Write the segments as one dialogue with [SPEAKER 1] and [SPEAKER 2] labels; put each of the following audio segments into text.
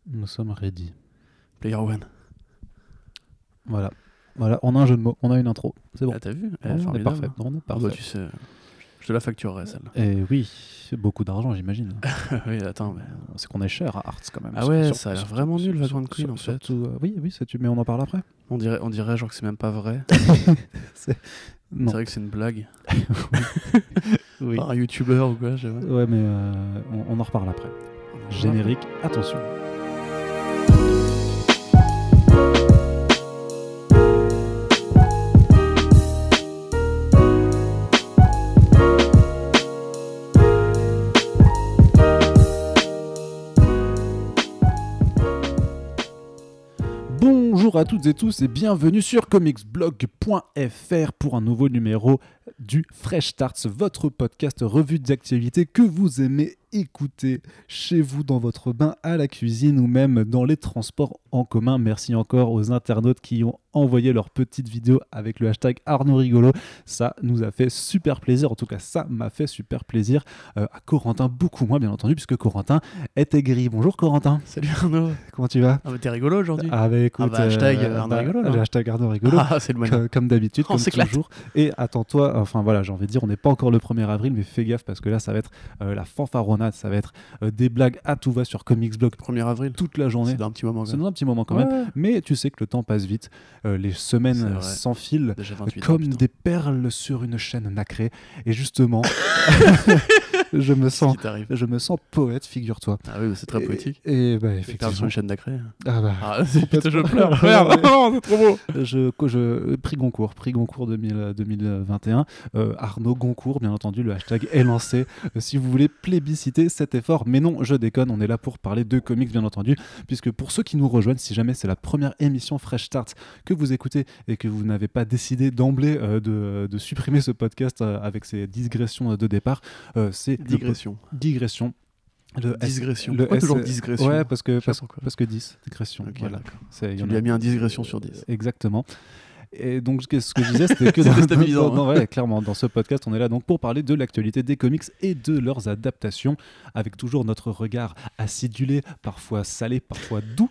[SPEAKER 1] Nous sommes ready.
[SPEAKER 2] Player One.
[SPEAKER 1] Voilà, on a un jeu de mots, on a une intro. C'est bon.
[SPEAKER 2] Ah, t'as vu?
[SPEAKER 1] On est parfait. On est
[SPEAKER 2] Ah bah,
[SPEAKER 1] parfait.
[SPEAKER 2] tu sais, je te la facturerai celle-là.
[SPEAKER 1] Et oui, beaucoup d'argent, j'imagine.
[SPEAKER 2] Oui, attends. Mais...
[SPEAKER 1] C'est qu'on est cher à Arts quand même.
[SPEAKER 2] Ah ouais, ça a l'air vraiment nul, Vagrant Queen en fait.
[SPEAKER 1] Surtout, oui, mais on en parle après.
[SPEAKER 2] On dirait genre que c'est même pas vrai.
[SPEAKER 1] Non.
[SPEAKER 2] C'est vrai que c'est une blague.
[SPEAKER 1] Oui.
[SPEAKER 2] Par un youtubeur ou quoi, je sais pas.
[SPEAKER 1] Ouais, mais on en reparle après. Générique, attention. Bonjour à toutes et tous et bienvenue sur comicsblog.fr pour un nouveau numéro du Fresh Starts, votre podcast revue d'actualité que vous aimez écouter chez vous, dans votre bain, à la cuisine ou même dans les transports en commun. Merci encore aux internautes qui ont envoyé leurs petites vidéos avec le hashtag Arnaud Rigolo. Ça nous a fait super plaisir, en tout cas ça m'a fait super plaisir. À Corentin, beaucoup moins bien entendu, puisque Corentin est aigri. Bonjour Corentin.
[SPEAKER 2] Salut Arnaud.
[SPEAKER 1] Comment tu vas?
[SPEAKER 2] Ah mais t'es rigolo aujourd'hui.
[SPEAKER 1] Ah bah écoute,
[SPEAKER 2] hashtag Arnaud Rigolo.
[SPEAKER 1] Le hashtag Arnaud Rigolo.
[SPEAKER 2] Ah c'est le moment.
[SPEAKER 1] Comme d'habitude,
[SPEAKER 2] On
[SPEAKER 1] comme
[SPEAKER 2] s'éclate.
[SPEAKER 1] toujours. Et attends-toi, enfin voilà, j'ai envie de dire, on n'est pas encore le 1er avril, mais fais gaffe parce que là, ça va être la fanfaronnade, ça va être des blagues à tout va sur Comicsblog
[SPEAKER 2] 1er avril.
[SPEAKER 1] toute la journée.
[SPEAKER 2] C'est dans un petit moment.
[SPEAKER 1] C'est dans un petit moment quand même, mais tu sais que le temps passe vite, les semaines s'enfilent
[SPEAKER 2] Déjà 28
[SPEAKER 1] comme
[SPEAKER 2] ans,
[SPEAKER 1] des perles sur une chaîne nacrée. Et justement, je me sens poète, figure-toi.
[SPEAKER 2] Ah oui, c'est très poétique.
[SPEAKER 1] Et bah
[SPEAKER 2] Perle
[SPEAKER 1] effectivement.
[SPEAKER 2] sur une chaîne d'acré.
[SPEAKER 1] Ah bah.
[SPEAKER 2] Ah, putain, je pleure.
[SPEAKER 1] Ouais,
[SPEAKER 2] Merde,
[SPEAKER 1] ouais.
[SPEAKER 2] oh, c'est trop beau.
[SPEAKER 1] Prix Goncourt 2021. Arnaud Goncourt, bien entendu, le hashtag est lancé. Si vous voulez plébisciter cet effort, mais non, je déconne, on est là pour parler de comics, bien entendu, puisque pour ceux qui nous rejoignent, si jamais c'est la première émission Fresh Start que vous écoutez et que vous n'avez pas décidé d'emblée de supprimer ce podcast avec ses digressions de départ, c'est
[SPEAKER 2] Digression.
[SPEAKER 1] digression.
[SPEAKER 2] Digression.
[SPEAKER 1] Le
[SPEAKER 2] Pourquoi toujours
[SPEAKER 1] S-
[SPEAKER 2] digression?
[SPEAKER 1] Ouais, parce que 10, digression.
[SPEAKER 2] Ok,
[SPEAKER 1] Voilà.
[SPEAKER 2] d'accord.
[SPEAKER 1] Il y
[SPEAKER 2] Tu
[SPEAKER 1] en
[SPEAKER 2] lui
[SPEAKER 1] a-
[SPEAKER 2] as mis un digression sur 10.
[SPEAKER 1] Exactement. Et donc, ce que je disais, c'était que
[SPEAKER 2] C'est déstabilisant,
[SPEAKER 1] ouais, clairement, dans ce podcast, on est là donc pour parler de l'actualité des comics et de leurs adaptations, avec toujours notre regard acidulé, parfois salé, parfois doux.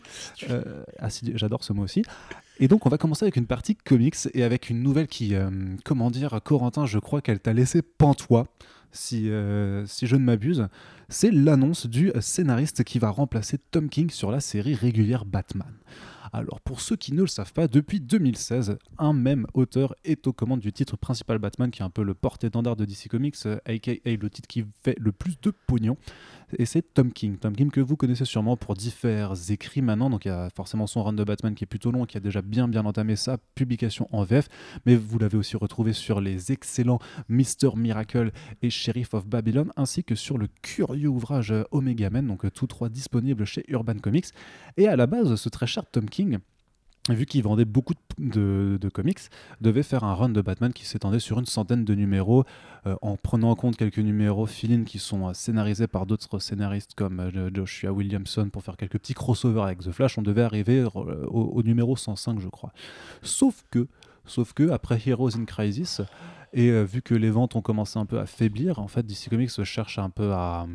[SPEAKER 1] J'adore ce mot aussi. Et donc, on va commencer avec une partie comics et avec une nouvelle qui, comment dire, Corentin, je crois qu'elle t'a laissé pantois, si je ne m'abuse. C'est l'annonce du scénariste qui va remplacer Tom King sur la série régulière Batman. Alors, pour ceux qui ne le savent pas, depuis 2016, un même auteur est aux commandes du titre principal Batman, qui est un peu le porte-étendard de DC Comics, aka le titre qui fait le plus de pognon, et c'est Tom King. Tom King que vous connaissez sûrement pour divers écrits maintenant, donc il y a forcément son run de Batman qui est plutôt long, qui a déjà bien entamé sa publication en VF, mais vous l'avez aussi retrouvé sur les excellents Mr. Miracle et Sheriff of Babylon, ainsi que sur le curieux ouvrage Omega Men, donc tous trois disponibles chez Urban Comics. Et à la base, ce très cher Tom King, vu qu'il vendait beaucoup de comics, devait faire un run de Batman qui s'étendait sur une centaine de numéros, en prenant en compte quelques numéros fill-in qui sont scénarisés par d'autres scénaristes comme Joshua Williamson pour faire quelques petits crossovers avec The Flash. On devait arriver au numéro 105, je crois. Sauf que après Heroes in Crisis, et vu que les ventes ont commencé un peu à faiblir, en fait, DC Comics cherche un peu à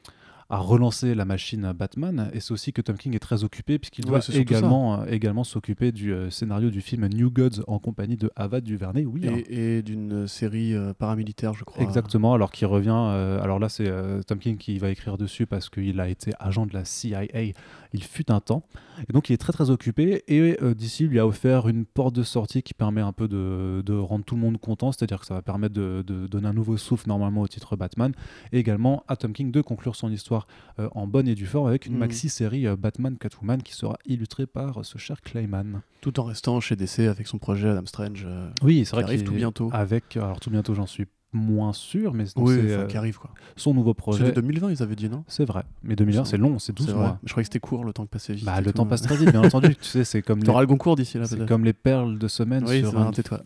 [SPEAKER 1] relancer la machine Batman, et c'est aussi que Tom King est très occupé puisqu'il doit également s'occuper du scénario du film New Gods en compagnie de Ava DuVernay,
[SPEAKER 2] et d'une série paramilitaire, je crois.
[SPEAKER 1] Exactement, alors qu'il revient, alors là c'est Tom King qui va écrire dessus parce qu'il a été agent de la CIA, il fut un temps, et donc il est très très occupé, et DC lui a offert une porte de sortie qui permet un peu de rendre tout le monde content, c'est-à-dire que ça va permettre de donner un nouveau souffle normalement au titre Batman, et également à Tom King de conclure son histoire en bonne et due forme avec une maxi-série Batman Catwoman qui sera illustrée par ce cher Clayman.
[SPEAKER 2] Tout en restant chez DC avec son projet Adam Strange.
[SPEAKER 1] Oui, c'est vrai
[SPEAKER 2] qui arrive tout bientôt.
[SPEAKER 1] Alors tout bientôt, j'en suis moins sûr, mais
[SPEAKER 2] qui arrive quoi.
[SPEAKER 1] Son nouveau projet.
[SPEAKER 2] C'est 2020, ils avaient dit, non?
[SPEAKER 1] C'est vrai, mais 2020 c'est long, c'est 12 mois.
[SPEAKER 2] Je croyais que c'était court, le temps passait vite.
[SPEAKER 1] Le temps passe très vite, bien entendu. Tu sais, c'est comme
[SPEAKER 2] t'auras le concours d'ici là,
[SPEAKER 1] c'est comme les perles de semaine
[SPEAKER 2] oui,
[SPEAKER 1] sur
[SPEAKER 2] tais-toi.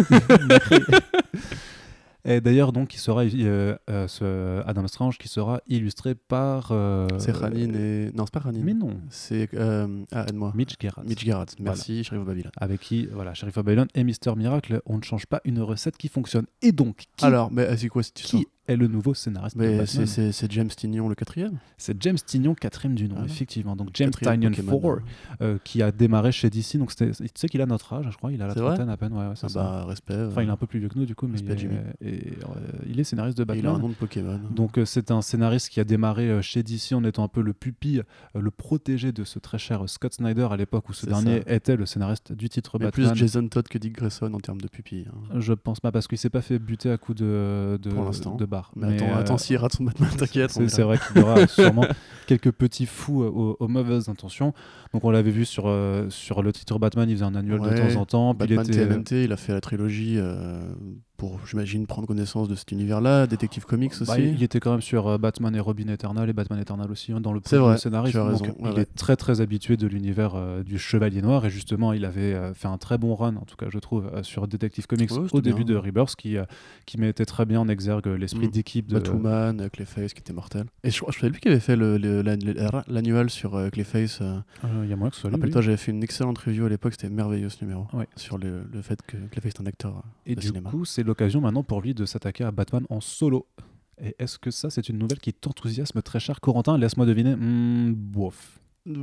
[SPEAKER 1] Et d'ailleurs, donc, il sera ce Adam Strange qui sera illustré par.
[SPEAKER 2] C'est Ranin et. Non, c'est pas Ranin.
[SPEAKER 1] Mais non.
[SPEAKER 2] C'est. Aide-moi.
[SPEAKER 1] Mitch Gerads.
[SPEAKER 2] Merci, voilà. Sheriff of Babylon.
[SPEAKER 1] Avec qui, Sheriff of Babylon et Mr. Miracle, on ne change pas une recette qui fonctionne. Et donc.
[SPEAKER 2] Alors, mais c'est quoi cette histoire?
[SPEAKER 1] est le nouveau scénariste de
[SPEAKER 2] Mais
[SPEAKER 1] Batman.
[SPEAKER 2] c'est James Tynion le 4e.
[SPEAKER 1] C'est James Tynion, 4e du nom,
[SPEAKER 2] Voilà.
[SPEAKER 1] effectivement. Donc James
[SPEAKER 2] 4e
[SPEAKER 1] Tynion
[SPEAKER 2] Pokémon,
[SPEAKER 1] 4, qui a démarré chez DC. Donc tu sais qu'il a notre âge, je crois. Il a la
[SPEAKER 2] C'est vrai
[SPEAKER 1] trentaine à peine. Ouais, c'est
[SPEAKER 2] Ah
[SPEAKER 1] ça.
[SPEAKER 2] bah, respect.
[SPEAKER 1] Enfin, il est un peu plus vieux que nous, du coup, mais
[SPEAKER 2] Respect, Jimmy.
[SPEAKER 1] il est scénariste de
[SPEAKER 2] Et il a un
[SPEAKER 1] Batman.
[SPEAKER 2] nom de Pokémon.
[SPEAKER 1] Donc c'est un scénariste qui a démarré chez DC en étant un peu le pupille, le protégé de ce très cher Scott Snyder à l'époque où ce
[SPEAKER 2] C'est
[SPEAKER 1] dernier
[SPEAKER 2] ça.
[SPEAKER 1] était le scénariste du titre
[SPEAKER 2] Mais
[SPEAKER 1] Batman.
[SPEAKER 2] plus Jason Todd que Dick Grayson en termes de pupille. Hein.
[SPEAKER 1] Je pense pas, parce qu'il s'est pas fait buter à coups
[SPEAKER 2] Pour l'instant.
[SPEAKER 1] de barre.
[SPEAKER 2] Mais attends, s'il rate son Batman, t'inquiète. on est
[SPEAKER 1] C'est
[SPEAKER 2] là.
[SPEAKER 1] vrai qu'il y aura sûrement quelques petits fous aux mauvaises intentions. Donc on l'avait vu sur le titre Batman, il faisait un annuel de
[SPEAKER 2] Ouais,
[SPEAKER 1] temps en temps. Puis
[SPEAKER 2] Batman
[SPEAKER 1] il était,
[SPEAKER 2] TMNT, il a fait la trilogie pour, j'imagine, prendre connaissance de cet univers-là. Detective Comics aussi.
[SPEAKER 1] il était quand même sur Batman et Robin Eternal et Batman Eternal aussi, hein, dans le
[SPEAKER 2] C'est
[SPEAKER 1] premier
[SPEAKER 2] vrai,
[SPEAKER 1] scénariste.
[SPEAKER 2] tu as
[SPEAKER 1] Donc,
[SPEAKER 2] raison,
[SPEAKER 1] il
[SPEAKER 2] ouais.
[SPEAKER 1] est très très habitué de l'univers du Chevalier Noir, et justement il avait fait un très bon run, en tout cas je trouve, sur Detective Comics
[SPEAKER 2] Ouais,
[SPEAKER 1] au
[SPEAKER 2] c'était
[SPEAKER 1] début
[SPEAKER 2] bien.
[SPEAKER 1] de Rebirth, qui mettait très bien en exergue l'esprit d'équipe de
[SPEAKER 2] Batwoman, Clayface qui était mortel. Et je crois que c'est lui qui avait fait l'annual sur Clayface.
[SPEAKER 1] il y a moyen que ce soit lui,
[SPEAKER 2] Rappelle-toi,
[SPEAKER 1] oui.
[SPEAKER 2] j'avais fait une excellente review à l'époque, c'était merveilleux ce numéro.
[SPEAKER 1] Ouais.
[SPEAKER 2] Sur le fait que Clayface est un acteur
[SPEAKER 1] Et
[SPEAKER 2] de
[SPEAKER 1] du
[SPEAKER 2] cinéma.
[SPEAKER 1] coup, c'est l'occasion maintenant pour lui de s'attaquer à Batman en solo. Et est-ce que ça, c'est une nouvelle qui t'enthousiasme, très cher Corentin? Laisse-moi deviner. Bof.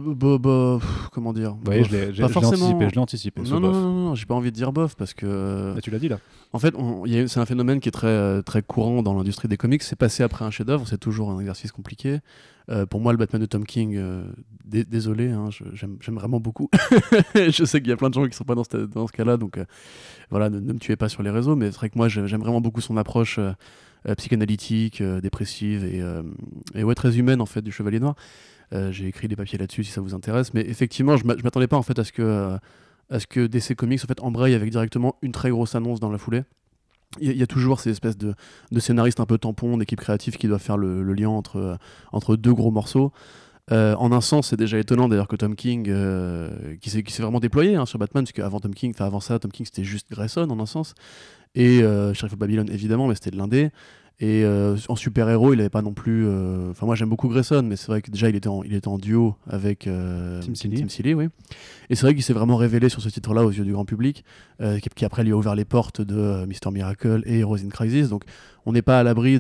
[SPEAKER 2] Comment dire
[SPEAKER 1] Vous voyez,
[SPEAKER 2] bof.
[SPEAKER 1] je l'ai anticipé. ce
[SPEAKER 2] Non, non,
[SPEAKER 1] bof.
[SPEAKER 2] non, non, j'ai pas envie de dire bof parce que.
[SPEAKER 1] Bah, tu l'as dit là.
[SPEAKER 2] En fait, c'est un phénomène qui est très, très courant dans l'industrie des comics. C'est passé après un chef-d'œuvre, c'est toujours un exercice compliqué. Pour moi, le Batman de Tom King, désolé, hein, j'aime vraiment beaucoup. Je sais qu'il y a plein de gens qui sont pas dans ce cas-là, donc voilà, ne me tuez pas sur les réseaux, mais c'est vrai que moi, j'aime vraiment beaucoup son approche psychanalytique, dépressive et ouais, très humaine en fait du Chevalier Noir. J'ai écrit des papiers là-dessus si ça vous intéresse, mais effectivement, je m'attendais pas en fait à ce que DC Comics en fait embraye avec directement une très grosse annonce dans la foulée. Il y a toujours ces espèces de scénaristes un peu tampons, d'équipes créatives qui doivent faire le lien entre deux gros morceaux. En un sens, c'est déjà étonnant d'ailleurs que Tom King, qui s'est vraiment déployé sur Batman, parce qu'avant avant ça, Tom King c'était juste Grayson en un sens, et Sheriff of Babylon évidemment, mais c'était de l'indé. Et en super-héros, il avait pas non plus. Enfin, moi j'aime beaucoup Grayson, mais c'est vrai que déjà il était en duo avec
[SPEAKER 1] Tim Seeley,
[SPEAKER 2] oui. Et c'est vrai qu'il s'est vraiment révélé sur ce titre-là aux yeux du grand public, qui après lui a ouvert les portes de Mr. Miracle et Heroes in Crisis. Donc on n'est pas à l'abri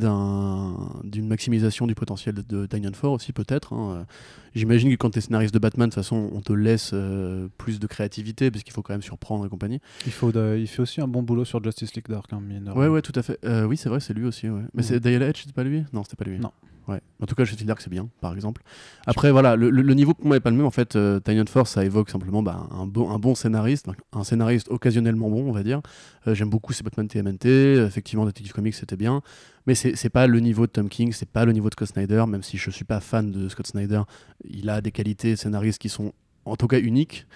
[SPEAKER 2] d'une maximisation du potentiel de Tynion 4 aussi, peut-être. J'imagine que quand tu es scénariste de Batman, de toute façon, on te laisse plus de créativité, parce qu'il faut quand même surprendre et compagnie.
[SPEAKER 1] Il fait aussi un bon boulot sur Justice League Dark, hein, mine de rien.
[SPEAKER 2] Ouais, tout à fait. Oui, c'est vrai, c'est lui aussi. Ouais. Mais c'est Dale Edge, c'était pas lui? Non, c'était pas lui.
[SPEAKER 1] Non.
[SPEAKER 2] Ouais. En tout cas, Justice League Dark, c'est bien, par exemple. Après, voilà, le niveau pour moi n'est pas le même. En fait, Tynion Force, ça évoque simplement un bon scénariste, un scénariste occasionnellement bon, on va dire. J'aime beaucoup ces Batman TMNT. Effectivement, Detective Comics, c'était bien. Mais c'est pas le niveau de Tom King, c'est pas le niveau de Scott Snyder, même si je suis pas fan de Scott Snyder. Il a des qualités scénaristes qui sont en tout cas uniques.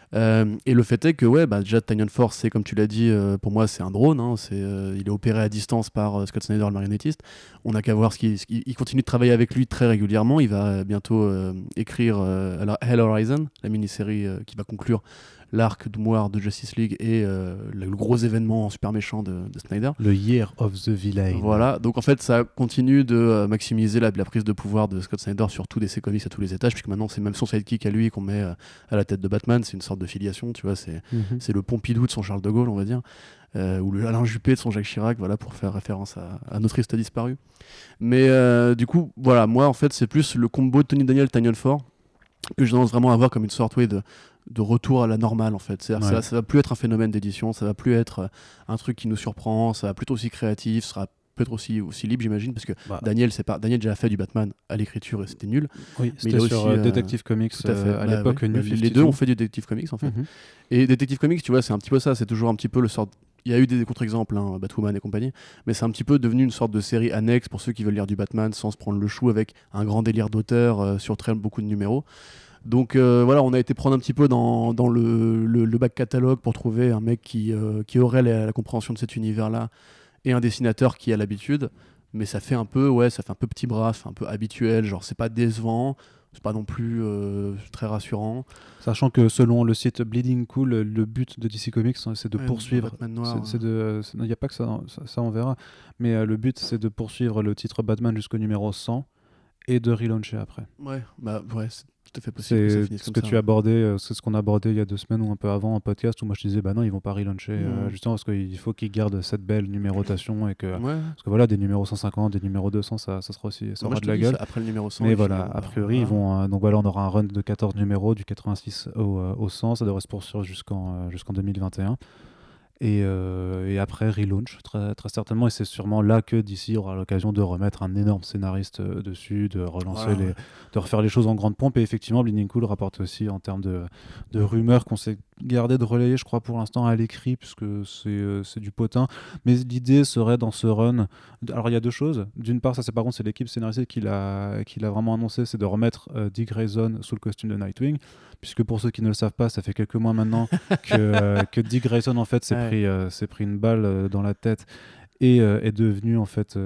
[SPEAKER 2] Et le fait est que déjà Tynion Force, c'est comme tu l'as dit, pour moi c'est un drone, il est opéré à distance par Scott Snyder, le marionnettiste. On n'a qu'à voir il continue de travailler avec lui très régulièrement. Il va bientôt écrire Hell Horizon, la mini-série qui va conclure l'arc noir de Justice League et le gros événement super méchant de Snyder.
[SPEAKER 1] Le Year of the Villain.
[SPEAKER 2] Voilà, donc en fait ça continue de maximiser la prise de pouvoir de Scott Snyder sur tous DC Comics à tous les étages, puisque maintenant c'est même son sidekick à lui qu'on met à la tête de Batman. C'est une sorte de filiation, tu vois, c'est le Pompidou de son Charles de Gaulle, on va dire, ou le Alain Juppé de son Jacques Chirac, voilà, pour faire référence à notre triste disparu. Mais du coup, voilà, moi en fait c'est plus le combo de Tony Daniel Tynion 4 que je tendance vraiment à voir comme une sorte de retour à la normale en fait. Ça va plus être un phénomène d'édition, ça va plus être un truc qui nous surprend, ça va plutôt aussi créatif, ça sera peut-être aussi libre, j'imagine, parce que Daniel déjà fait du Batman à l'écriture et c'était nul.
[SPEAKER 1] Oui, c'était sur Detective Comics à l'époque.
[SPEAKER 2] Les deux ont fait du Detective Comics en fait. Et Detective Comics, tu vois, c'est un petit peu ça, c'est toujours un petit peu le sort. Il y a eu des contre-exemples, Batwoman et compagnie, mais c'est un petit peu devenu une sorte de série annexe pour ceux qui veulent lire du Batman sans se prendre le chou, avec un grand délire d'auteur sur très beaucoup de numéros. Donc voilà, on a été prendre un petit peu dans le back catalogue pour trouver un mec qui aurait la compréhension de cet univers-là et un dessinateur qui a l'habitude, mais ça fait un peu petit bras, ça fait un peu habituel, genre c'est pas décevant, c'est pas non plus très rassurant.
[SPEAKER 1] Sachant que selon le site Bleeding Cool, le but de DC Comics, c'est de poursuivre.
[SPEAKER 2] Batman Noir.
[SPEAKER 1] Il n'y a pas que ça on verra, mais le but c'est de poursuivre le titre Batman jusqu'au numéro 100. et de relauncher après.
[SPEAKER 2] Ouais, c'est tout à fait possible que ça
[SPEAKER 1] C'est
[SPEAKER 2] finisse
[SPEAKER 1] ce
[SPEAKER 2] comme
[SPEAKER 1] que
[SPEAKER 2] ça.
[SPEAKER 1] tu abordais, c'est ce qu'on a abordé il y a 2 semaines ou un peu avant en podcast où moi je disais bah non ils vont pas relauncher justement parce qu'il faut qu'ils gardent cette belle numérotation et que
[SPEAKER 2] Ouais.
[SPEAKER 1] parce que voilà des numéros 150 des numéros 200 ça sera aussi ça
[SPEAKER 2] Moi,
[SPEAKER 1] aura
[SPEAKER 2] je
[SPEAKER 1] de
[SPEAKER 2] te
[SPEAKER 1] la
[SPEAKER 2] dis,
[SPEAKER 1] gueule.
[SPEAKER 2] après le numéro 100,
[SPEAKER 1] Mais
[SPEAKER 2] ils
[SPEAKER 1] voilà,
[SPEAKER 2] finiront
[SPEAKER 1] a
[SPEAKER 2] par-
[SPEAKER 1] priori, ils
[SPEAKER 2] voilà.
[SPEAKER 1] vont. Donc voilà, on aura un run de 14 numéros, du 86 au 100. Ça devrait se poursuivre jusqu'en 2021. Et après, relaunch, très, très certainement. Et c'est sûrement là que DC aura l'occasion de remettre un énorme scénariste dessus, de relancer
[SPEAKER 2] Voilà, ouais.
[SPEAKER 1] de refaire les choses en grande pompe. Et effectivement, Bleeding Cool rapporte aussi en termes de rumeurs qu'on s'est gardé de relayer, je crois, pour l'instant à l'écrit, puisque c'est du potin. Mais l'idée serait dans ce run. Alors, il y a deux choses. D'une part, ça, c'est par contre, c'est l'équipe scénaristique qui l'a vraiment annoncé, c'est de remettre Dick Grayson sous le costume de Nightwing. Puisque pour ceux qui ne le savent pas, ça fait quelques mois maintenant que Dick Grayson en fait s'est pris une balle dans la tête et est devenu en fait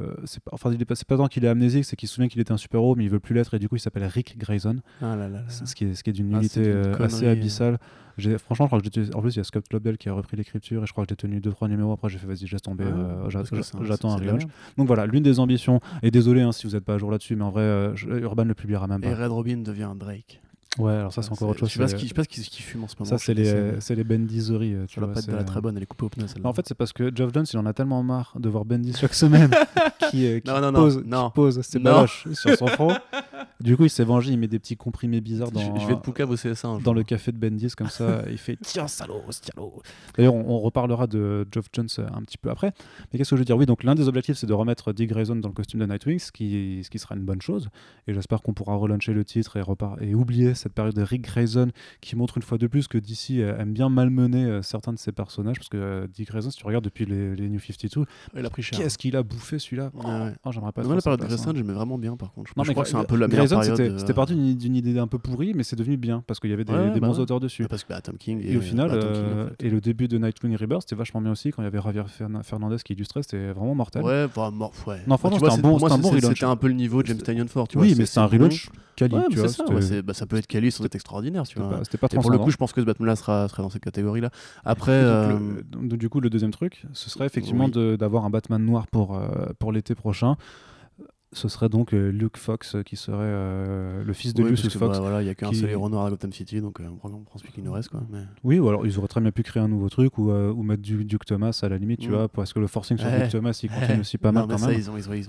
[SPEAKER 1] c'est pas tant qu'il est amnésique, c'est qu'il se souvient qu'il était un super-héros mais il veut plus l'être et du coup il s'appelle Rick Grayson.
[SPEAKER 2] Ah là là là.
[SPEAKER 1] Ce qui est d'une
[SPEAKER 2] Ah,
[SPEAKER 1] nullité
[SPEAKER 2] c'est une
[SPEAKER 1] assez
[SPEAKER 2] connerie.
[SPEAKER 1] abyssale. Franchement je crois que en plus il y a Scott Lobdell qui a repris l'écriture et je crois que j'ai tenu 2-3 numéros après j'ai fait vas-y laisse tomber j'attends un relaunch. Donc voilà, l'une des ambitions, et désolé si vous n'êtes pas à jour là-dessus mais en vrai Urban le publiera même pas.
[SPEAKER 2] Et Red Robin devient un Drake.
[SPEAKER 1] Ouais, alors ça c'est encore autre chose.
[SPEAKER 2] Je sais pas ce qu'il fume en ce moment.
[SPEAKER 1] Ça c'est les Bendiseries.
[SPEAKER 2] Ça va pas être de la très bonne, elle est coupée au pneu celle-là.
[SPEAKER 1] En fait c'est parce que Geoff Johns il en a tellement marre de voir Bendis chaque semaine qui pose ses baloches sur son front. Du coup il s'est vengé, il met des petits comprimés bizarres
[SPEAKER 2] je vais te poucave au CSA
[SPEAKER 1] dans le café de Bendis comme ça, il fait tiens salaud. D'ailleurs on reparlera de Geoff Johns un petit peu après. Mais qu'est-ce que je veux dire ? Oui, donc l'un des objectifs c'est de remettre Dick Grayson dans le costume de Nightwing, ce qui sera une bonne chose. Et j'espère qu'on pourra relancer le titre et oublier cette période de Rick Grayson qui montre une fois de plus que DC aime bien malmener certains de ses personnages parce que Dick Grayson si tu regardes depuis les New 52
[SPEAKER 2] il a pris cher.
[SPEAKER 1] Qu'est-ce qu'il a bouffé celui-là j'aimerais pas.
[SPEAKER 2] Moi la période de Grayson j'aimais vraiment bien par contre.
[SPEAKER 1] Je crois
[SPEAKER 2] que c'est un peu la meilleure période.
[SPEAKER 1] C'était parti d'une idée un peu pourrie mais c'est devenu bien parce qu'il y avait des bons auteurs dessus.
[SPEAKER 2] Parce que Tom King
[SPEAKER 1] et au final et le début de Nightwing Rebirth c'était vachement bien aussi quand il y avait Javier Fernandez qui illustrait, c'était vraiment mortel.
[SPEAKER 2] Ouais.
[SPEAKER 1] Non franchement c'était un bon relaunch.
[SPEAKER 2] C'était un peu le niveau de James Tynion Ford, tu
[SPEAKER 1] vois. Oui,
[SPEAKER 2] mais
[SPEAKER 1] c'est un relaunch quali, tu vois.
[SPEAKER 2] Ça peut être quali sans être extraordinaire, tu vois.
[SPEAKER 1] C'était pas
[SPEAKER 2] et pour le coup, je pense que ce Batman-là sera dans cette catégorie-là. Après,
[SPEAKER 1] donc, du coup, le deuxième truc, ce serait effectivement d'avoir un Batman noir pour l'été prochain. Ce serait donc Luke Fox qui serait le fils de Lucius Fox.
[SPEAKER 2] Il n'y a qu'un seul héros noir à Gotham City, donc on prend celui qui nous reste. Quoi, mais...
[SPEAKER 1] Oui, ou alors ils auraient très bien pu créer un nouveau truc ou mettre Duke Thomas à la limite, tu vois, parce que le forcing sur Duke Thomas il continue aussi pas mal quand même.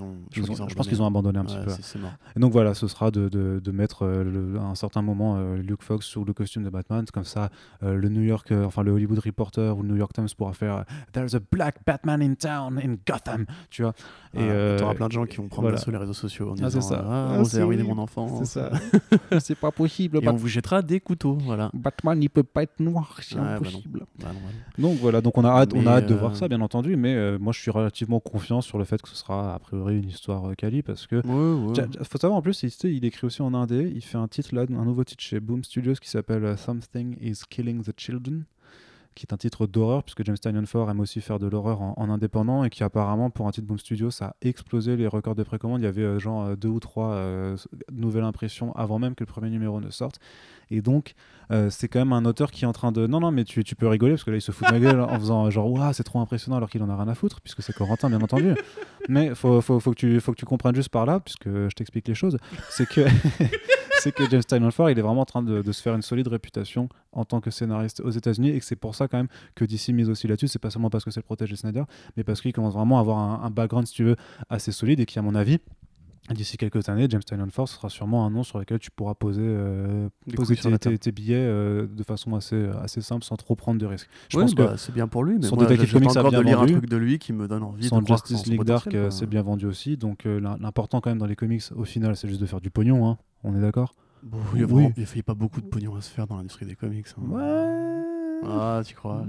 [SPEAKER 1] Je pense qu'ils ont abandonné un petit peu.
[SPEAKER 2] C'est mort.
[SPEAKER 1] Et donc voilà, ce sera de mettre à un certain moment Luke Fox sous le costume de Batman, comme ça le New York, le Hollywood Reporter ou le New York Times pourra faire There's a black Batman in town in Gotham, tu vois.
[SPEAKER 2] Et t'auras plein de gens qui vont prendre sur les réseaux sociaux en disant
[SPEAKER 1] c'est ça.
[SPEAKER 2] vous avez ruiné mon enfant.
[SPEAKER 1] C'est ça. C'est pas possible.
[SPEAKER 2] Et on vous jettera des couteaux, voilà.
[SPEAKER 1] Batman il peut pas être noir, c'est impossible.
[SPEAKER 2] Bah non.
[SPEAKER 1] Donc voilà, donc on a hâte de voir ça bien entendu, mais moi je suis relativement confiant sur le fait que ce sera a priori une histoire quali parce que faut savoir en plus il écrit aussi en indé, il fait un nouveau titre chez Boom Studios qui s'appelle Something is Killing the Children, qui est un titre d'horreur, puisque James Tynion Ford aime aussi faire de l'horreur en indépendant, et qui apparemment, pour un titre Boom Studio, ça a explosé les records de précommande. Il y avait 2 ou 3 nouvelles impressions avant même que le premier numéro ne sorte. Et donc, c'est quand même un auteur qui est en train de... Non, mais tu peux rigoler, parce que là, il se fout de ma gueule en faisant genre, waouh, c'est trop impressionnant, alors qu'il en a rien à foutre, puisque c'est Corentin, bien entendu. Mais faut que tu comprennes juste par là, puisque je t'explique les choses. C'est que... c'est que James Tynion Ford il est vraiment en train de se faire une solide réputation en tant que scénariste aux États-Unis, et que c'est pour ça quand même que DC mise aussi là-dessus. C'est pas seulement parce que c'est le protège de Snyder, mais parce qu'il commence vraiment à avoir un background, si tu veux, assez solide, et qui, à mon avis, d'ici quelques années, James Tynion Ford sera sûrement un nom sur lequel tu pourras poser tes billets de façon assez simple, sans trop prendre de risques. Je pense que
[SPEAKER 2] c'est bien pour lui, mais
[SPEAKER 1] son
[SPEAKER 2] moi
[SPEAKER 1] Detective Comics a bien
[SPEAKER 2] lire
[SPEAKER 1] vendu.
[SPEAKER 2] un truc de lui qui me donne envie
[SPEAKER 1] son
[SPEAKER 2] de voir
[SPEAKER 1] Justice League Dark c'est bien vendu aussi. Donc l'important quand même dans les comics, au final, c'est juste de faire du pognon, hein. On est d'accord?
[SPEAKER 2] Bon, il n'y a pas beaucoup de pognon à se faire dans l'industrie des comics. Hein.
[SPEAKER 1] Ouais.
[SPEAKER 2] Ah, tu crois?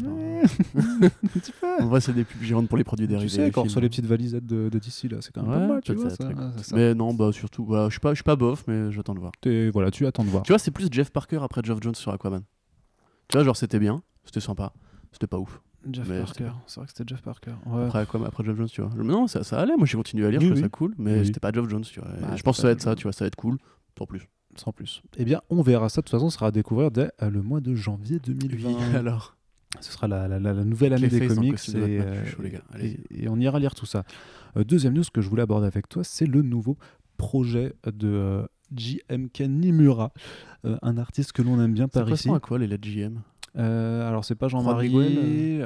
[SPEAKER 2] En vrai, c'est des pubs géantes pour les produits dérivés.
[SPEAKER 1] Tu sais, quand sur les petites valisettes de DC, là, c'est quand même pas mal, tu vois. Ça.
[SPEAKER 2] Mais non, surtout, voilà, je suis pas bof, mais j'attends de voir.
[SPEAKER 1] Voilà, tu attends de voir.
[SPEAKER 2] Tu vois, c'est plus Jeff Parker après Geoff Johns sur Aquaman. Tu vois, genre, c'était bien, c'était sympa, c'était pas ouf.
[SPEAKER 1] Jeff Parker, c'est vrai que c'était Jeff Parker. Ouais.
[SPEAKER 2] Après Geoff Johns, tu vois. Non, ça allait, moi j'ai continué à lire, je trouvais ça cool, mais c'était pas Geoff Jones, tu vois. Je pense que ça va être ça, tu vois, ça va être cool, sans plus.
[SPEAKER 1] Sans plus. Eh bien, on verra ça. De toute façon, ça sera à découvrir dès le mois de janvier 2020.
[SPEAKER 2] Oui, alors.
[SPEAKER 1] Ce sera la nouvelle année des comics et on ira lire tout ça. Deuxième news que je voulais aborder avec toi, c'est le nouveau projet de JMK Nimura, un artiste que l'on aime bien par ici.
[SPEAKER 2] Ça correspond à quoi les lettres JM?
[SPEAKER 1] Alors c'est pas Jean-Marie
[SPEAKER 2] Miguel,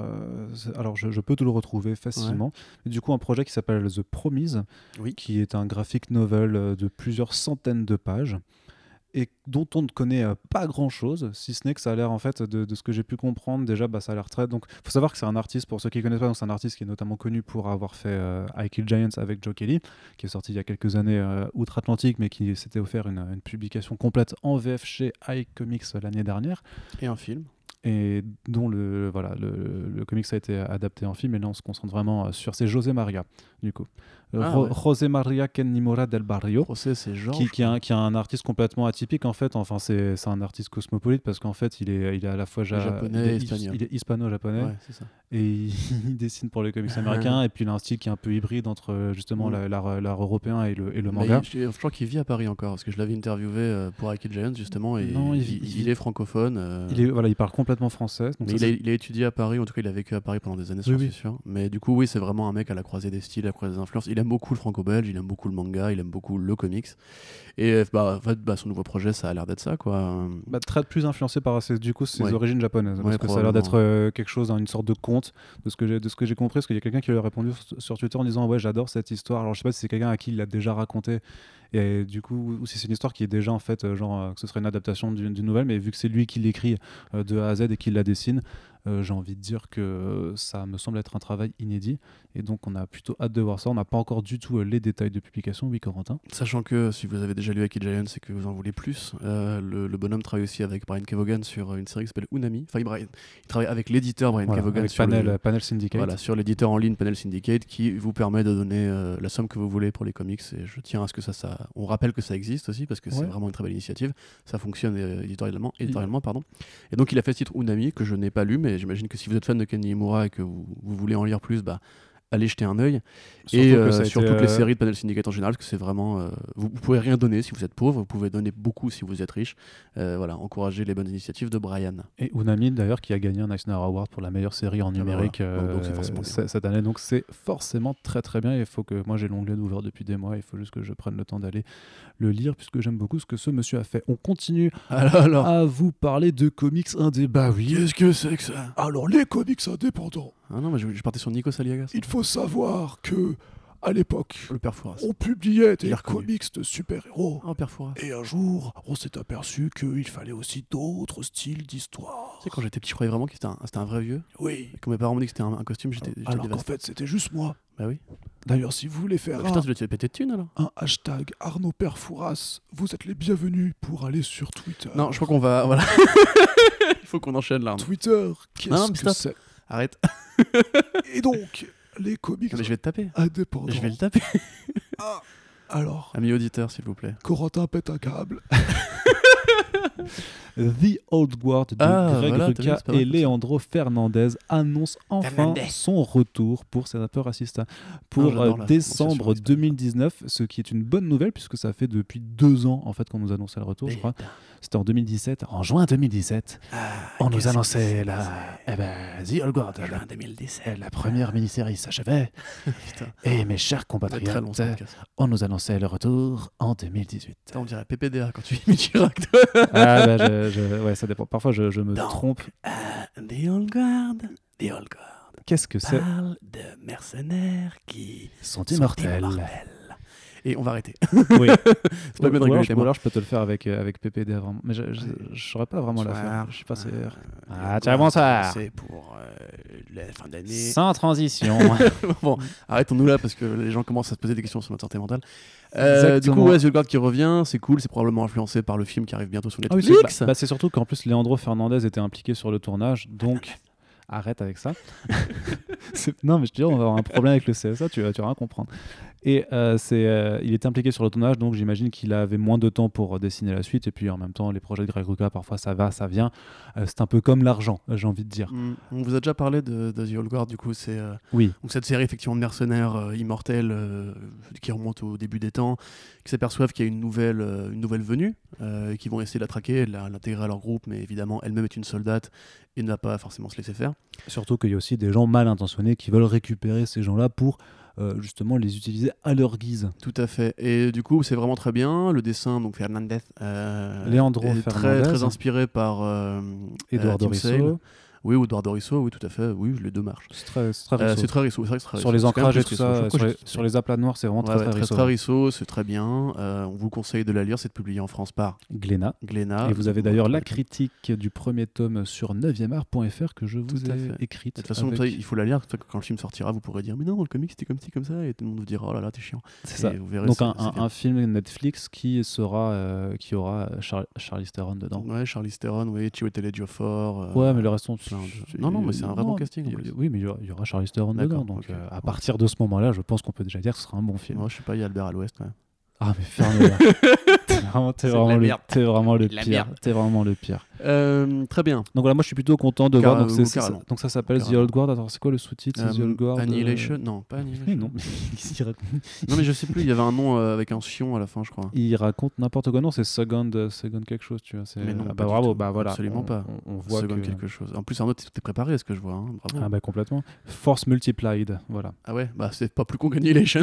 [SPEAKER 1] alors je peux te le retrouver facilement. Ouais. Du coup un projet qui s'appelle The Promise, qui est un graphic novel de plusieurs centaines de pages et dont on ne connaît pas grand chose, si ce n'est que ça a l'air en fait de ce que j'ai pu comprendre déjà, ça a l'air très... Donc faut savoir que c'est un artiste, pour ceux qui ne connaissent pas, donc c'est un artiste qui est notamment connu pour avoir fait I Kill Giants avec Joe Kelly, qui est sorti il y a quelques années outre-Atlantique, mais qui s'était offert une publication complète en VF chez iComics l'année dernière.
[SPEAKER 2] Et un film.
[SPEAKER 1] Et dont le comics a été adapté en film, et là on se concentre vraiment sur... C'est José Maria, du coup. José Maria Ken Nimura del Barrio,
[SPEAKER 2] c'est Georges,
[SPEAKER 1] qui est un artiste complètement atypique en fait. Enfin c'est un artiste cosmopolite parce qu'en fait il est à la fois
[SPEAKER 2] japonais,
[SPEAKER 1] il est hispano-japonais,
[SPEAKER 2] ouais, c'est ça.
[SPEAKER 1] Et il dessine pour les comics américains, et puis il a un style qui est un peu hybride entre justement l'art européen et le manga.
[SPEAKER 2] Je crois qu'il vit à Paris encore, parce que je l'avais interviewé pour I Kill Giants justement, et
[SPEAKER 1] non,
[SPEAKER 2] il est francophone.
[SPEAKER 1] Il parle complètement français. Donc
[SPEAKER 2] mais il a étudié à Paris, en tout cas il a vécu à Paris pendant des années, je suis sûr. Mais du coup c'est vraiment un mec à la croisée des styles, à la croisée des influences. Il aime beaucoup le franco-belge, il aime beaucoup le manga, il aime beaucoup le comics. Et en fait, son nouveau projet, ça a l'air d'être ça, quoi.
[SPEAKER 1] Très plus influencé par ses origines japonaises, parce que ça a l'air d'être quelque chose, une sorte de conte, de ce que j'ai compris, parce qu'il y a quelqu'un qui lui a répondu sur Twitter en disant ouais, j'adore cette histoire. Alors je sais pas si c'est quelqu'un à qui il l'a déjà raconté, et du coup, ou si c'est une histoire qui est déjà en fait que ce serait une adaptation d'une nouvelle, mais vu que c'est lui qui l'écrit de A à Z et qui la dessine, j'ai envie de dire que ça me semble être un travail inédit, et donc on a plutôt hâte de voir ça. On n'a pas encore du tout les détails de publication, oui Corentin.
[SPEAKER 2] Sachant que si vous avez déjà lu I Kill Giants et que vous en voulez plus, le bonhomme travaille aussi avec Brian Kevogan sur une série qui s'appelle Unami. Enfin, il travaille avec l'éditeur Brian Kevogan
[SPEAKER 1] avec
[SPEAKER 2] sur
[SPEAKER 1] Panel Syndicate.
[SPEAKER 2] Voilà, sur l'éditeur en ligne Panel Syndicate, qui vous permet de donner la somme que vous voulez pour les comics, et je tiens à ce que ça... On rappelle que ça existe aussi, parce que c'est vraiment une très belle initiative. Ça fonctionne éditorialement, pardon. Et donc il a fait ce titre Unami, que je n'ai pas lu, mais j'imagine que si vous êtes fan de Ken Nimura et que vous voulez en lire plus, allez jeter un œil. Et sur toutes les séries de Panel Syndicate en général, parce que c'est vraiment... vous pouvez rien donner si vous êtes pauvre, vous pouvez donner beaucoup si vous êtes riche. Encouragez les bonnes initiatives de Brian.
[SPEAKER 1] Et Unami, d'ailleurs, qui a gagné un Eisner Award pour la meilleure série en numérique cette année. Donc c'est forcément très très bien. Il faut que... Moi j'ai l'onglet ouvert depuis des mois, il faut juste que je prenne le temps d'aller le lire, puisque j'aime beaucoup ce que ce monsieur a fait. On continue à vous parler de comics indés. Bah oui.
[SPEAKER 2] Qu'est-ce que c'est que ça?
[SPEAKER 3] Alors les comics indépendants.
[SPEAKER 2] Ah non, mais je partais sur Nikos Aliagas.
[SPEAKER 3] Il faut savoir que à l'époque,
[SPEAKER 2] le Père Fouras,
[SPEAKER 3] on publiait des comics de super-héros.
[SPEAKER 2] Oh, Père Fouras.
[SPEAKER 3] Et un jour, on s'est aperçu qu'il fallait aussi d'autres styles d'histoire.
[SPEAKER 2] Tu sais, quand j'étais petit, je croyais vraiment que c'était un vrai vieux.
[SPEAKER 3] Oui.
[SPEAKER 2] Et quand mes parents m'ont dit que c'était un costume, j'étais
[SPEAKER 3] alors qu'en fait, c'était juste moi.
[SPEAKER 2] Bah oui.
[SPEAKER 3] D'ailleurs, si vous voulez faire
[SPEAKER 2] putain, tu dois te péter de thunes alors.
[SPEAKER 3] Un hashtag Arnaud Père Fouras, vous êtes les bienvenus pour aller sur Twitter.
[SPEAKER 2] Non, je crois qu'on va... Voilà. Il faut qu'on enchaîne là.
[SPEAKER 3] Twitter, qu'est-ce que c'est?
[SPEAKER 2] Arrête.
[SPEAKER 3] Et donc, les comics
[SPEAKER 2] mais je vais te taper.
[SPEAKER 3] Indépendants.
[SPEAKER 2] Je vais le taper.
[SPEAKER 3] Alors,
[SPEAKER 2] ami auditeur, s'il vous plaît.
[SPEAKER 3] Corentin pète un câble.
[SPEAKER 1] The Old Guard de Greg Rucka et Leandro Fernandez annonce enfin son retour pour C'est un peu raciste pour décembre 2019, ce qui est une bonne nouvelle puisque ça fait depuis 2 ans en fait qu'on nous annonçait le retour, je crois. C'était en 2017, en juin 2017, on nous annonçait The Old Guard,
[SPEAKER 2] juin 2017,
[SPEAKER 1] la première mini-série s'achevait. Et mes chers compatriotes, on nous annonçait le retour en 2018.
[SPEAKER 2] On dirait PPDA quand tu dis direct.
[SPEAKER 1] Ouais, ça dépend. Parfois, je me trompe.
[SPEAKER 2] The Old Guard.
[SPEAKER 1] Qu'est-ce que c'est?
[SPEAKER 2] Parle de mercenaires qui
[SPEAKER 1] sont immortels.
[SPEAKER 2] Et on va arrêter.
[SPEAKER 1] Oui.
[SPEAKER 2] C'est pas bien de rigoler.
[SPEAKER 1] Alors, je peux te le faire avec PPD avant. Mais je saurais pas vraiment la faire. Je suis pas sûr. Tiens, bonsoir.
[SPEAKER 2] C'est pour la fin d'année.
[SPEAKER 1] Sans transition.
[SPEAKER 2] Bon, arrêtons-nous là parce que les gens commencent à se poser des questions sur notre santé mentale. Du coup, The Guard qui revient, c'est cool. C'est probablement influencé par le film qui arrive bientôt sur Netflix.
[SPEAKER 1] C'est surtout qu'en plus, Leandro Fernandez était impliqué sur le tournage. Donc... Arrête avec ça. Non, mais je te dis, on va avoir un problème avec le CSA, tu vas rien comprendre. Et il était impliqué sur le tournage, donc j'imagine qu'il avait moins de temps pour dessiner la suite. Et puis en même temps, les projets de Greg Rucka, parfois ça va, ça vient. C'est un peu comme l'argent, j'ai envie de dire.
[SPEAKER 2] On vous a déjà parlé de The Old Guard, du coup, c'est donc cette série effectivement de mercenaires immortels qui remonte au début des temps, qui s'aperçoivent qu'il y a une nouvelle venue, et qui vont essayer de la traquer, de l'intégrer à leur groupe, mais évidemment, elle-même est une soldate et ne va pas forcément se laisser faire.
[SPEAKER 1] Surtout qu'il y a aussi des gens mal intentionnés qui veulent récupérer ces gens-là pour justement les utiliser à leur guise.
[SPEAKER 2] Tout à fait. Et du coup, c'est vraiment très bien. Le dessin, donc Fernandez,
[SPEAKER 1] Leandro
[SPEAKER 2] est
[SPEAKER 1] Fernandez.
[SPEAKER 2] très inspiré par
[SPEAKER 1] Eduardo
[SPEAKER 2] Tim Sale.
[SPEAKER 1] Risso.
[SPEAKER 2] Oui, ou Eduardo Risso, oui, tout à fait. Oui, les deux marchent.
[SPEAKER 1] C'est très Risso.
[SPEAKER 2] C'est très Risso. C'est vrai que c'est très
[SPEAKER 1] Sur
[SPEAKER 2] Risso.
[SPEAKER 1] les
[SPEAKER 2] C'est quand même
[SPEAKER 1] ancrages et
[SPEAKER 2] plus
[SPEAKER 1] tout
[SPEAKER 2] Risso.
[SPEAKER 1] ça,
[SPEAKER 2] Je crois
[SPEAKER 1] sur les aplats noirs, c'est vraiment
[SPEAKER 2] Ouais,
[SPEAKER 1] très Risso.
[SPEAKER 2] très Risso, c'est très bien. On vous conseille de la lire. C'est publié en France par
[SPEAKER 1] Glénat.
[SPEAKER 2] Glénat.
[SPEAKER 1] Et vous avez d'ailleurs la critique du premier tome sur 9eart.fr que je vous
[SPEAKER 2] Tout à
[SPEAKER 1] ai
[SPEAKER 2] fait.
[SPEAKER 1] écrite.
[SPEAKER 2] De toute façon,
[SPEAKER 1] avec-
[SPEAKER 2] il faut la lire. Quand le film sortira, vous pourrez dire mais non, dans le comic c'était comme ci, comme ça. Et tout le monde vous dira oh là là, t'es chiant.
[SPEAKER 1] C'est ça.
[SPEAKER 2] Et vous verrez,
[SPEAKER 1] Donc
[SPEAKER 2] c'est bien.
[SPEAKER 1] un film Netflix qui aura Charlize Theron dedans.
[SPEAKER 2] Ouais, Charlize Theron, oui, Chiwetel Ejiofor.
[SPEAKER 1] Ouais, mais le reste,
[SPEAKER 2] Non, non, mais c'est un vrai bon casting.
[SPEAKER 1] Oui, mais il y aura Charlize Theron dedans.
[SPEAKER 2] D'accord,
[SPEAKER 1] Donc
[SPEAKER 2] ok.
[SPEAKER 1] à partir de ce moment-là, je pense qu'on peut déjà dire que ce sera un bon film.
[SPEAKER 2] Moi, je sais pas, il y a Albert à l'Ouest. Ouais.
[SPEAKER 1] Ah mais ferme-la. T'es
[SPEAKER 2] de la merde.
[SPEAKER 1] vraiment le
[SPEAKER 2] De la
[SPEAKER 1] pire.
[SPEAKER 2] merde.
[SPEAKER 1] T'es vraiment le pire.
[SPEAKER 2] Très bien.
[SPEAKER 1] Donc voilà, moi je suis plutôt content de voir.
[SPEAKER 2] Carrément.
[SPEAKER 1] Donc ça s'appelle The
[SPEAKER 2] Carrément.
[SPEAKER 1] Old Guard. Attends, c'est quoi le sous-titre? C'est The Old Guard.
[SPEAKER 2] Annihilation Non, pas Annihilation.
[SPEAKER 1] Mais non, mais qu'est-ce qu'il raconte
[SPEAKER 2] Non, mais je sais plus, il y avait un nom avec un fion à la fin, je crois.
[SPEAKER 1] Il raconte n'importe quoi. Non, c'est Second quelque chose, tu vois.
[SPEAKER 2] Mais non,
[SPEAKER 1] ah
[SPEAKER 2] pas
[SPEAKER 1] bah
[SPEAKER 2] du
[SPEAKER 1] bravo,
[SPEAKER 2] tout.
[SPEAKER 1] bah voilà.
[SPEAKER 2] Absolument pas.
[SPEAKER 1] On voit
[SPEAKER 2] Second
[SPEAKER 1] que.
[SPEAKER 2] quelque chose. En plus, Arnaud, t'es préparé à ce que je vois. Hein. Bravo.
[SPEAKER 1] Ah bah complètement. Force Multiplied, voilà.
[SPEAKER 2] Ah ouais, bah c'est pas plus con qu'Annihilation.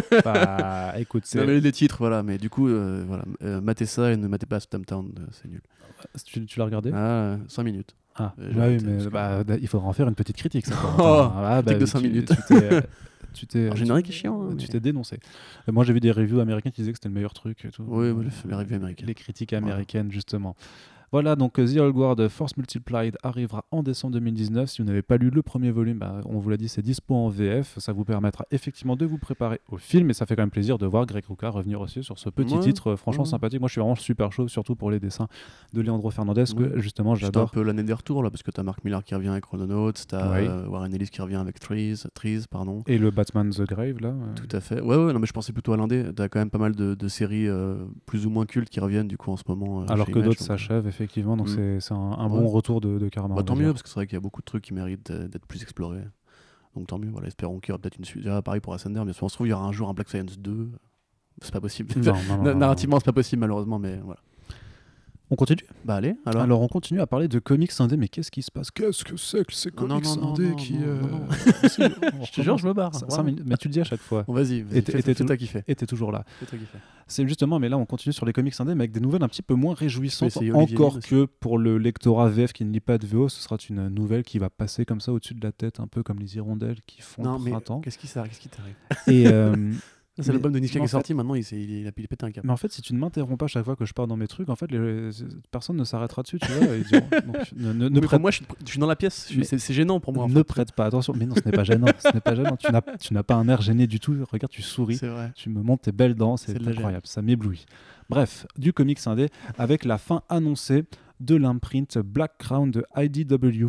[SPEAKER 1] Bah écoute,
[SPEAKER 2] Non, mais les titres, voilà. Mais du coup, voilà. Matez ça et ne matez pas Stumptown, c'est nul.
[SPEAKER 1] tu l'as regardé?
[SPEAKER 2] Ah, 5 minutes.
[SPEAKER 1] Ah,
[SPEAKER 2] J'ai
[SPEAKER 1] bah oui,
[SPEAKER 2] arrêté,
[SPEAKER 1] mais
[SPEAKER 2] parce que-
[SPEAKER 1] il faudra en faire une petite critique. Ça,
[SPEAKER 2] Oh,
[SPEAKER 1] ah,
[SPEAKER 2] critique de 5 minutes.
[SPEAKER 1] Tu t'es,
[SPEAKER 2] En générique est chiant. Hein,
[SPEAKER 1] tu
[SPEAKER 2] mais-
[SPEAKER 1] t'es dénoncé. Moi, j'ai vu des reviews américaines qui disaient que c'était le meilleur truc et tout.
[SPEAKER 2] Oui, mais les reviews américaines.
[SPEAKER 1] Les critiques américaines, justement. Voilà, donc The Old Guard Force Multiplied arrivera en décembre 2019. Si vous n'avez pas lu le premier volume, bah, on vous l'a dit, c'est dispo en VF. Ça vous permettra effectivement de vous préparer au film. Et ça fait quand même plaisir de voir Greg Rucka revenir aussi sur ce petit
[SPEAKER 2] Ouais,
[SPEAKER 1] titre franchement
[SPEAKER 2] ouais.
[SPEAKER 1] sympathique. Moi, je suis vraiment super chaud, surtout pour les dessins de Leandro Fernandez, que justement,
[SPEAKER 2] C'était un
[SPEAKER 1] j'adore.
[SPEAKER 2] peu l'année des retours là, parce que t'as Mark Millar qui revient avec Chrononauts, t'as
[SPEAKER 1] Oui.
[SPEAKER 2] Warren Ellis qui revient avec Trees, pardon.
[SPEAKER 1] Et le Batman The Grave, là.
[SPEAKER 2] Tout à fait. Ouais, non, mais je pensais plutôt à l'indé. T'as quand même pas mal de séries plus ou moins cultes qui reviennent du coup en ce moment.
[SPEAKER 1] Alors
[SPEAKER 2] chez
[SPEAKER 1] que
[SPEAKER 2] Image,
[SPEAKER 1] d'autres
[SPEAKER 2] donc,
[SPEAKER 1] s'achèvent, effectivement. Donc c'est un
[SPEAKER 2] Ouais.
[SPEAKER 1] bon retour de Karma.
[SPEAKER 2] Bah,
[SPEAKER 1] on
[SPEAKER 2] tant
[SPEAKER 1] va
[SPEAKER 2] mieux,
[SPEAKER 1] dire.
[SPEAKER 2] parce que c'est vrai qu'il y a beaucoup de trucs qui méritent d'être plus explorés. Donc tant mieux, voilà, espérons qu'il y aura peut-être une suite. Déjà, pareil pour Ascender, bien sûr, on se trouve, il y aura un jour un Black Science 2. C'est pas possible.
[SPEAKER 1] Non.
[SPEAKER 2] Narrativement, c'est pas possible, malheureusement, mais voilà.
[SPEAKER 1] On continue.
[SPEAKER 2] Bah allez, alors.
[SPEAKER 1] Alors on continue à parler de comics indés, mais qu'est-ce qui se passe?
[SPEAKER 3] Qu'est-ce que c'est que ces
[SPEAKER 2] Non,
[SPEAKER 3] comics
[SPEAKER 2] non,
[SPEAKER 3] indés
[SPEAKER 2] non,
[SPEAKER 3] qui.
[SPEAKER 2] non.
[SPEAKER 1] Si, on
[SPEAKER 2] Je te jure, je me barre.
[SPEAKER 1] recommence.
[SPEAKER 2] Voilà.
[SPEAKER 1] 5 minutes, mais tu le dis à chaque fois.
[SPEAKER 2] Bon, vas-y,
[SPEAKER 1] Et t'es
[SPEAKER 2] fais
[SPEAKER 1] tout-
[SPEAKER 2] toi qui fais.
[SPEAKER 1] Et t'es toujours là.
[SPEAKER 2] Fais toi qui fais.
[SPEAKER 1] C'est justement, mais là on continue sur les comics indés, mais avec des nouvelles un petit peu moins réjouissantes.
[SPEAKER 2] Oui, c'est Olivier
[SPEAKER 1] Encore
[SPEAKER 2] Mine aussi.
[SPEAKER 1] que pour le lectorat VF qui ne lit pas de VO, ce sera une nouvelle qui va passer comme ça au-dessus de la tête, un peu comme les hirondelles qui font
[SPEAKER 2] Non,
[SPEAKER 1] le
[SPEAKER 2] mais
[SPEAKER 1] printemps.
[SPEAKER 2] qu'est-ce qui t'arrive
[SPEAKER 1] Et,
[SPEAKER 2] C'est
[SPEAKER 1] mais-
[SPEAKER 2] l'album de Niska
[SPEAKER 1] mais
[SPEAKER 2] qui
[SPEAKER 1] en
[SPEAKER 2] est
[SPEAKER 1] fait-
[SPEAKER 2] sorti, maintenant il a pété un câble.
[SPEAKER 1] Mais en fait, si tu ne m'interromps pas chaque fois que je pars dans mes trucs, en fait, personne ne s'arrêtera dessus, tu vois. Ils diront, donc, ne
[SPEAKER 2] Mais pour
[SPEAKER 1] prête,
[SPEAKER 2] moi, je suis dans la pièce,
[SPEAKER 1] Mais-
[SPEAKER 2] c'est gênant pour moi. En
[SPEAKER 1] ne
[SPEAKER 2] fait.
[SPEAKER 1] prête pas attention. Mais non, ce n'est pas gênant. Ce n'est pas gênant. Tu n'as pas un air gêné du tout. Regarde, tu souris.
[SPEAKER 2] C'est vrai.
[SPEAKER 1] Tu me montres tes belles dents, c'est
[SPEAKER 2] C'est de la
[SPEAKER 1] incroyable, ça m'éblouit. Bref, du comics indé avec la fin annoncée de l'imprint Black Crown de IDW.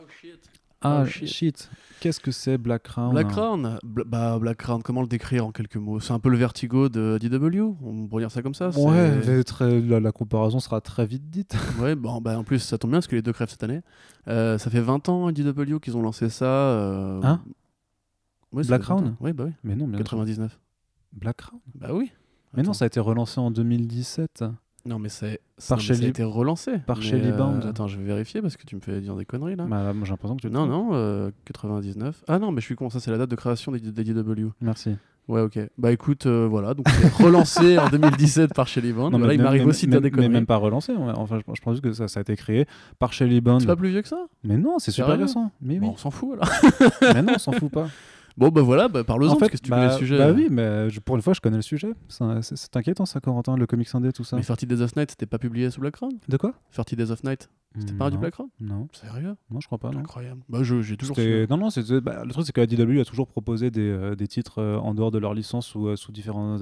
[SPEAKER 1] Ah
[SPEAKER 2] Oh,
[SPEAKER 1] shit.
[SPEAKER 2] shit.
[SPEAKER 1] Qu'est-ce que c'est Black Crown?
[SPEAKER 2] Black Crown, Black Crown, comment le décrire en quelques mots? C'est un peu le vertigo de DW, on pourrait dire ça comme ça.
[SPEAKER 1] Ouais,
[SPEAKER 2] c'est-
[SPEAKER 1] la comparaison sera très vite dite.
[SPEAKER 2] Ouais, bon, bah, en plus ça tombe bien parce que les deux crèvent cette année. Ça fait 20 ans DW qu'ils ont lancé ça.
[SPEAKER 1] Hein
[SPEAKER 2] Ouais, ça
[SPEAKER 1] Black
[SPEAKER 2] fait 20
[SPEAKER 1] Crown
[SPEAKER 2] ans. Oui, bah oui.
[SPEAKER 1] Mais non, bien sûr.
[SPEAKER 2] 99.
[SPEAKER 1] Black Crown.
[SPEAKER 2] Bah oui.
[SPEAKER 1] Mais non,
[SPEAKER 2] Attends.
[SPEAKER 1] ça a été relancé en 2017.
[SPEAKER 2] Non, mais
[SPEAKER 1] Par
[SPEAKER 2] ça a
[SPEAKER 1] Shelly-
[SPEAKER 2] été relancé.
[SPEAKER 1] par
[SPEAKER 2] Mais,
[SPEAKER 1] Shelly Bound.
[SPEAKER 2] Attends, je vais vérifier parce que tu me fais dire des conneries là.
[SPEAKER 1] Bah, moi, j'ai l'impression que tu te
[SPEAKER 2] Non,
[SPEAKER 1] trompes.
[SPEAKER 2] non, 99. Ah non, mais je suis con, ça c'est la date de création des DW.
[SPEAKER 1] Merci.
[SPEAKER 2] Ouais, ok. Bah écoute, voilà, donc c'est relancé en 2017 par Shelly Bound.
[SPEAKER 1] Non,
[SPEAKER 2] Voilà, il m'arrive aussi de dire des
[SPEAKER 1] mais
[SPEAKER 2] conneries.
[SPEAKER 1] même pas relancé. Ouais. Enfin, je pense juste que ça a été créé par Shelly Bound.
[SPEAKER 2] C'est pas plus vieux que ça?
[SPEAKER 1] Mais non, c'est super
[SPEAKER 2] Sérieux
[SPEAKER 1] récent. Mais oui.
[SPEAKER 2] Bon, on s'en fout alors.
[SPEAKER 1] Mais non, on s'en fout pas.
[SPEAKER 2] Bon, bah voilà, bah, parle-en,
[SPEAKER 1] En fait,
[SPEAKER 2] parce que si tu connais le sujet.
[SPEAKER 1] bah oui, mais pour une fois, je connais le sujet. C'est inquiétant, ça, Corentin, le comics indé, tout ça.
[SPEAKER 2] Mais 30 Days of Night, c'était pas publié sous Black Crown?
[SPEAKER 1] De quoi
[SPEAKER 2] 30 Days of Night, c'était pas du
[SPEAKER 1] Non.
[SPEAKER 2] Black Crown?
[SPEAKER 1] Non,
[SPEAKER 2] Sérieux?
[SPEAKER 1] non, je crois pas. Non.
[SPEAKER 2] Incroyable. Bah, j'ai toujours
[SPEAKER 1] C'était-
[SPEAKER 2] su.
[SPEAKER 1] Non, le truc, c'est que IDW a toujours proposé des titres en dehors de leur licence ou sous différentes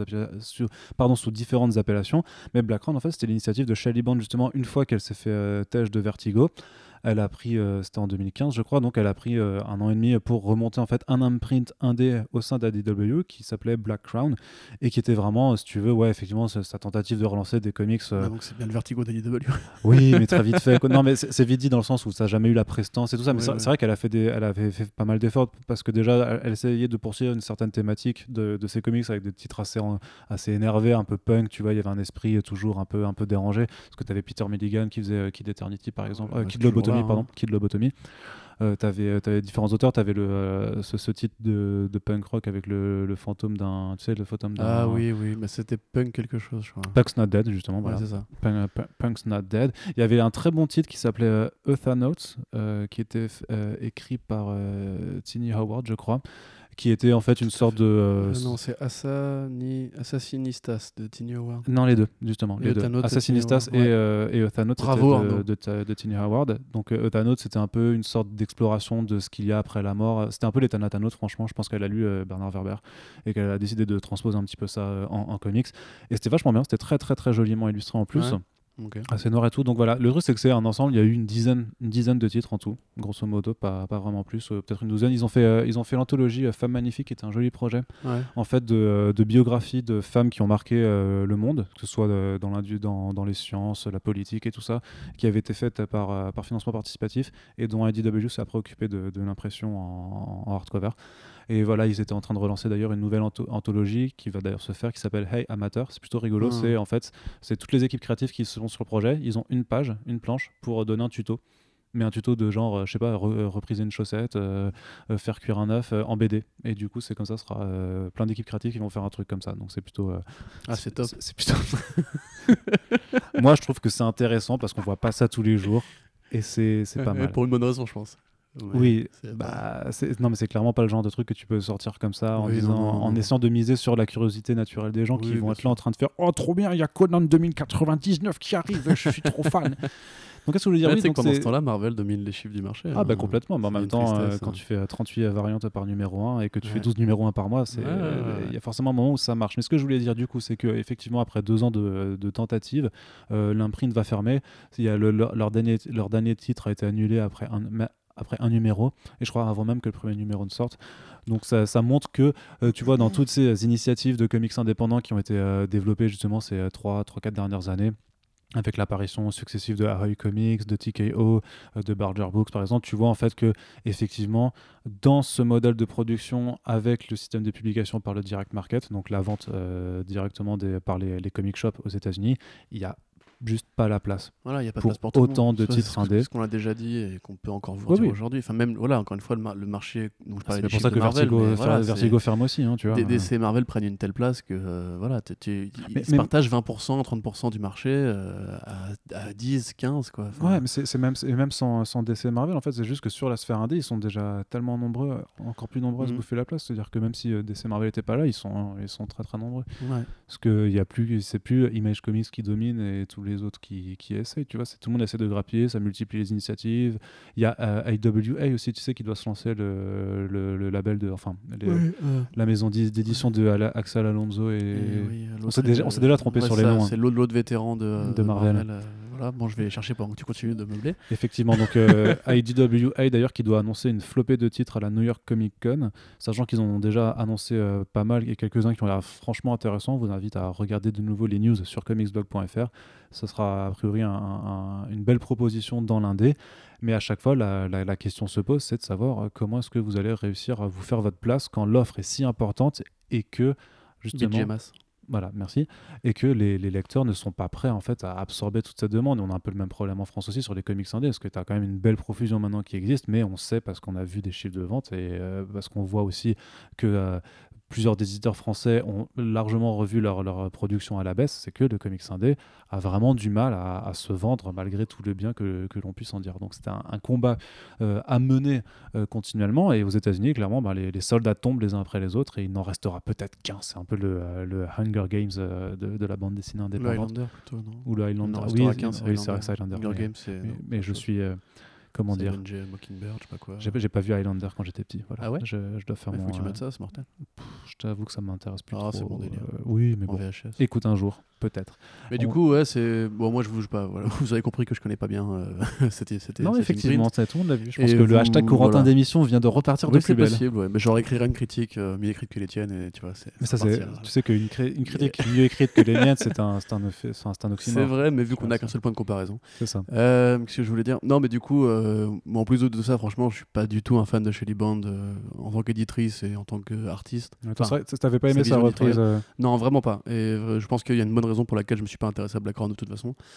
[SPEAKER 1] appellations. Mais Black Crown, en fait, c'était l'initiative de Shelly Band, justement, une fois qu'elle s'est fait têche de Vertigo. Elle a pris, c'était en 2015, je crois, donc elle a pris 1 an et demi pour remonter en fait un imprint indé au sein d'IDW qui s'appelait Black Crown et qui était vraiment, si tu veux, ouais, effectivement, sa tentative de relancer des comics.
[SPEAKER 2] Ah, donc c'est bien le vertigo d'IDW.
[SPEAKER 1] Oui, mais très vite fait. Quoi. Non, mais c'est vite dit dans le sens où ça n'a jamais eu la prestance et tout ça. Mais
[SPEAKER 2] Ouais,
[SPEAKER 1] c'est
[SPEAKER 2] ouais.
[SPEAKER 1] c'est vrai qu'elle elle avait fait pas mal d'efforts parce que déjà, elle essayait de poursuivre une certaine thématique de ses comics avec des titres assez énervés, un peu punk. Tu vois, il y avait un esprit toujours un peu dérangé. Parce que tu avais Peter Milligan qui faisait Kid Eternity, par exemple. Kid
[SPEAKER 2] Toujours
[SPEAKER 1] Lobotomy,
[SPEAKER 2] sympa, hein.
[SPEAKER 1] pardon, Kid Lobotomy. T'avais différents auteurs, t'avais ce titre de punk rock avec le fantôme d'un, tu sais, le fantôme d'un.
[SPEAKER 2] Ah oui, mais c'était punk quelque chose, je crois.
[SPEAKER 1] Punk's Not Dead, justement,
[SPEAKER 2] Ouais,
[SPEAKER 1] voilà.
[SPEAKER 2] c'est ça.
[SPEAKER 1] Punk's Not Dead. Il y avait un très bon titre qui s'appelait Euthanautes, qui était écrit par Tiny Howard, je crois, qui était en fait une sorte de...
[SPEAKER 2] non, c'est Assassinistas de Tiny Howard.
[SPEAKER 1] Non, les deux, justement.
[SPEAKER 2] Et
[SPEAKER 1] Les deux.
[SPEAKER 2] Euthanautes,
[SPEAKER 1] Assassinistas
[SPEAKER 2] Tiny
[SPEAKER 1] et Euthanautes,
[SPEAKER 2] Bravo,
[SPEAKER 1] c'était de Tiny Howard. Donc Euthanautes, c'était un peu une sorte d'exploration de ce qu'il y a après la mort. C'était un peu les Thanatanautes, franchement. Je pense qu'elle a lu Bernard Werber et qu'elle a décidé de transposer un petit peu ça en comics. Et c'était vachement bien. C'était très, très, très joliment illustré en plus.
[SPEAKER 2] Ouais. Okay.
[SPEAKER 1] Assez noir et tout. Donc voilà, le truc c'est que c'est un ensemble, il y a eu une dizaine de titres en tout, grosso modo, pas vraiment plus, peut-être une douzaine. Ils ont fait l'anthologie Femmes Magnifiques, qui était un joli projet, en fait de biographies de femmes qui ont marqué le monde, que ce soit dans les sciences, la politique et tout ça, qui avait été faite par financement participatif et dont IDW s'est après occupé de l'impression en hardcover. Et voilà, ils étaient en train de relancer d'ailleurs une nouvelle anthologie qui va d'ailleurs se faire, qui s'appelle Hey Amateur. C'est plutôt rigolo. C'est toutes les équipes créatives qui sont sur le projet. Ils ont une planche pour donner un tuto. Mais un tuto de genre, je sais pas, repriser une chaussette, faire cuire un œuf en BD. Et du coup, c'est comme ça, ce sera plein d'équipes créatives qui vont faire un truc comme ça. Donc c'est plutôt.
[SPEAKER 2] C'est top.
[SPEAKER 1] C'est plutôt. Moi, je trouve que c'est intéressant parce qu'on voit pas ça tous les jours. Et c'est pas mal.
[SPEAKER 2] Pour une bonne raison, je pense. Ouais,
[SPEAKER 1] oui, non mais c'est clairement pas le genre de truc que tu peux sortir comme ça en essayant de miser sur la curiosité naturelle des gens qui vont être là en train de faire « Oh trop bien, il y a Conan 2099 qui arrive, je suis trop fan !» Donc qu'est-ce que je veux dire,
[SPEAKER 2] que pendant ce temps-là, Marvel domine les chiffres du marché.
[SPEAKER 1] Ah bah complètement, mais en même temps, quand tu fais 38 variantes par numéro 1 et que tu fais 12 numéros 1 par mois, il y a forcément un moment où ça marche. Mais ce que je voulais dire du coup, c'est qu'effectivement, après 2 ans de tentatives, l'imprint va fermer. Il y a leur dernier titre a été annulé après un numéro, et je crois avant même que le premier numéro ne sorte. Donc ça montre que, tu vois, dans toutes ces initiatives de comics indépendants qui ont été développées justement ces 3-4 dernières années, avec l'apparition successive de Arrow Comics, de TKO, de Barger Books par exemple, tu vois en fait que effectivement dans ce modèle de production avec le système de publication par le direct market, donc la vente directement par les comic shops aux États-Unis, il y a juste pas la place.
[SPEAKER 2] Voilà, il y a pas
[SPEAKER 1] pour
[SPEAKER 2] de place pour
[SPEAKER 1] autant de titres indés.
[SPEAKER 2] C'est ce qu'on a déjà dit et qu'on peut encore vous dire aujourd'hui. Enfin même voilà, encore une fois le marché, donc je parlais des
[SPEAKER 1] c'est pour ça que
[SPEAKER 2] Marvel,
[SPEAKER 1] Vertigo ferme aussi, hein, tu vois.
[SPEAKER 2] DC et Marvel prennent une telle place que voilà, ils se partagent 20%, 30% du marché à 10, 15 quoi.
[SPEAKER 1] Ouais, mais c'est même sans DC et Marvel en fait, c'est juste que sur la sphère indé, ils sont déjà tellement nombreux, encore plus nombreux à se bouffer la place, c'est-à-dire que même si DC et Marvel n'étaient pas là, ils sont très très nombreux. Ouais. Parce que c'est plus Image Comics qui domine et tous les autres qui essayent, tu vois, tout le monde essaie de grappiller, ça multiplie les initiatives. Il y a IWA aussi, tu sais, qui doit se lancer le label la maison d'édition de Axel Alonso on s'est déjà trompé sur les noms.
[SPEAKER 2] C'est l'autre vétéran de Marvel. Voilà, bon, je vais chercher pendant que tu continues de meubler.
[SPEAKER 1] Effectivement, donc IDWA d'ailleurs qui doit annoncer une flopée de titres à la New York Comic Con, sachant qu'ils ont déjà annoncé pas mal et quelques-uns qui ont l'air franchement intéressants. Je vous invite à regarder de nouveau les news sur comicsblog.fr. Ce sera a priori une belle proposition dans l'indé, mais à chaque fois la question se pose, c'est de savoir comment est-ce que vous allez réussir à vous faire votre place quand l'offre est si importante et que justement... Voilà, merci. Et que les lecteurs ne sont pas prêts en fait à absorber toute cette demande. On a un peu le même problème en France aussi sur les comics indés, parce que tu as quand même une belle profusion maintenant qui existe, mais on sait parce qu'on a vu des chiffres de vente et parce qu'on voit aussi que plusieurs des éditeurs français ont largement revu leur production à la baisse, c'est que le comics indé a vraiment du mal à se vendre malgré tout le bien que l'on puisse en dire. Donc c'est un combat à mener continuellement, et aux États-Unis clairement les soldats tombent les uns après les autres et il n'en restera peut-être qu'un. C'est un peu le Hunger Games de la bande dessinée indépendante.
[SPEAKER 2] Le Highlander plutôt, non?
[SPEAKER 1] Ou le Highlander.
[SPEAKER 2] Oui,
[SPEAKER 1] c'est vrai que c'est Highlander.
[SPEAKER 2] Hunger Games,
[SPEAKER 1] mais je suis... comment dire,
[SPEAKER 2] Mockingbird, je sais pas quoi.
[SPEAKER 1] J'ai pas vu Highlander quand j'étais petit. Voilà.
[SPEAKER 2] Ah ouais?
[SPEAKER 1] Je dois faire
[SPEAKER 2] faut que tu mettes ça, c'est mortel.
[SPEAKER 1] Je t'avoue que ça m'intéresse plus trop.
[SPEAKER 2] C'est bon délire.
[SPEAKER 1] Oui, mais
[SPEAKER 2] en
[SPEAKER 1] bon.
[SPEAKER 2] VHS.
[SPEAKER 1] Écoute un jour, peut-être.
[SPEAKER 2] Mais du coup, ouais, c'est bon. Moi, je vous juge pas. Voilà. Vous avez compris que je connais pas bien. C'était.
[SPEAKER 1] Non, effectivement, tout le monde l'a vu. Je pense que le hashtag Corentin d'émission vient de repartir de plus belle.
[SPEAKER 2] C'est possible. Ouais. Mais j'aurais écrit une critique mieux écrite que les tiennes, et tu vois.
[SPEAKER 1] Mais ça, tu sais qu'une critique mieux écrite que les miennes, c'est un oxymore.
[SPEAKER 2] C'est vrai, mais vu qu'on n'a qu'un seul point de comparaison.
[SPEAKER 1] C'est ça.
[SPEAKER 2] Qu'est-ce que je voulais dire? Non, mais du coup, en plus de ça, franchement, je suis pas du tout un fan de Shelley Band en tant qu'éditrice et en tant qu'artiste.
[SPEAKER 1] T'avais pas aimé sa reprise?
[SPEAKER 2] Non, vraiment pas. Et je pense qu'il y a une bonne raison pour laquelle je me suis pas intéressé à Black Horn de toute façon.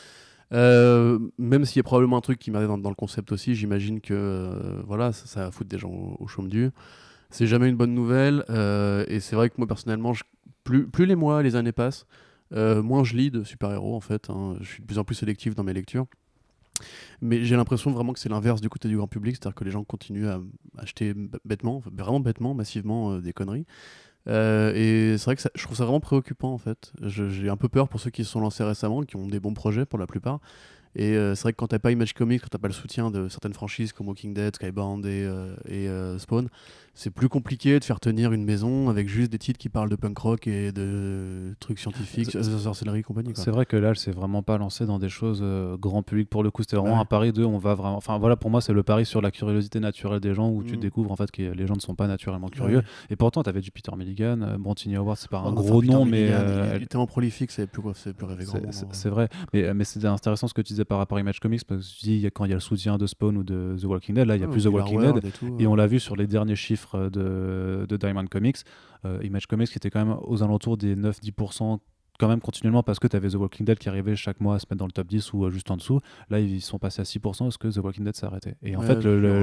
[SPEAKER 2] Même s'il y a probablement un truc qui m'a dans le concept aussi, j'imagine que voilà, ça va foutre des gens au chaume du. C'est jamais une bonne nouvelle. Et c'est vrai que moi, personnellement, plus les mois, les années passent, moins je lis de super-héros, en fait. Hein. Je suis de plus en plus sélectif dans mes lectures. Mais j'ai l'impression vraiment que c'est l'inverse du côté du grand public, c'est-à-dire que les gens continuent à acheter bêtement, vraiment bêtement, massivement, des conneries. Et c'est vrai que je trouve ça vraiment préoccupant, en fait. J'ai un peu peur pour ceux qui se sont lancés récemment, qui ont des bons projets pour la plupart. Et c'est vrai que quand t'as pas Image Comics, quand t'as pas le soutien de certaines franchises comme Walking Dead, Skybound et Spawn, c'est plus compliqué de faire tenir une maison avec juste des titres qui parlent de punk rock et de trucs scientifiques, sorcellerie et compagnie. Quoi.
[SPEAKER 1] C'est vrai que là, elle s'est vraiment pas lancée dans des choses grand public pour le coup. C'était vraiment un pari de on va vraiment. Enfin voilà, pour moi, c'est le pari sur la curiosité naturelle des gens où tu découvres en fait que les gens ne sont pas naturellement curieux. Et pourtant, t'avais du Peter Milligan. Bon, Tiny Howard, c'est pas un gros nom, mais.
[SPEAKER 2] Il était tellement prolifique, ça plus rêver grand.
[SPEAKER 1] C'est vrai. Mais c'est intéressant ce que tu disais par rapport à Image Comics parce que tu dis quand il y a le soutien de Spawn ou de The Walking Dead, là, il y a plus The Walking Dead. Et on l'a vu sur les derniers chiffres de Diamond Comics. Image Comics qui était quand même aux alentours des 9-10% quand même continuellement parce que tu avais The Walking Dead qui arrivait chaque mois à se mettre dans le top 10 ou juste en dessous. Là, ils sont passés à 6% parce que The Walking Dead s'est arrêté. Et en fait,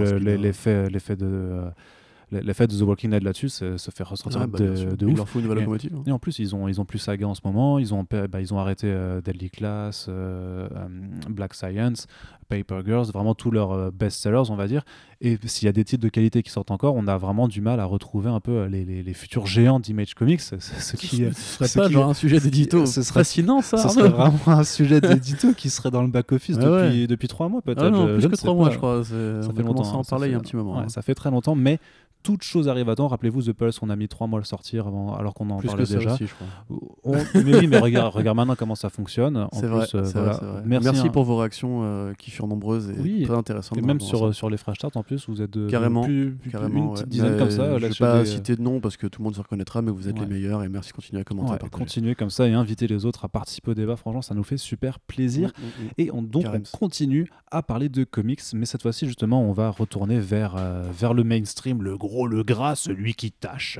[SPEAKER 1] l'effet de The Walking Dead là-dessus se fait ressentir de ouf.
[SPEAKER 2] Il leur faut une nouvelle locomotive.
[SPEAKER 1] Et en plus, ils ont plus Saga en ce moment. Ils ont arrêté Deadly Class, Black Science, Paper Girls, vraiment tous leurs best-sellers, on va dire. Et s'il y a des titres de qualité qui sortent encore, on a vraiment du mal à retrouver un peu les futurs géants d'Image Comics. Ce
[SPEAKER 2] serait pas genre un sujet d'édito.
[SPEAKER 1] Ce serait
[SPEAKER 2] fascinant, ça.
[SPEAKER 1] Ce serait vraiment un sujet d'édito qui serait dans le back-office depuis 3 mois, peut-être.
[SPEAKER 2] Plus que 3 mois, je crois.
[SPEAKER 1] Ça fait longtemps.
[SPEAKER 2] On en parlait il y a un petit moment.
[SPEAKER 1] Ça fait très longtemps, mais toute chose arrive à temps. Rappelez-vous, The Pulse, on a mis 3 mois à le sortir alors qu'on en parlait déjà.
[SPEAKER 2] Aussi, je crois.
[SPEAKER 1] Mais oui, mais regarde maintenant comment ça fonctionne.
[SPEAKER 2] C'est vrai. Merci pour vos réactions qui furent nombreuses et très intéressantes.
[SPEAKER 1] Et même sur les Fresh Start en plus, vous êtes
[SPEAKER 2] carrément
[SPEAKER 1] une petite dizaine comme ça.
[SPEAKER 2] Je ne vais pas citer de nom parce que tout le monde se reconnaîtra, mais vous êtes les meilleurs et merci de continuer à commenter.
[SPEAKER 1] Continuez comme ça et invitez les autres à participer au débat. Franchement, ça nous fait super plaisir. Et on continue à parler de comics, mais cette fois-ci, justement, on va retourner vers le mainstream, le gros, le gras, celui qui tâche.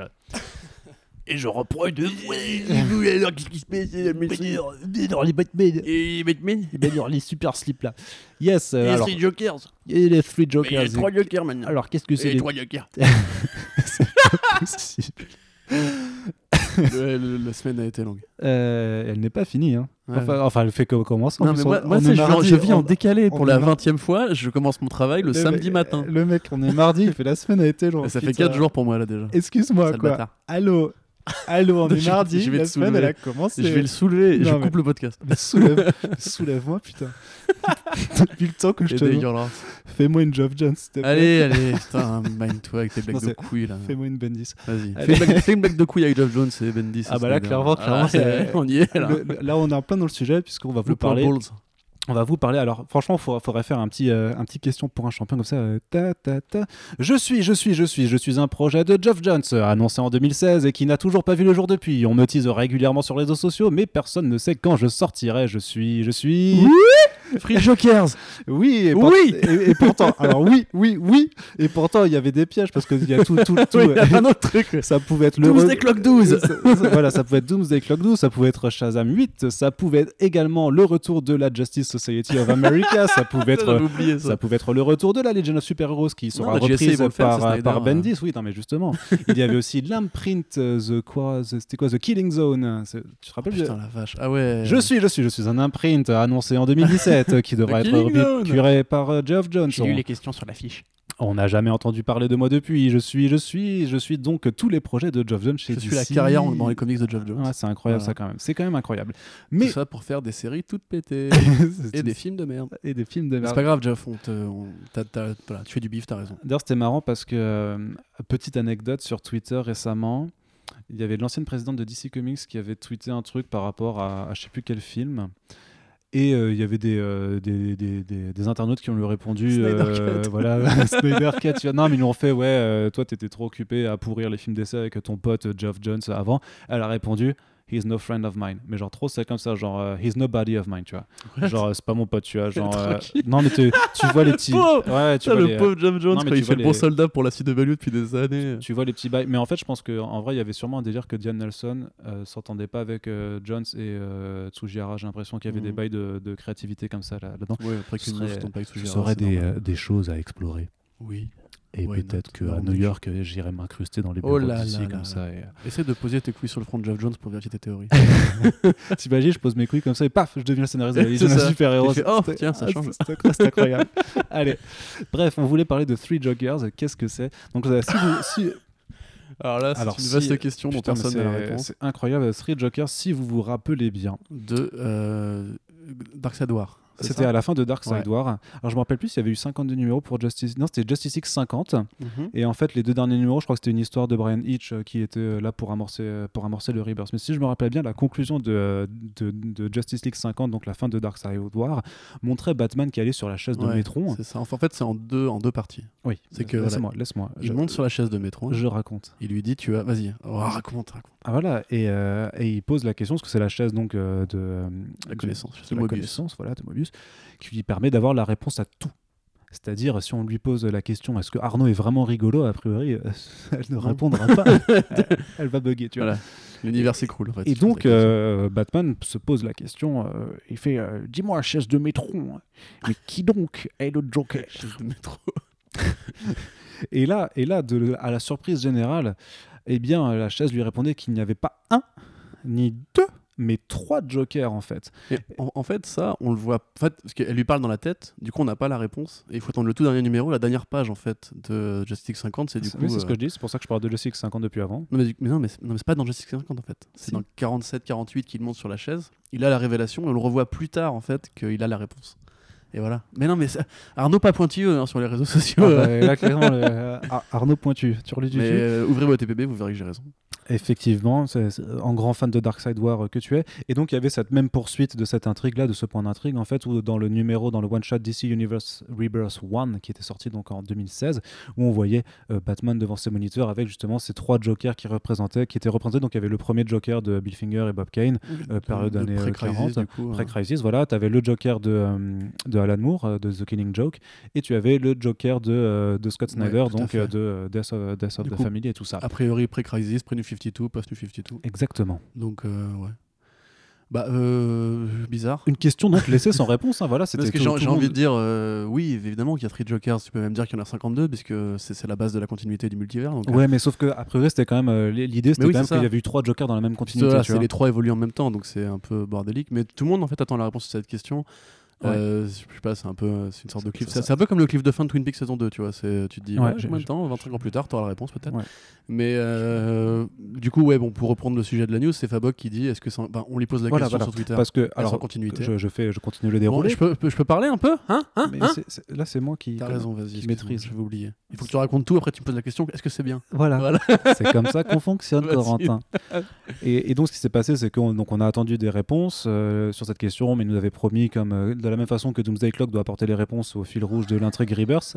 [SPEAKER 3] Et je reprends de
[SPEAKER 2] alors qu'est-ce qui se passe
[SPEAKER 3] dans les Batman.
[SPEAKER 2] Et Batman
[SPEAKER 3] dans les super slips là.
[SPEAKER 1] Yes.
[SPEAKER 2] Les 3 Jokers.
[SPEAKER 1] Et les 3 Jokers.
[SPEAKER 2] Il y a 3 Jokers maintenant.
[SPEAKER 1] Alors qu'est-ce que c'est
[SPEAKER 2] les 3 Jokers.
[SPEAKER 1] C'est pas possible.
[SPEAKER 2] La semaine a été longue.
[SPEAKER 1] Elle n'est pas finie. Hein.
[SPEAKER 2] Ouais.
[SPEAKER 1] Enfin, elle fait commencer.
[SPEAKER 2] Non, mais moi je vis en décalé pour la 20e fois. Je commence mon travail le samedi matin.
[SPEAKER 1] Le mec, on est mardi, il fait la semaine a été longue.
[SPEAKER 2] Ça fait 4 jours pour moi là déjà.
[SPEAKER 1] Excuse-moi, quoi. Allô, on est mardi, la semaine elle a commencé.
[SPEAKER 2] Je vais le soulever et je coupe le podcast.
[SPEAKER 1] Soulève-moi, putain. Depuis le temps que je te dis. Fais-moi une Geoff Johns, s'il te plaît.
[SPEAKER 2] Allez, putain, mine-toi avec tes blagues de couilles là.
[SPEAKER 1] Fais-moi une Bendis.
[SPEAKER 2] Vas-y. Fais une blague de couilles avec Geoff Jones et Bendis.
[SPEAKER 1] Ah bah là, clairement,
[SPEAKER 2] on y est là.
[SPEAKER 1] Là, on est en plein dans le sujet puisqu'on va vous parler. On va vous parler. Alors, franchement, il faudrait faire un petit question pour un champion comme ça. Je suis un projet de Geoff Johns annoncé en 2016 et qui n'a toujours pas vu le jour depuis. On me tease régulièrement sur les réseaux sociaux, mais personne ne sait quand je sortirai. Je suis.
[SPEAKER 2] Oui Free Jokers.
[SPEAKER 1] Oui. Et pourtant. Alors oui. Et pourtant, il y avait des pièges parce qu'il y a tout.
[SPEAKER 2] Il y a un autre truc.
[SPEAKER 1] Ça pouvait être le
[SPEAKER 2] Doomsday Clock 12.
[SPEAKER 1] Voilà, ça pouvait être Doomsday Clock 12. Ça pouvait être Shazam 8. Ça pouvait être également le retour de la Justice Society of America. Ça pouvait être le retour de la Legion of Super Heroes qui sera reprise par Bendis. Oui, non, mais justement. Il y avait aussi l'imprint The Killing Zone. Tu te rappelles?
[SPEAKER 2] Putain la vache. Ah ouais.
[SPEAKER 1] Je suis un imprint annoncé en 2017 qui devra être curé par Geoff Johns.
[SPEAKER 2] J'ai lu les questions sur l'affiche.
[SPEAKER 1] On n'a jamais entendu parler de moi depuis. Je suis donc tous les projets de Geoff Johns chez DC.
[SPEAKER 2] Je suis la carrière dans les comics de Geoff Johns.
[SPEAKER 1] Ouais, c'est incroyable ça quand même. C'est quand même incroyable. Mais
[SPEAKER 2] tout ça pour faire des séries toutes pétées et des films de merde. C'est pas grave, Geoff. Tu fais du bif, t'as raison.
[SPEAKER 1] D'ailleurs, c'était marrant parce que petite anecdote sur Twitter récemment. Il y avait l'ancienne présidente de DC Comics qui avait tweeté un truc par rapport à je sais plus quel film. Et il y avait des internautes qui ont lui répondu Snyder Cut. Non, mais ils lui ont fait toi t'étais trop occupé à pourrir les films d'essai avec ton pote Geoff Johns avant. Elle a répondu he's no friend of mine. Mais genre trop c'est comme ça, genre he's no buddy of mine, tu vois. Genre c'est pas mon pote, tu vois. Genre non mais tu vois les petits. Ouais, tu vois
[SPEAKER 2] le
[SPEAKER 1] les,
[SPEAKER 2] pauvre Geoff Jones,
[SPEAKER 1] non, mais
[SPEAKER 2] quand
[SPEAKER 1] tu
[SPEAKER 2] il fait
[SPEAKER 1] vois
[SPEAKER 2] le bon
[SPEAKER 1] les-
[SPEAKER 2] soldat pour la CW depuis des années.
[SPEAKER 1] Tu vois les petits bails. Mais en fait, je pense qu'en vrai, il y avait sûrement un délire que Diane Nelson s'entendait pas avec Jones et Tsujihara. J'ai l'impression qu'il y avait des bails de créativité comme ça là-dedans.
[SPEAKER 2] Ouais, après
[SPEAKER 1] Ce
[SPEAKER 2] qu'il ne
[SPEAKER 1] serait-
[SPEAKER 2] s'entende pas avec
[SPEAKER 1] Ce
[SPEAKER 2] Tsujihara,
[SPEAKER 1] serait
[SPEAKER 2] c'est normal.
[SPEAKER 1] des choses à explorer.
[SPEAKER 2] Oui.
[SPEAKER 1] Et
[SPEAKER 2] Why
[SPEAKER 1] peut-être
[SPEAKER 2] not?
[SPEAKER 1] qu'à
[SPEAKER 2] Non,
[SPEAKER 1] New
[SPEAKER 2] mais
[SPEAKER 1] York, j'irai m'incruster dans les
[SPEAKER 2] Oh
[SPEAKER 1] bureaux
[SPEAKER 2] là
[SPEAKER 1] d'ici
[SPEAKER 2] là
[SPEAKER 1] comme
[SPEAKER 2] là
[SPEAKER 1] ça.
[SPEAKER 2] Essaie de poser tes couilles sur le front de Geoff Jones pour vérifier tes théories.
[SPEAKER 1] T'imagines, je pose mes couilles comme ça et paf, je deviens le scénariste de la liste
[SPEAKER 2] C'est
[SPEAKER 1] de
[SPEAKER 2] ça.
[SPEAKER 1] super-héros.
[SPEAKER 2] Il fait, oh,
[SPEAKER 1] C'était-
[SPEAKER 2] tiens, ça change.
[SPEAKER 1] C'est incroyable. Allez, bref, on voulait parler de Three Jokers. Qu'est-ce que c'est? Donc, si
[SPEAKER 2] Alors là, c'est
[SPEAKER 1] Alors,
[SPEAKER 2] une
[SPEAKER 1] si-
[SPEAKER 2] vaste question dont
[SPEAKER 1] putain, mais
[SPEAKER 2] personne n'a la réponse.
[SPEAKER 1] c'est incroyable. Three Jokers, si vous vous rappelez bien.
[SPEAKER 2] De Darkseid War. c'est
[SPEAKER 1] C'était
[SPEAKER 2] ça
[SPEAKER 1] à la fin de Dark Side
[SPEAKER 2] Ouais.
[SPEAKER 1] War. Alors je me rappelle plus s'il y avait eu 52 numéros pour Justice. Non, c'était Justice League 50.
[SPEAKER 2] Mhm.
[SPEAKER 1] Et en fait, les deux derniers numéros, je crois que c'était une histoire de Brian Hitch qui était là pour amorcer le Rebirth. Mais si je me rappelle bien, la conclusion de Justice League 50, donc la fin de Dark Side War, montrait Batman qui allait sur la chaise de
[SPEAKER 2] Ouais,
[SPEAKER 1] Métron.
[SPEAKER 2] C'est ça. En fait, c'est en deux parties.
[SPEAKER 1] Oui,
[SPEAKER 2] C'est que,
[SPEAKER 1] laisse-moi.
[SPEAKER 2] Il monte sur la chaise de Métron.
[SPEAKER 1] Je raconte.
[SPEAKER 2] Il lui dit, tu as... Vas-y, raconte.
[SPEAKER 1] Ah voilà, et il pose la question, parce que c'est la chaise donc
[SPEAKER 2] La connaissance.
[SPEAKER 1] de la connaissance, voilà, de Mobius, qui lui permet d'avoir la réponse à tout. C'est-à-dire, si on lui pose la question, est-ce que Arnaud est vraiment rigolo, a priori, elle ne
[SPEAKER 2] Non.
[SPEAKER 1] répondra pas. Elle va bugger, tu vois.
[SPEAKER 2] Voilà. L'univers s'écroule. En fait,
[SPEAKER 1] Et
[SPEAKER 2] si tu
[SPEAKER 1] donc,
[SPEAKER 2] poses la question.
[SPEAKER 1] Batman se pose la question, il fait dis-moi, chaise de Métron, mais qui donc est le Joker?
[SPEAKER 2] Chaise de métro.
[SPEAKER 1] Et là à la surprise générale, eh bien, la chaise lui répondait qu'il n'y avait pas un, ni deux, mais trois Jokers, en fait.
[SPEAKER 2] Et en fait, ça, on le voit. En fait, parce qu'elle lui parle dans la tête, du coup, on n'a pas la réponse. Et il faut attendre le tout dernier numéro, la dernière page, en fait, de Justice League 50. C'est du coup.
[SPEAKER 1] Oui, c'est ce que je dis, c'est pour ça que je parle de Justice League 50 depuis avant.
[SPEAKER 2] Non, mais c'est pas dans Justice League 50 en fait. C'est
[SPEAKER 1] Si.
[SPEAKER 2] dans 47-48 qu'il monte sur la chaise. Il a la révélation et on le revoit plus tard en fait qu'il a la réponse. Et voilà. Mais non, mais Arnaud pas pointilleux hein, sur les réseaux sociaux.
[SPEAKER 1] Ah bah, là, clairement, Arnaud Pointu, tu relis du
[SPEAKER 2] Mais
[SPEAKER 1] dessus.
[SPEAKER 2] ouvrez votre TPB, vous verrez que j'ai raison.
[SPEAKER 1] Effectivement, c'est en grand fan de Darkseid War que tu es. Et donc, il y avait cette même poursuite de cette intrigue-là, de ce point d'intrigue, en fait, où dans le one-shot DC Universe Rebirth 1, qui était sorti donc en 2016, où on voyait Batman devant ses moniteurs avec justement ces trois Jokers qui étaient représentés. Donc, il y avait le premier Joker de Bill Finger et Bob Kane, période
[SPEAKER 2] De
[SPEAKER 1] années
[SPEAKER 2] pré-crisis,
[SPEAKER 1] 40,
[SPEAKER 2] du coup,
[SPEAKER 1] pré-crisis, voilà. Tu avais le Joker de Alan Moore, de The Killing Joke, et tu avais le Joker de Scott Snyder,
[SPEAKER 2] tout à
[SPEAKER 1] donc
[SPEAKER 2] fait.
[SPEAKER 1] de Death of
[SPEAKER 2] Du
[SPEAKER 1] the
[SPEAKER 2] coup,
[SPEAKER 1] Family et tout ça.
[SPEAKER 2] A priori pré-crisis, pré-New 52, post-New 52.
[SPEAKER 1] Exactement.
[SPEAKER 2] Donc, ouais. Bah, bizarre.
[SPEAKER 1] Une question donc laissée sans réponse, hein, voilà, c'était
[SPEAKER 2] Parce que
[SPEAKER 1] tout-
[SPEAKER 2] j'ai
[SPEAKER 1] tout le
[SPEAKER 2] j'ai envie
[SPEAKER 1] monde-
[SPEAKER 2] de dire, oui, évidemment qu'il y a 3 Jokers. Tu peux même dire qu'il y en a 52, puisque c'est la base de la continuité du multivers. Donc,
[SPEAKER 1] Ouais, mais sauf que a priori c'était quand même l'idée, c'était
[SPEAKER 2] oui,
[SPEAKER 1] quand même
[SPEAKER 2] c'est
[SPEAKER 1] qu'il y
[SPEAKER 2] ça.
[SPEAKER 1] avait eu trois Jokers dans la même
[SPEAKER 2] puis
[SPEAKER 1] continuité.
[SPEAKER 2] voilà,
[SPEAKER 1] tu
[SPEAKER 2] c'est
[SPEAKER 1] vois.
[SPEAKER 2] les 3 évoluent en même temps, donc c'est un peu bordélique. Mais tout le monde en fait attend la réponse à cette question.
[SPEAKER 1] Ouais.
[SPEAKER 2] Je sais pas, c'est une sorte de cliff.
[SPEAKER 1] ça-
[SPEAKER 2] C'est un peu comme le cliff de fin de Twin Peaks saison 2, tu vois. Tu te dis,
[SPEAKER 1] Ouais,
[SPEAKER 2] combien de temps 25 ans plus tard, tu auras la réponse peut-être.
[SPEAKER 1] Ouais.
[SPEAKER 2] Mais du coup, ouais, bon, pour reprendre le sujet de la news, c'est Fabok qui dit, est-ce que on lui pose la
[SPEAKER 1] Voilà,
[SPEAKER 2] question
[SPEAKER 1] voilà.
[SPEAKER 2] sur Twitter.
[SPEAKER 1] Parce que
[SPEAKER 2] Elle
[SPEAKER 1] alors
[SPEAKER 2] sans continuité.
[SPEAKER 1] je continue le
[SPEAKER 2] Bon,
[SPEAKER 1] dérouler.
[SPEAKER 2] je peux parler un peu, hein
[SPEAKER 1] Mais
[SPEAKER 2] hein
[SPEAKER 1] là c'est moi qui
[SPEAKER 2] T'as raison, vas-y. excuse-moi,
[SPEAKER 1] maîtrise.
[SPEAKER 2] Je vais oublier. Il faut que tu racontes tout. Après, tu me poses la question. Est-ce que c'est bien
[SPEAKER 1] Voilà.
[SPEAKER 2] Voilà.
[SPEAKER 1] C'est comme ça qu'on fonctionne,
[SPEAKER 2] Vas-y.
[SPEAKER 1] Corentin. Et donc, ce qui s'est passé, c'est qu'on a attendu des réponses sur cette question, mais il nous avait promis, comme de la même façon que Doomsday Clock doit apporter les réponses au fil rouge de l'intrigue Rebirth.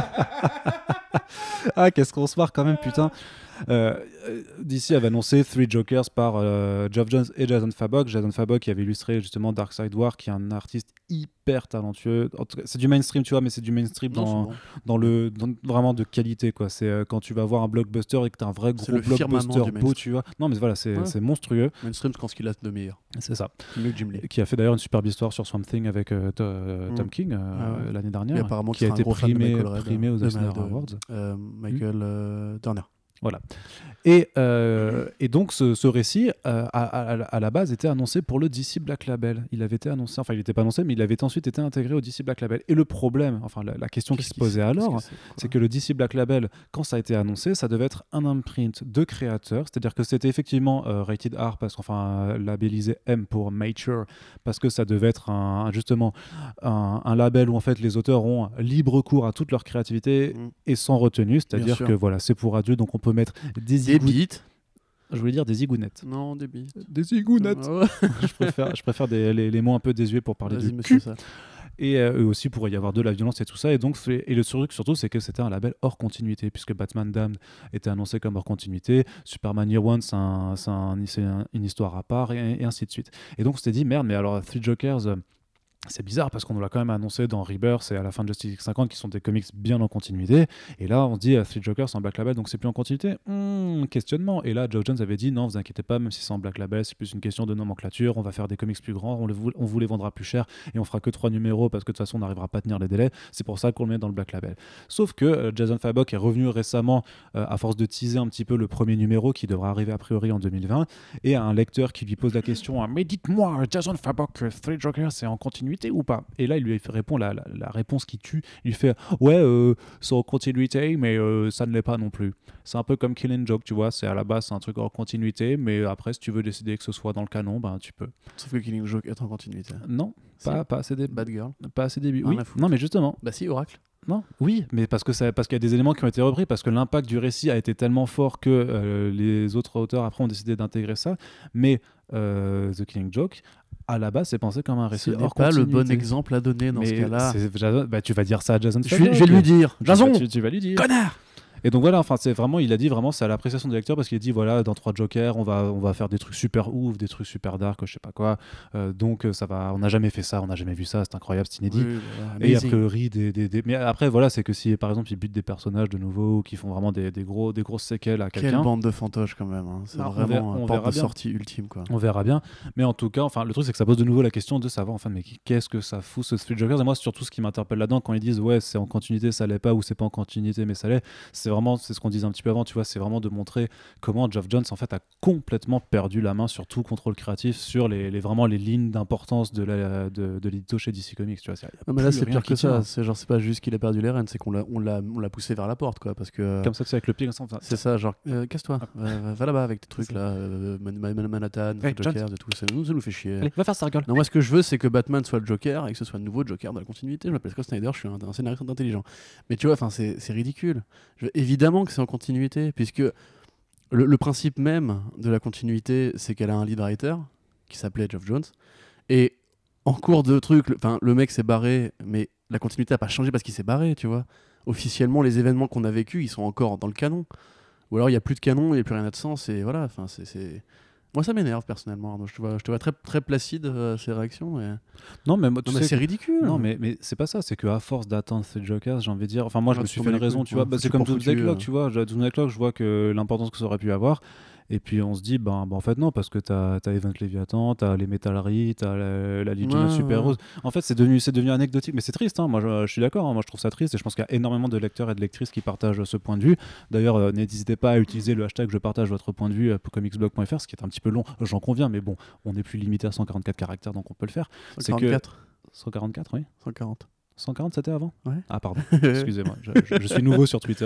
[SPEAKER 1] Ah, qu'est-ce qu'on se marre quand même, putain. DC avait annoncé 3 Jokers par Geoff Jones et Jason Fabok. Jason Fabok qui avait illustré justement Darkseid War, qui est un artiste hyper talentueux. En tout cas, c'est du mainstream, tu vois, mais c'est du mainstream
[SPEAKER 2] Non, c'est
[SPEAKER 1] dans vraiment de qualité, quoi. C'est quand tu vas voir un blockbuster et que t'as un vrai
[SPEAKER 2] C'est
[SPEAKER 1] gros
[SPEAKER 2] le firmament
[SPEAKER 1] blockbuster
[SPEAKER 2] du
[SPEAKER 1] beau,
[SPEAKER 2] mainstream.
[SPEAKER 1] tu vois. Non, mais voilà, c'est
[SPEAKER 2] Ouais.
[SPEAKER 1] monstrueux.
[SPEAKER 2] Mainstream, je pense qu'il a de meilleur.
[SPEAKER 1] C'est ça.
[SPEAKER 2] Mieux que Jim Lee.
[SPEAKER 1] Qui a fait d'ailleurs une superbe histoire sur Swamp Thing avec Tom King
[SPEAKER 2] Ah ouais.
[SPEAKER 1] l'année
[SPEAKER 2] Et
[SPEAKER 1] dernière,
[SPEAKER 2] apparemment,
[SPEAKER 1] qui a
[SPEAKER 2] sera un
[SPEAKER 1] été
[SPEAKER 2] gros fan de
[SPEAKER 1] primé
[SPEAKER 2] Michael Red,
[SPEAKER 1] aux
[SPEAKER 2] de
[SPEAKER 1] Eisner
[SPEAKER 2] Mad-
[SPEAKER 1] Awards.
[SPEAKER 2] Michael Turner.
[SPEAKER 1] Voilà. Et donc ce récit, à la base, était annoncé pour le DC Black Label. Il avait été annoncé, enfin il n'était pas annoncé, mais il avait ensuite été intégré au DC Black Label. Et le problème, enfin la question qui se posait alors, c'est que le DC Black Label, quand ça a été annoncé, ça devait être un imprint de créateur, c'est-à-dire que c'était effectivement rated R, labellisé M pour Mature, parce que ça devait être justement un label où en fait les auteurs ont libre cours à toute leur créativité et sans retenue, c'est-à-dire
[SPEAKER 2] sûr.
[SPEAKER 1] que voilà, c'est pour adultes, donc on peut mettre
[SPEAKER 2] Des beats.
[SPEAKER 1] je voulais dire des zigounettes.
[SPEAKER 2] Non, des beats.
[SPEAKER 3] Des zigounettes.
[SPEAKER 2] Ah ouais.
[SPEAKER 1] Je préfère les mots un peu désuets pour parler
[SPEAKER 2] Vas-y,
[SPEAKER 1] du
[SPEAKER 2] monsieur,
[SPEAKER 1] cul.
[SPEAKER 2] ça.
[SPEAKER 1] Et aussi pourrait y avoir de la violence et tout ça. Et donc, et le truc surtout, c'est que c'était un label hors continuité, puisque Batman Damned était annoncé comme hors continuité, Superman Year One, c'est une histoire à part, et ainsi de suite. Et donc on s'était dit, merde, mais alors Three Jokers, c'est bizarre parce qu'on nous l'a quand même annoncé dans Rebirth et à la fin de Justice League 50 qui sont des comics bien en continuité. Et là, on se dit Three Jokers c'est en Black Label donc c'est plus en continuité. Questionnement. Et là, Geoff Johns avait dit non, vous inquiétez pas, même si c'est en Black Label, c'est plus une question de nomenclature. On va faire des comics plus grands, on vous les vendra plus cher et on fera que 3 numéros parce que de toute façon, on n'arrivera pas à tenir les délais. C'est pour ça qu'on le met dans le Black Label. Sauf que Jason Fabok est revenu récemment à force de teaser un petit peu le premier numéro qui devra arriver a priori en 2020 et à un lecteur qui lui pose la question mais dites-moi, Jason Fabok, Three Jokers c'est en continuité ou pas? Et là il lui répond la réponse qui tue, il fait ouais c'est en continuité mais ça ne l'est pas non plus. C'est un peu comme Killing Joke, tu vois, c'est à la base c'est un truc en continuité mais après si tu veux décider que ce soit dans le canon ben tu peux.
[SPEAKER 2] Sauf que Killing Joke est en continuité.
[SPEAKER 1] Non, pas assez début.
[SPEAKER 2] Bad Girl.
[SPEAKER 1] Pas assez début. Oui. Non mais justement.
[SPEAKER 2] Bah si, Oracle.
[SPEAKER 1] Non, oui, mais parce qu'il y a des éléments qui ont été repris, parce que l'impact du récit a été tellement fort que les autres auteurs après ont décidé d'intégrer ça. Mais The Killing Joke, à la base, c'est pensé comme un récit hors continuité.
[SPEAKER 2] Ce n'est pas le bon exemple à donner dans ce cas-là.
[SPEAKER 1] Bah, tu vas dire ça à Jason.
[SPEAKER 2] Je vais lui dire. Jason,
[SPEAKER 1] tu vas lui dire.
[SPEAKER 2] Connard.
[SPEAKER 1] Et donc voilà, enfin c'est vraiment, il a dit vraiment c'est à l'appréciation du lecteur parce qu'il a dit voilà dans 3 Jokers on va faire des trucs super ouf, des trucs super dark, je sais pas quoi. Donc ça va, on n'a jamais fait ça, on n'a jamais vu ça, c'est incroyable, c'est inédit. Oui, voilà, et a priori mais après voilà c'est que si par exemple ils butent des personnages de nouveau ou qui font vraiment des grosses séquelles à quelqu'un.
[SPEAKER 2] Quelle bande de fantoches quand même. Hein. C'est vraiment une porte de sortie ultime quoi.
[SPEAKER 1] On verra bien. Mais en tout cas, enfin le truc c'est que ça pose de nouveau la question de savoir enfin mais qu'est-ce que ça fout ce Three Jokers. Et moi surtout ce qui m'interpelle là-dedans quand ils disent ouais c'est en continuité ça l'est pas ou c'est pas en continuité mais ça l'est, c'est ce qu'on disait un petit peu avant, tu vois, c'est vraiment de montrer comment Geoff Johns en fait a complètement perdu la main sur tout contrôle créatif, sur vraiment les lignes d'importance de l'édito chez DC Comics, tu vois.
[SPEAKER 2] Non, mais là c'est pire que ça, c'est genre c'est pas juste qu'il a perdu les rênes, c'est qu'on l'a poussé vers la porte quoi, parce que
[SPEAKER 1] comme ça tu sais avec le pied comme ça.
[SPEAKER 2] C'est ça, genre casse-toi, va là-bas avec tes trucs là, Manhattan, Joker et tout, ça nous fait chier.
[SPEAKER 1] Allez, va faire ça rigole.
[SPEAKER 2] Non, moi ce que je veux c'est que Batman soit le Joker et que ce soit le nouveau Joker de la continuité. Je m'appelle Scott Snyder, je suis un scénariste intelligent. Mais tu vois, enfin c'est ridicule. Évidemment que c'est en continuité, puisque le principe même de la continuité, c'est qu'elle a un lead writer qui s'appelait Geoff Johns, et en cours de truc, le mec s'est barré, mais la continuité n'a pas changé parce qu'il s'est barré, tu vois. Officiellement, les événements qu'on a vécus, ils sont encore dans le canon. Ou alors il n'y a plus de canon, il n'y a plus rien de sens, et voilà, c'est... Moi, ça m'énerve personnellement. Donc, je te vois très, très placide ces réactions. Mais...
[SPEAKER 1] Non, mais
[SPEAKER 2] c'est ridicule.
[SPEAKER 1] Non, mais c'est pas ça. C'est qu'à force d'attendre ces Jokers, j'ai envie de dire. Enfin, moi, je me suis fait une raison, tu vois. C'est comme Doomsday Clock, tu vois. Doomsday Clock, je vois que l'importance que ça aurait pu avoir. Et puis on se dit, en fait non, parce que t'as Event Leviathan, t'as les Metallary, t'as la Legion of Super Heroes. En fait, c'est devenu anecdotique, mais c'est triste. Hein. Moi, je suis d'accord. Hein. Moi, je trouve ça triste, et je pense qu'il y a énormément de lecteurs et de lectrices qui partagent ce point de vue. D'ailleurs, n'hésitez pas à utiliser le hashtag je partage votre point de vue pour comicsblog.fr, ce qui est un petit peu long. J'en conviens, mais bon, on n'est plus limité à 144 caractères, donc on peut le faire.
[SPEAKER 2] 144.
[SPEAKER 1] 144, oui.
[SPEAKER 2] 140.
[SPEAKER 1] 140, c'était avant.
[SPEAKER 2] Ouais.
[SPEAKER 1] Ah pardon. Excusez-moi. Je suis nouveau sur Twitter.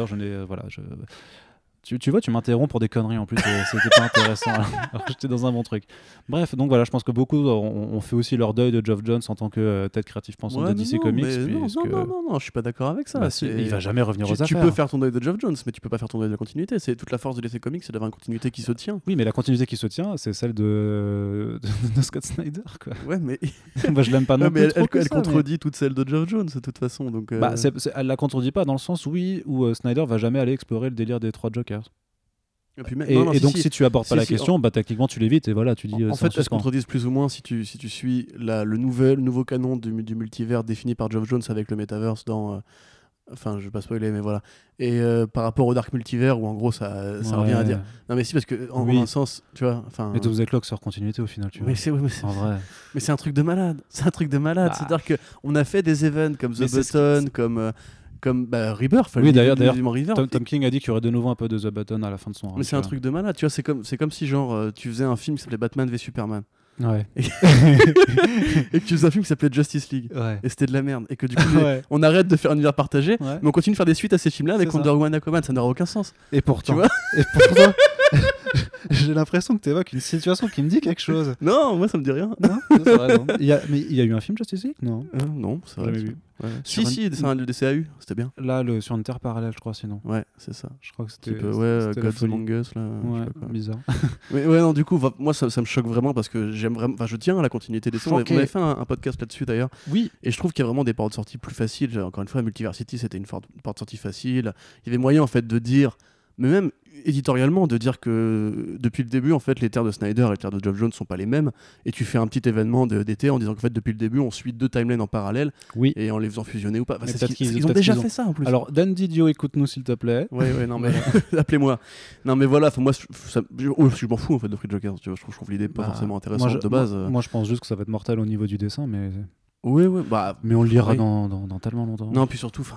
[SPEAKER 1] Tu vois, tu m'interromps pour des conneries en plus, c'était pas intéressant alors que j'étais dans un bon truc. Bref, donc voilà, je pense que beaucoup ont fait aussi leur deuil de Geoff Johns en tant que tête créative pensante de DC Comics.
[SPEAKER 2] Non, je suis pas d'accord avec ça.
[SPEAKER 1] Il va jamais revenir aux affaires.
[SPEAKER 2] Tu peux faire ton deuil de Geoff Johns, mais tu peux pas faire ton deuil de la continuité. C'est toute la force de DC Comics, c'est d'avoir une continuité qui se tient.
[SPEAKER 1] Oui, mais la continuité qui se tient, c'est celle de Scott Snyder, quoi.
[SPEAKER 2] Ouais, mais
[SPEAKER 1] moi je l'aime pas non plus.
[SPEAKER 2] Elle contredit toute celle de Geoff Johns de toute façon. Donc
[SPEAKER 1] elle la contredit pas dans le sens où Snyder va jamais aller explorer le délire des 3 Jokers. Et donc si tu abordes pas la question, techniquement tu l'évites et voilà, tu dis.
[SPEAKER 2] En fait, elles se contredisent plus ou moins si tu suis le nouveau canon du multivers défini par Geoff Johns avec le metaverse dans. Enfin, je vais pas spoiler, mais voilà. Et par rapport au Dark Multivers où en gros ça revient à dire. Non mais si, parce que en un sens, tu vois.
[SPEAKER 1] Mais Doomsday Clock sort continuité au final, tu vois.
[SPEAKER 2] En vrai. Mais c'est un truc de malade. C'est-à-dire qu'on a fait des events comme The Button, comme Rebirth.
[SPEAKER 1] Oui, d'ailleurs Tom King a dit qu'il y aurait de nouveau un peu de The Button à la fin de son run.
[SPEAKER 2] Mais c'est un truc de malade, tu vois, c'est comme si genre tu faisais un film qui s'appelait Batman v Superman.
[SPEAKER 1] Ouais.
[SPEAKER 2] Et que tu faisais un film qui s'appelait Justice League.
[SPEAKER 1] Ouais.
[SPEAKER 2] Et c'était de la merde. Et que du coup, on arrête de faire un univers partagé, mais on continue de faire des suites à ces films-là avec Wonder Woman, Aquaman, ça n'aura aucun sens.
[SPEAKER 1] Et pourtant,
[SPEAKER 2] tu vois
[SPEAKER 1] J'ai l'impression que tu évoques une situation qui me dit quelque chose.
[SPEAKER 2] Non, moi ça me dit rien.
[SPEAKER 1] Non, c'est vrai, non. Mais il y a eu un film Justice League, non?
[SPEAKER 2] Non, c'est vrai.
[SPEAKER 1] Jamais vu.
[SPEAKER 2] Ouais.
[SPEAKER 1] Sur un-
[SPEAKER 2] Si, c'est un DCAU, c'était bien.
[SPEAKER 1] Là, sur une terre parallèle, je crois, sinon.
[SPEAKER 2] Ouais, c'est ça.
[SPEAKER 1] Je crois que c'était.
[SPEAKER 2] Type,
[SPEAKER 1] c'était la
[SPEAKER 2] Gods
[SPEAKER 1] folie.
[SPEAKER 2] Among Us, là. je sais
[SPEAKER 1] Ouais,
[SPEAKER 2] pas quoi.
[SPEAKER 1] bizarre.
[SPEAKER 2] Mais ouais, non, du coup, moi ça me choque vraiment parce que j'aime vraiment. Enfin, je tiens à la continuité des sons. On
[SPEAKER 1] Choqué.
[SPEAKER 2] avait fait un podcast là-dessus d'ailleurs.
[SPEAKER 1] Oui.
[SPEAKER 2] Et je trouve qu'il y a vraiment des portes de sortie plus faciles. Encore une fois, Multiversity, c'était une porte de sortie facile. Il y avait moyen, en fait, de dire, mais même éditorialement, de dire que depuis le début, en fait, les terres de Snyder et les terres de Geoff Jones sont pas les mêmes. Et tu fais un petit événement d'été en disant qu'en fait, depuis le début, on suit deux timelines en parallèle
[SPEAKER 1] Oui.
[SPEAKER 2] et en les faisant fusionner ou pas. Enfin,
[SPEAKER 1] Mais
[SPEAKER 2] c'est
[SPEAKER 1] peut-être qu'ils-
[SPEAKER 2] ils ont
[SPEAKER 1] peut-être
[SPEAKER 2] déjà
[SPEAKER 1] qu'ils ont-
[SPEAKER 2] fait ça en plus.
[SPEAKER 1] Alors, Dan Didio, écoute-nous, s'il te plaît.
[SPEAKER 2] Ouais, non, mais appelez-moi. Non, mais voilà, moi, je m'en fous en fait de Free Joker. Tu vois, je trouve l'idée pas
[SPEAKER 1] Bah,
[SPEAKER 2] forcément intéressante
[SPEAKER 1] moi,
[SPEAKER 2] de base.
[SPEAKER 1] Moi, je pense juste que ça va être mortel au niveau du dessin, mais
[SPEAKER 2] Oui, bah.
[SPEAKER 1] on le lira
[SPEAKER 2] oui.
[SPEAKER 1] dans tellement longtemps.
[SPEAKER 2] Non, puis surtout,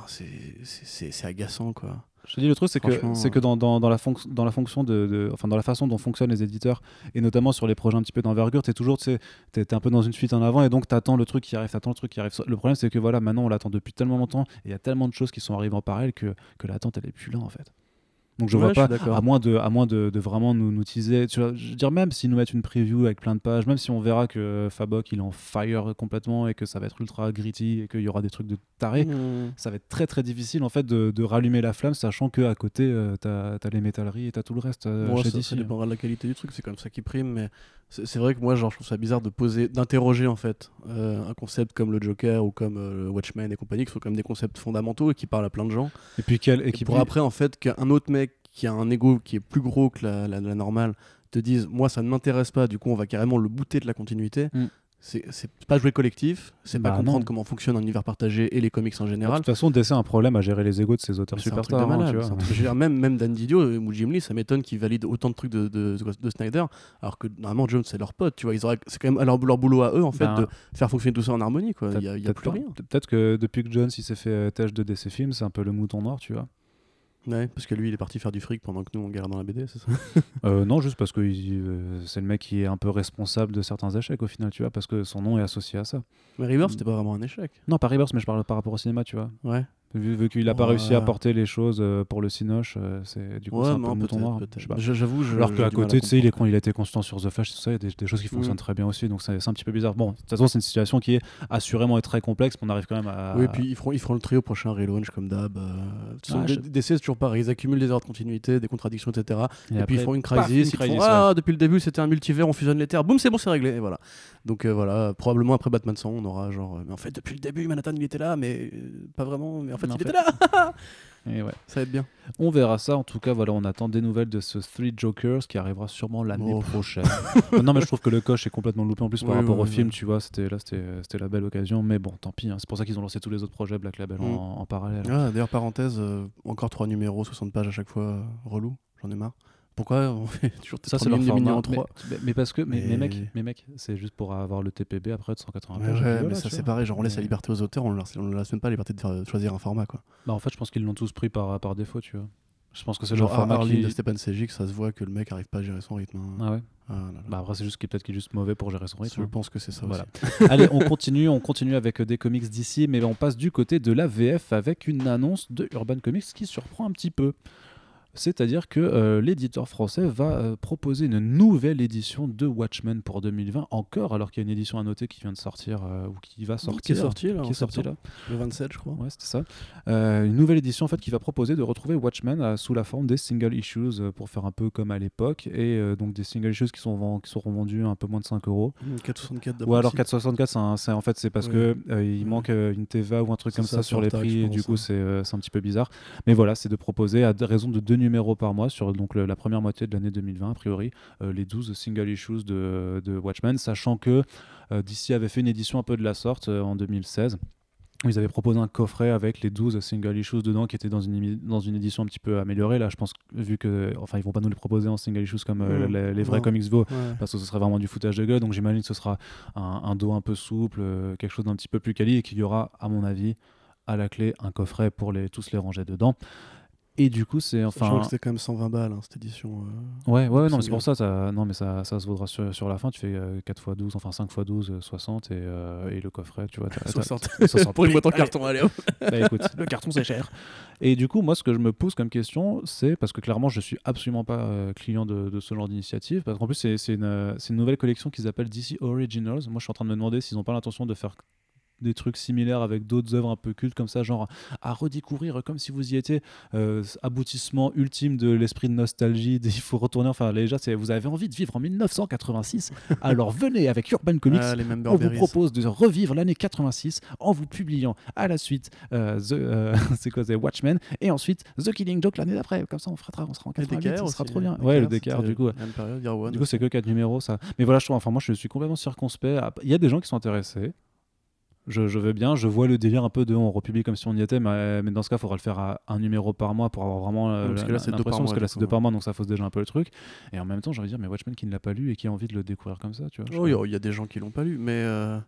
[SPEAKER 2] c'est agaçant quoi.
[SPEAKER 1] Je te dis, le truc, c'est
[SPEAKER 2] Franchement,
[SPEAKER 1] que dans la fonction enfin, dans la façon dont fonctionnent les éditeurs, et notamment sur les projets un petit peu d'envergure, t'es toujours, t'es un peu dans une fuite en avant, et donc t'attends le truc qui arrive, Le problème, c'est que voilà, maintenant, on l'attend depuis tellement longtemps, et il y a tellement de choses qui sont arrivées en parallèle que l'attente, elle est plus là, en fait. Donc je
[SPEAKER 2] Ouais,
[SPEAKER 1] vois
[SPEAKER 2] je
[SPEAKER 1] pas,
[SPEAKER 2] suis d'accord.
[SPEAKER 1] à moins de vraiment nous teaser, tu vois, je veux dire, même s'ils nous mettent une preview avec plein de pages, même si on verra que Fabok il est en fire complètement et que ça va être ultra gritty et qu'il y aura des trucs de taré, ça va être très très difficile en fait de rallumer la flamme, sachant que à côté t'as les métalleries et t'as tout le reste
[SPEAKER 2] Moi,
[SPEAKER 1] chez
[SPEAKER 2] ça
[SPEAKER 1] DC.
[SPEAKER 2] dépendra de la qualité du truc, c'est comme ça qui prime, mais c'est vrai que moi, genre, je trouve ça bizarre d'interroger en fait un concept comme le Joker ou comme Watchmen et compagnie, qui sont quand même des concepts fondamentaux et qui parlent à plein de gens.
[SPEAKER 1] Et puis qui
[SPEAKER 2] pour après en fait qu'un autre mec qui a un ego qui est plus gros que la normale te dise moi ça ne m'intéresse pas, du coup on va carrément le booter de la continuité. C'est pas jouer collectif, c'est pas comprendre
[SPEAKER 1] non.
[SPEAKER 2] comment fonctionne un univers partagé et les comics en
[SPEAKER 1] De
[SPEAKER 2] général.
[SPEAKER 1] toute façon, DC a un problème à gérer les égos de ses auteurs
[SPEAKER 2] C'est un truc de
[SPEAKER 1] superstars, hein,
[SPEAKER 2] malade.
[SPEAKER 1] tu vois.
[SPEAKER 2] C'est un truc- je veux dire, même Dan Didio ou Jim Lee, ça m'étonne qu'ils valident autant de trucs de Snyder, alors que normalement Jones c'est leur pote, tu vois. C'est quand même leur boulot à eux en fait
[SPEAKER 1] Ben,
[SPEAKER 2] de faire fonctionner tout ça en harmonie, quoi. Il y a
[SPEAKER 1] Peut-être
[SPEAKER 2] plus
[SPEAKER 1] pas.
[SPEAKER 2] rien.
[SPEAKER 1] Peut-être que depuis que Jones il s'est fait têche de DC Films, c'est un peu le mouton noir, tu vois.
[SPEAKER 2] Ouais, parce que lui il est parti faire du fric pendant que nous on galère dans la BD, c'est ça.
[SPEAKER 1] Non, juste parce que c'est le mec qui est un peu responsable de certains échecs au final, tu vois, parce que son nom est associé à ça.
[SPEAKER 2] Mais River c'était pas vraiment un échec.
[SPEAKER 1] Non, pas Rebirth, mais je parle par rapport au cinéma, tu vois.
[SPEAKER 2] Ouais.
[SPEAKER 1] Vu qu'il a pas
[SPEAKER 2] Ouais.
[SPEAKER 1] réussi à porter les choses pour le Cinoche, c'est du coup c'est un peu
[SPEAKER 2] non,
[SPEAKER 1] le mouton noir.
[SPEAKER 2] peut-être.
[SPEAKER 1] Je sais pas.
[SPEAKER 2] J'avoue,
[SPEAKER 1] Alors
[SPEAKER 2] j'ai
[SPEAKER 1] qu'à
[SPEAKER 2] du mal à
[SPEAKER 1] côté, tu sais,
[SPEAKER 2] comprendre.
[SPEAKER 1] quand il était constant sur The Flash, tout ça, il y a des choses qui fonctionnent
[SPEAKER 2] Mm.
[SPEAKER 1] très bien aussi, donc c'est un petit peu bizarre. Bon, de toute façon, c'est une situation qui est assurément très complexe, mais on arrive quand même à.
[SPEAKER 2] Oui, puis ils feront le trio prochain relaunch comme d'hab. De toute façon,
[SPEAKER 1] Ah,
[SPEAKER 2] DC c'est toujours pareil, ils accumulent des erreurs de continuité, des contradictions, etc. Et puis
[SPEAKER 1] après,
[SPEAKER 2] ils font une
[SPEAKER 1] paf,
[SPEAKER 2] crisis,
[SPEAKER 1] une
[SPEAKER 2] ils font
[SPEAKER 1] crisis,
[SPEAKER 2] ah depuis le début c'était un multivers, on fusionne les terres, boum c'est bon c'est réglé et voilà. Donc voilà, probablement après Batman 100 on aura genre mais en fait depuis le début Manhattan il était là mais pas vraiment, mais en fait
[SPEAKER 1] Mais
[SPEAKER 2] il
[SPEAKER 1] en
[SPEAKER 2] était
[SPEAKER 1] fait-
[SPEAKER 2] là.
[SPEAKER 1] Et ouais.
[SPEAKER 2] Ça va être bien.
[SPEAKER 1] On verra ça. En tout cas, voilà, on attend des nouvelles de ce Three Jokers qui arrivera sûrement l'année
[SPEAKER 2] Oh.
[SPEAKER 1] prochaine. Non, mais je trouve que le coche est complètement loupé en plus par
[SPEAKER 2] Oui,
[SPEAKER 1] rapport
[SPEAKER 2] oui,
[SPEAKER 1] au
[SPEAKER 2] oui,
[SPEAKER 1] film.
[SPEAKER 2] oui.
[SPEAKER 1] Tu vois, c'était la belle occasion. Mais bon, tant pis. Hein. C'est pour ça qu'ils ont lancé tous les autres projets Black Label en parallèle.
[SPEAKER 2] Ah, d'ailleurs parenthèse, encore 3 numéros, 60 pages à chaque fois, relou, j'en ai marre. Pourquoi on fait toujours
[SPEAKER 1] Ça, c'est leur
[SPEAKER 2] mini
[SPEAKER 1] format.
[SPEAKER 2] en 3
[SPEAKER 1] Mais parce que,
[SPEAKER 2] Mais-
[SPEAKER 1] mais mec, c'est juste pour avoir le TPB après de 180
[SPEAKER 2] Ouais,
[SPEAKER 1] pages. et puis
[SPEAKER 2] mais
[SPEAKER 1] voilà,
[SPEAKER 2] ça
[SPEAKER 1] tu
[SPEAKER 2] c'est
[SPEAKER 1] vois.
[SPEAKER 2] pareil, genre on laisse la
[SPEAKER 1] Mais-
[SPEAKER 2] liberté aux auteurs, on ne laisse même pas la liberté de choisir un format quoi.
[SPEAKER 1] Bah, en fait, je pense qu'ils l'ont tous pris par défaut, tu vois. Je pense que c'est
[SPEAKER 2] Genre
[SPEAKER 1] leur format
[SPEAKER 2] Arline
[SPEAKER 1] qui.
[SPEAKER 2] de Stepan Sejic, ça se voit que le mec arrive pas à gérer son rythme. Hein.
[SPEAKER 1] Ah ouais.
[SPEAKER 2] Ah là là.
[SPEAKER 1] Bah après, c'est juste peut-être qu'il est juste mauvais pour gérer son rythme.
[SPEAKER 2] Je
[SPEAKER 1] hein.
[SPEAKER 2] pense que c'est ça
[SPEAKER 1] Voilà.
[SPEAKER 2] aussi.
[SPEAKER 1] Allez, on continue avec des comics d'ici, mais on passe du côté de la VF avec une annonce de Urban Comics qui surprend un petit peu. C'est-à-dire que l'éditeur français va proposer une nouvelle édition de Watchmen pour 2020, encore, alors qu'il y a une édition à noter qui vient de sortir, ou qui va sortir.
[SPEAKER 2] Qui est sorti là,
[SPEAKER 1] Qui
[SPEAKER 2] en
[SPEAKER 1] est sorti là.
[SPEAKER 2] septembre. Le 27 je crois.
[SPEAKER 1] Ouais, c'était ça. Une nouvelle édition en fait qui va proposer de retrouver Watchmen sous la forme des single issues pour faire un peu comme à l'époque, et donc des single issues qui seront vendus à un peu moins de 5 euros.
[SPEAKER 2] 4,64
[SPEAKER 1] Ou alors 4,64, en fait c'est parce
[SPEAKER 2] Ouais.
[SPEAKER 1] que il
[SPEAKER 2] Ouais.
[SPEAKER 1] manque une TVA ou un truc
[SPEAKER 2] C'est
[SPEAKER 1] comme
[SPEAKER 2] ça,
[SPEAKER 1] ça
[SPEAKER 2] c'est
[SPEAKER 1] sur
[SPEAKER 2] hors
[SPEAKER 1] les
[SPEAKER 2] taxe,
[SPEAKER 1] prix,
[SPEAKER 2] je
[SPEAKER 1] et du
[SPEAKER 2] pense,
[SPEAKER 1] coup
[SPEAKER 2] hein.
[SPEAKER 1] c'est un petit peu bizarre. Mais voilà, c'est de proposer à raison de 2 numéros par mois sur donc la première moitié de l'année 2020 a priori, les 12 single issues de Watchmen, sachant que DC avait fait une édition un peu de la sorte en 2016. Ils avaient proposé un coffret avec les 12 single issues dedans qui était dans une édition un petit peu améliorée. Là, je pense, vu que, enfin, ils vont pas nous les proposer en single issues comme les vrais
[SPEAKER 2] Non.
[SPEAKER 1] comics vaut,
[SPEAKER 2] Ouais.
[SPEAKER 1] parce que ce serait vraiment du foutage de gueule. Donc j'imagine que ce sera un dos un peu souple, quelque chose d'un petit peu plus quali, et qu'il y aura, à mon avis, à la clé, un coffret pour tous les ranger dedans. Et du coup, c'est
[SPEAKER 2] Sachant
[SPEAKER 1] enfin.
[SPEAKER 2] que c'était quand même 120 balles, cette édition.
[SPEAKER 1] Ouais, non, mais c'est
[SPEAKER 2] single.
[SPEAKER 1] pour ça. Non, mais ça se vaudra sur la fin. Tu fais 4x12, enfin 5x12, 60 et le coffret, tu vois.
[SPEAKER 2] 60.
[SPEAKER 1] 60.
[SPEAKER 2] Pour une boîte en
[SPEAKER 1] Allez.
[SPEAKER 2] carton, allez hop.
[SPEAKER 1] Bah écoute, le carton c'est cher. Et du coup, moi, ce que je me pose comme question, c'est parce que clairement, je suis absolument pas client de ce genre d'initiative. Parce qu'en plus, c'est une nouvelle collection qu'ils appellent DC Originals. Moi, je suis en train de me demander s'ils n'ont pas l'intention de faire des trucs similaires avec d'autres œuvres un peu cultes comme ça, genre à redécouvrir comme si vous y étiez, aboutissement ultime de l'esprit de nostalgie, il faut retourner, enfin déjà vous avez envie de vivre en 1986, alors venez avec Urban Comics,
[SPEAKER 2] Les
[SPEAKER 1] on vous propose de revivre l'année 86 en vous publiant à la suite c'est quoi, The Watchmen, et ensuite The Killing Joke l'année d'après, comme ça on sera en 88, ça sera trop bien. Ouais, le DKR du coup.
[SPEAKER 2] Même période, Year One
[SPEAKER 1] Du coup, c'est que 4 numéros, ça. Mais voilà, moi, je suis complètement circonspect. Il y a des gens qui sont intéressés. Je veux bien, je vois le délire un peu de on republie comme si on y était, mais dans ce cas, il faudra le faire à un numéro par mois pour avoir vraiment
[SPEAKER 2] parce que là, c'est 2 par
[SPEAKER 1] l'impression, parce
[SPEAKER 2] mois,
[SPEAKER 1] que là,
[SPEAKER 2] du
[SPEAKER 1] c'est
[SPEAKER 2] coup,
[SPEAKER 1] 2 par mois, donc ça fausse déjà un peu le truc. Et en même temps, j'ai envie de dire, mais Watchmen qui ne l'a pas lu et qui a envie de le découvrir comme ça, tu vois.
[SPEAKER 2] Oh, il y a des gens qui l'ont pas lu, mais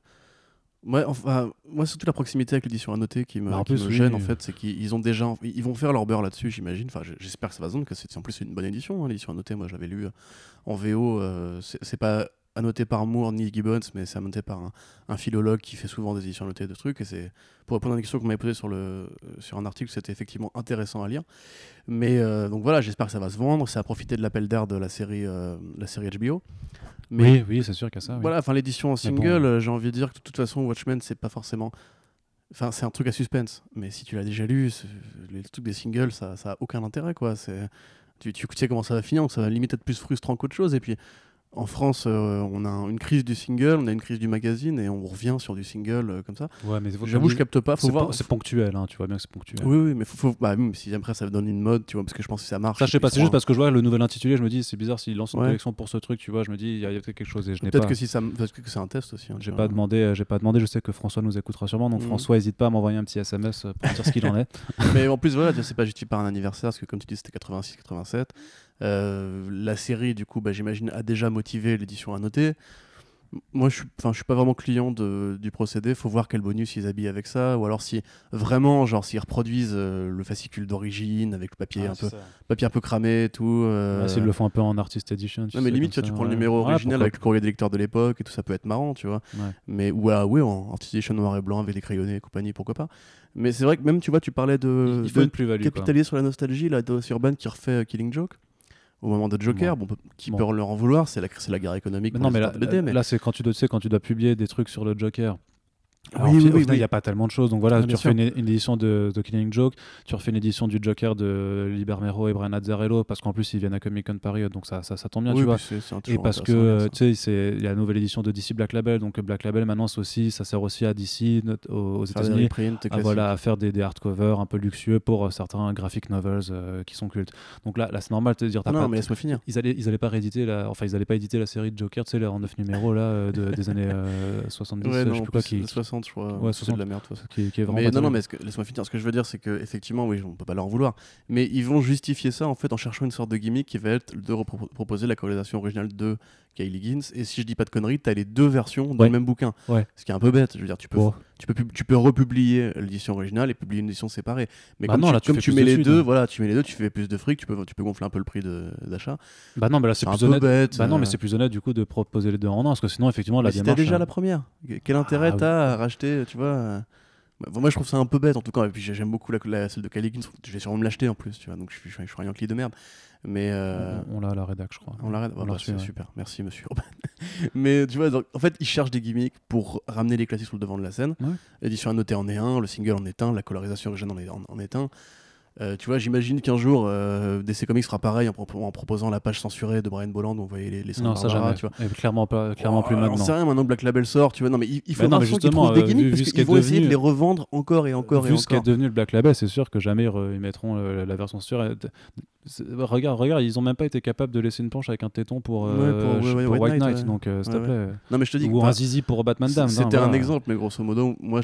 [SPEAKER 2] moi, surtout la proximité avec l'édition annotée qui me gêne, en fait, c'est qu'ils ont déjà, ils vont faire leur beurre là-dessus, j'imagine. Enfin, j'espère que ça va se vendre, que c'est en plus une bonne édition, l'édition annotée. Moi, j'avais lu en VO, c'est pas annoté par Moore ni Gibbons, mais c'est annoté par un philologue qui fait souvent des éditions annotées de trucs. Et c'est pour répondre à une question qu'on m'avait posée sur un article, c'était effectivement intéressant à lire. Mais donc voilà, j'espère que ça va se vendre. Ça a profité de l'appel d'air de la série HBO. Mais
[SPEAKER 1] oui, c'est sûr qu'il y a ça. Oui.
[SPEAKER 2] voilà, enfin l'édition en single, j'ai envie de dire que de toute façon, Watchmen, c'est pas forcément. Enfin, c'est un truc à suspense. Mais si tu l'as déjà lu, les trucs des singles, ça a aucun intérêt, quoi. Tu sais comment ça va finir, donc ça va limite être plus frustrant qu'autre chose. Et puis, en France, on a une crise du single, on a une crise du magazine, et on revient sur du single comme ça.
[SPEAKER 1] Ouais, mais
[SPEAKER 2] j'avoue, je capte pas. Faut voir.
[SPEAKER 1] C'est ponctuel, hein, tu vois bien que c'est ponctuel.
[SPEAKER 2] Oui, mais même si après ça donne une mode, tu vois, parce que je pense que ça marche.
[SPEAKER 1] Ça, je sais pas, c'est juste parce que je vois le nouvel intitulé, je me dis, c'est bizarre s'ils lancent une collection pour ce truc, tu vois, je me dis, il y a peut-être quelque chose et je n'ai pas.
[SPEAKER 2] Peut-être que parce que c'est un test aussi.
[SPEAKER 1] J'ai pas demandé, je sais que François nous écoutera sûrement, donc François, n'hésite pas à m'envoyer un petit SMS pour dire ce qu'il en est.
[SPEAKER 2] Mais en plus, voilà, c'est pas justifié par un anniversaire, parce que comme tu dis, c'était 86-87. La série, du coup, j'imagine, a déjà motivé l'édition annotée. Moi, je suis pas vraiment client du procédé. Faut voir quel bonus ils habillent avec ça, ou alors si vraiment, genre, s'ils reproduisent le fascicule d'origine avec le papier papier un peu cramé et tout.
[SPEAKER 1] S'ils le font un peu en artist edition.
[SPEAKER 2] Mais limite, tu prends le numéro original avec le courrier des lecteurs de l'époque et tout, ça peut être marrant, tu vois.
[SPEAKER 1] Ouais.
[SPEAKER 2] Mais en artist edition noir et blanc avec les crayonnés et compagnie, pourquoi pas. Mais c'est vrai que même, tu vois, tu parlais de
[SPEAKER 1] il faut une plus-value,
[SPEAKER 2] capitaliser sur la nostalgie, là, de Urban qui refait Killing Joke. Au moment de Joker, qui peut leur en vouloir, c'est la guerre économique.
[SPEAKER 1] Mais non, mais là, c'est quand tu dois publier des trucs sur le Joker. Alors,
[SPEAKER 2] oui,
[SPEAKER 1] il n'y a pas tellement de choses, donc voilà, tu refais une édition de Killing Joke, tu refais une édition du Joker de Libermero et Brian Azzarello, parce qu'en plus ils viennent à Comic Con Paris, donc ça tombe bien, tu vois. Et parce que tu sais, il y a la nouvelle édition de DC Black Label, donc Black Label maintenant ça sert aussi à DC aux États-Unis à faire des hardcovers un peu luxueux pour certains graphic novels qui sont cultes. Donc là c'est normal de te dire,
[SPEAKER 2] mais laisse-moi finir.
[SPEAKER 1] Ils allaient pas rééditer ils allaient pas éditer la série de Joker, tu sais, en 9 numéros là des années 70, je sais plus quoi, qui
[SPEAKER 2] 60, je crois.
[SPEAKER 1] Ouais,
[SPEAKER 2] c'est de la merde,
[SPEAKER 1] qui est vraiment
[SPEAKER 2] mais laisse-moi finir. Ce que je veux dire, c'est que effectivement, oui, on peut pas leur en vouloir, mais ils vont justifier ça en fait en cherchant une sorte de gimmick qui va être de proposer la colorisation originale de Kyle Higgins. Et si je dis pas de conneries, t'as les deux versions dans le même bouquin. Ce qui est un peu bête. Je veux dire, tu peux republier l'édition originale et publier une édition séparée. Mais comme tu mets les deux, tu fais plus de fric, tu peux gonfler un peu le prix d'achat.
[SPEAKER 1] Bah non, mais là c'est plus honnête. Bête, bah non, mais c'est plus honnête du coup de proposer les deux en un, parce que sinon effectivement la
[SPEAKER 2] démarche. Si t'as déjà la première, quel intérêt t'as à racheter, tu vois? Moi je trouve ça un peu bête en tout cas, et puis j'aime beaucoup celle de Kyle Higgins, je vais sûrement me l'acheter en plus, tu vois, donc je suis un Yankee de merde. Mais
[SPEAKER 1] on l'a à la rédac, je crois.
[SPEAKER 2] On l'a c'est super, merci monsieur Urban. Mais tu vois, donc, en fait ils cherchent des gimmicks pour ramener les classiques sur le devant de la scène. L'édition annotée en est un, le single en est un, la colorisation originale en est un. Tu vois, j'imagine qu'un jour DC Comics fera pareil en proposant la page censurée de Brian Bolland où on voyait les
[SPEAKER 1] non, ça jamais, tu vois. Clairement plus maintenant.
[SPEAKER 2] C'est rien, maintenant que Black Label sort, tu vois. Non, mais il faut vraiment qu'ils trouvent des gimmicks parce qu'ils vont essayer de les revendre encore et encore et encore.
[SPEAKER 1] Vu ce qu'est devenu le Black Label, c'est sûr que jamais ils mettront la version censurée. Regarde, ils ont même pas été capables de laisser une planche avec un téton pour White Knight, donc s'il te plaît.
[SPEAKER 2] Non, mais je te dis
[SPEAKER 1] ou un zizi pour Batman Dam.
[SPEAKER 2] C'était un exemple, mais grosso modo, moi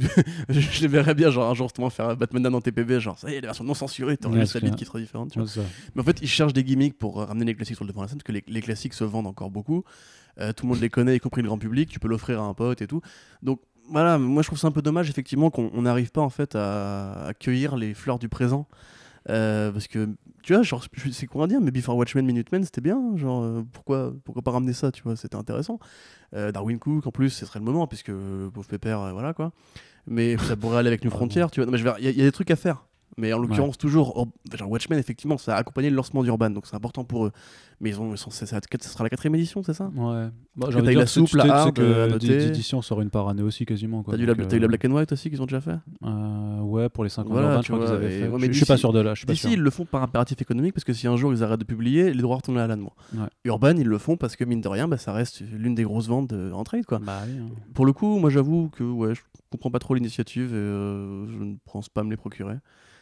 [SPEAKER 2] je les verrais bien, genre un jour justement faire Batman Dam en TPB, genre ça y est, la version non censurée, t'aurais juste la bite qui sera différente. Tu vois. Mais en fait, ils cherchent des gimmicks pour ramener les classiques sur le devant de la scène, parce que les classiques se vendent encore beaucoup. Tout le monde les connaît, y compris le grand public. Tu peux l'offrir à un pote et tout. Donc voilà, moi je trouve ça un peu dommage effectivement qu'on n'arrive pas en fait à accueillir les fleurs du présent. Parce que, tu vois, genre, c'est quoi à dire, mais Before Watchmen, Minutemen, c'était bien. Genre, pourquoi pas ramener ça, tu vois, c'était intéressant. Darwin Cook, en plus, ce serait le moment, puisque pauvre Pépère, voilà quoi. Mais ça pourrait aller avec New Frontier, tu vois. Non, mais il y a des trucs à faire. Mais en l'occurrence, toujours, genre Watchmen, effectivement, ça a accompagné le lancement d'Urban, donc c'est important pour eux. Mais ça sera la 4ème édition, c'est ça?
[SPEAKER 1] Ouais. Bah,
[SPEAKER 2] T'as eu la soupe, la hard, à noter.
[SPEAKER 1] d'édition sort une par année aussi quasiment. Quoi.
[SPEAKER 2] T'as eu la Black and White aussi qu'ils ont déjà fait?
[SPEAKER 1] Ouais, pour les 5 ans
[SPEAKER 2] Voilà,
[SPEAKER 1] d'Urban,
[SPEAKER 2] tu
[SPEAKER 1] je crois
[SPEAKER 2] vois,
[SPEAKER 1] qu'ils avaient fait.
[SPEAKER 2] ouais, mais
[SPEAKER 1] Je suis pas sûr de là.
[SPEAKER 2] D'ici, ils le font par impératif économique, parce que si un jour ils arrêtent de publier, les droits retournent à Alan Moore.
[SPEAKER 1] Ouais.
[SPEAKER 2] Urban, ils le font parce que, mine de rien, ça reste l'une des grosses ventes en trade, quoi.
[SPEAKER 1] Bah oui.
[SPEAKER 2] Pour le coup, moi j'avoue que je comprends pas trop l'initiative et je ne pense pas me les procurer.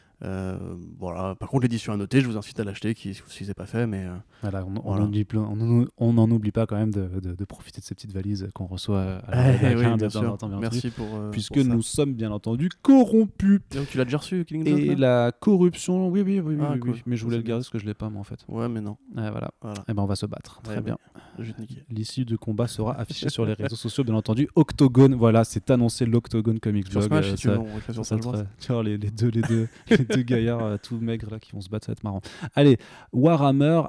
[SPEAKER 2] Voilà. Par contre, l'édition à noter, je vous incite à l'acheter si c'est pas fait. Mais
[SPEAKER 1] voilà,
[SPEAKER 2] voilà.
[SPEAKER 1] on n'en oublie pas quand même de profiter de ces petites valises qu'on reçoit à la
[SPEAKER 2] oui, bien
[SPEAKER 1] sûr.
[SPEAKER 2] Merci
[SPEAKER 1] puisque
[SPEAKER 2] pour ça.
[SPEAKER 1] nous sommes bien entendu corrompus.
[SPEAKER 2] Donc tu l'as déjà reçu, Killing
[SPEAKER 1] Et
[SPEAKER 2] Joke,
[SPEAKER 1] la corruption, oui,
[SPEAKER 2] cool.
[SPEAKER 1] mais je voulais le
[SPEAKER 2] C'est
[SPEAKER 1] garder parce que je l'ai pas moi en fait.
[SPEAKER 2] Ouais, mais non.
[SPEAKER 1] Voilà. Et ben on va se battre. Très bien.
[SPEAKER 2] Je vais te niquer.
[SPEAKER 1] L'issue du combat sera affichée sur les réseaux sociaux, bien entendu. Octogone, voilà, c'est annoncé l'Octogone Comics
[SPEAKER 2] Sur
[SPEAKER 1] Blog.
[SPEAKER 2] Smash, si tu veux, on réfléchit sur ça, je pense.
[SPEAKER 1] Tu vois, les deux gaillards tout maigres là qui vont se battre, ça va être marrant. Allez, Warhammer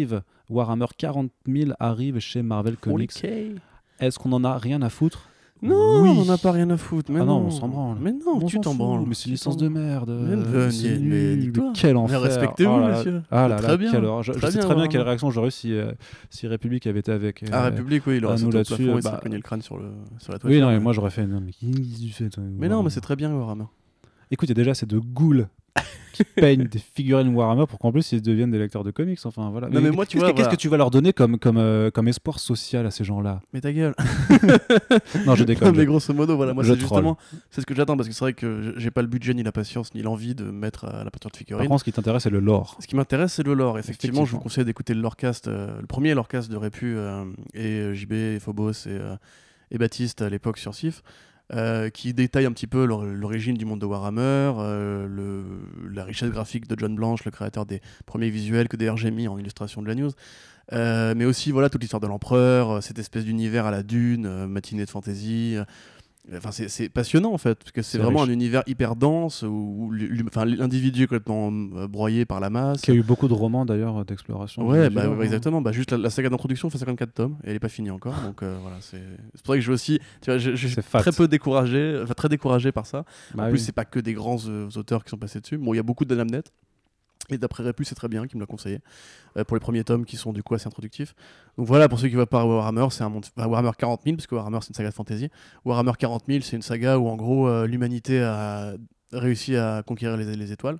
[SPEAKER 1] 40 000 arrive chez Marvel Comics. Est-ce qu'on en a rien à foutre?
[SPEAKER 2] Non,
[SPEAKER 1] oui.
[SPEAKER 2] On n'a pas rien à foutre. Mais
[SPEAKER 1] non, on s'en branle.
[SPEAKER 2] Mais non, tu t'en branles.
[SPEAKER 1] Mais c'est une licence de merde.
[SPEAKER 2] Mais dis-toi.
[SPEAKER 1] Quel enfer.
[SPEAKER 2] Respectez-vous, monsieur.
[SPEAKER 1] Ah là
[SPEAKER 2] très
[SPEAKER 1] là,
[SPEAKER 2] bien.
[SPEAKER 1] quelle horreur. Je sais très bien quelle réaction j'aurais eu si République avait été avec.
[SPEAKER 2] République, oui, il aurait sauté au plafond et s'est cogné le crâne sur la toile.
[SPEAKER 1] Oui, non, mais moi j'aurais fait. Non, mais qu'est-ce que tu fais, toi?
[SPEAKER 2] Mais non, mais c'est très bien, Warhammer.
[SPEAKER 1] Écoute, il y a déjà ces deux ghouls qui peignent des figurines Warhammer pour qu'en plus ils deviennent des lecteurs de comics. Enfin voilà.
[SPEAKER 2] Non, mais moi, tu vois,
[SPEAKER 1] qu'est-ce que tu vas leur donner comme espoir social à ces gens-là?
[SPEAKER 2] Mais ta gueule.
[SPEAKER 1] Non, je déconne.
[SPEAKER 2] Non, mais grosso modo, voilà, moi
[SPEAKER 1] c'est
[SPEAKER 2] justement, c'est ce que j'attends parce que c'est vrai que j'ai pas le budget, ni la patience, ni l'envie de mettre à la peinture de figurines.
[SPEAKER 1] Par contre, ce qui t'intéresse, c'est le lore.
[SPEAKER 2] Ce qui m'intéresse, c'est le lore. Effectivement, je vous conseille d'écouter le lorecast, le premier lorecast de Répu et JB, et Phobos et Baptiste à l'époque sur SIF. Qui détaille un petit peu l'origine du monde de Warhammer, la richesse graphique de John Blanche, le créateur des premiers visuels que d'ailleurs j'ai mis en illustration de la news, mais aussi voilà toute l'histoire de l'empereur, cette espèce d'univers à la Dune, matinée de fantasy. Enfin, c'est passionnant en fait, parce que c'est vraiment
[SPEAKER 1] riche.
[SPEAKER 2] un univers hyper dense où l'individu est complètement broyé par la masse.
[SPEAKER 1] Qui a eu beaucoup de romans d'ailleurs d'exploration.
[SPEAKER 2] Ouais, exactement. Juste la saga d'introduction fait 54 tomes et elle est pas finie encore. Donc voilà, c'est pour ça que je vais aussi. Tu vois, je suis très découragé par ça. En plus, c'est pas que des grands auteurs qui sont passés dessus. Bon, il y a beaucoup d'anamnètes. Et d'après Répu, c'est très bien, qui me l'a conseillé. Pour les premiers tomes qui sont du coup assez introductifs. Donc voilà, pour ceux qui ne voient pas Warhammer, c'est Warhammer 40 000, parce que Warhammer c'est une saga de fantasy. Warhammer 40 000, c'est une saga où en gros l'humanité a réussi à conquérir les étoiles.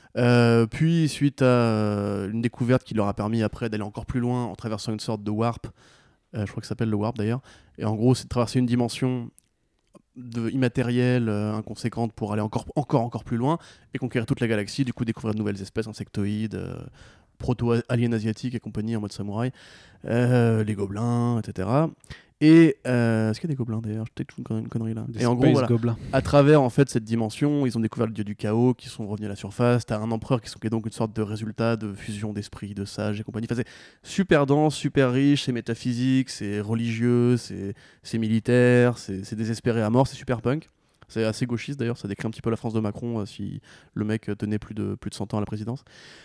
[SPEAKER 2] Puis suite à une découverte qui leur a permis après d'aller encore plus loin en traversant une sorte de warp, je crois que ça s'appelle le warp d'ailleurs. Et en gros, c'est de traverser une dimension immatérielle, inconséquente pour aller encore plus loin et conquérir toute la galaxie, du coup découvrir de nouvelles espèces insectoïdes, proto-aliens asiatiques et compagnie en mode samouraï, les gobelins, etc. Et est-ce qu'il y a des gobelins d'ailleurs? Peut-être une connerie là.
[SPEAKER 1] Des
[SPEAKER 2] et en gros, voilà,
[SPEAKER 1] gobelins.
[SPEAKER 2] à travers en fait cette dimension, ils ont découvert le dieu du chaos, qui sont revenus à la surface. T'as un empereur qui est donc une sorte de résultat de fusion d'esprits, de sages et compagnie. Enfin, c'est super dense, super riche, c'est métaphysique, c'est religieux, c'est militaire, c'est désespéré à mort, c'est super punk. C'est assez gauchiste d'ailleurs, ça décrit un petit peu la France de Macron si le mec tenait plus de 100 ans à la présidence.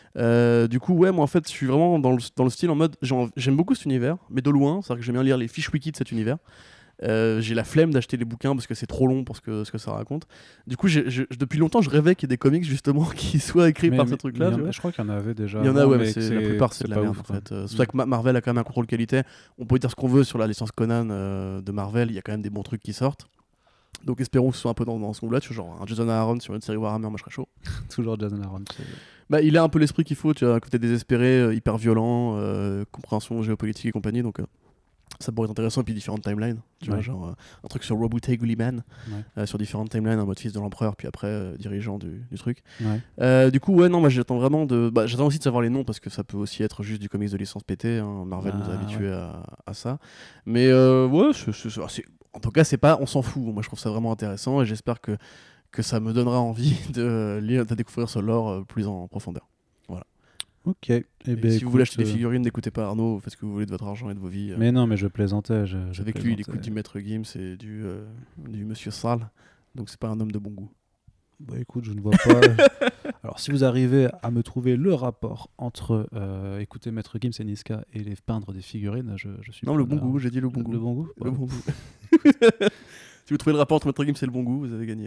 [SPEAKER 2] Du coup, ouais, moi en fait, je suis vraiment dans le style en mode, j'aime beaucoup cet univers, mais de loin, c'est-à-dire que j'aime bien lire les fiches wiki de cet univers. J'ai la flemme d'acheter les bouquins parce que c'est trop long pour ce que ça raconte. Du coup, depuis longtemps, je rêvais qu'il y ait des comics justement qui soient écrits par ces trucs-là.
[SPEAKER 1] Je crois qu'il y en avait déjà.
[SPEAKER 2] Il y en a, ouais, mais la plupart c'est de la merde en fait. C'est vrai que Marvel a quand même un contrôle qualité. On peut dire ce qu'on veut sur la licence Conan de Marvel, il y a quand même des bons trucs qui sortent. Donc espérons que ce soit un peu dans ce monde-là, tu vois, genre un Jason Aaron sur une série Warhammer, moi je serais chaud.
[SPEAKER 1] Toujours Jason Aaron.
[SPEAKER 2] Il a un peu l'esprit qu'il faut, tu vois, un côté désespéré, hyper violent, compréhension géopolitique et compagnie, donc ça pourrait être intéressant. Et puis différentes timelines, tu vois, genre un truc sur Robotech Gulliman, sur différentes timelines, en mode fils de l'empereur, puis après dirigeant du truc. Du coup, ouais, non, moi j'attends vraiment j'attends aussi de savoir les noms parce que ça peut aussi être juste du comics de licence pété. Hein. Marvel nous a habitués à ça. Mais ouais, en tout cas, on s'en fout. Moi, je trouve ça vraiment intéressant et j'espère que ça me donnera envie de découvrir ce lore plus en profondeur. Voilà.
[SPEAKER 1] Ok.
[SPEAKER 2] Si vous voulez acheter des figurines, n'écoutez pas Arnaud, faites ce que vous voulez de votre argent et de vos vies.
[SPEAKER 1] Mais non, mais je plaisantais.
[SPEAKER 2] Avec lui, il écoute du Maître Gims et du Monsieur Sale, donc c'est pas un homme de bon goût.
[SPEAKER 1] Bah écoute, je ne vois pas. Alors, si vous arrivez à me trouver le rapport entre écouter Maître Gims et Niska et les peindre des figurines, je suis.
[SPEAKER 2] Non, le bon goût, j'ai dit le bon goût.
[SPEAKER 1] Le bon goût.
[SPEAKER 2] Le bon goût. Si vous trouvez le rapport entre Maître Gims et le bon goût, vous avez gagné.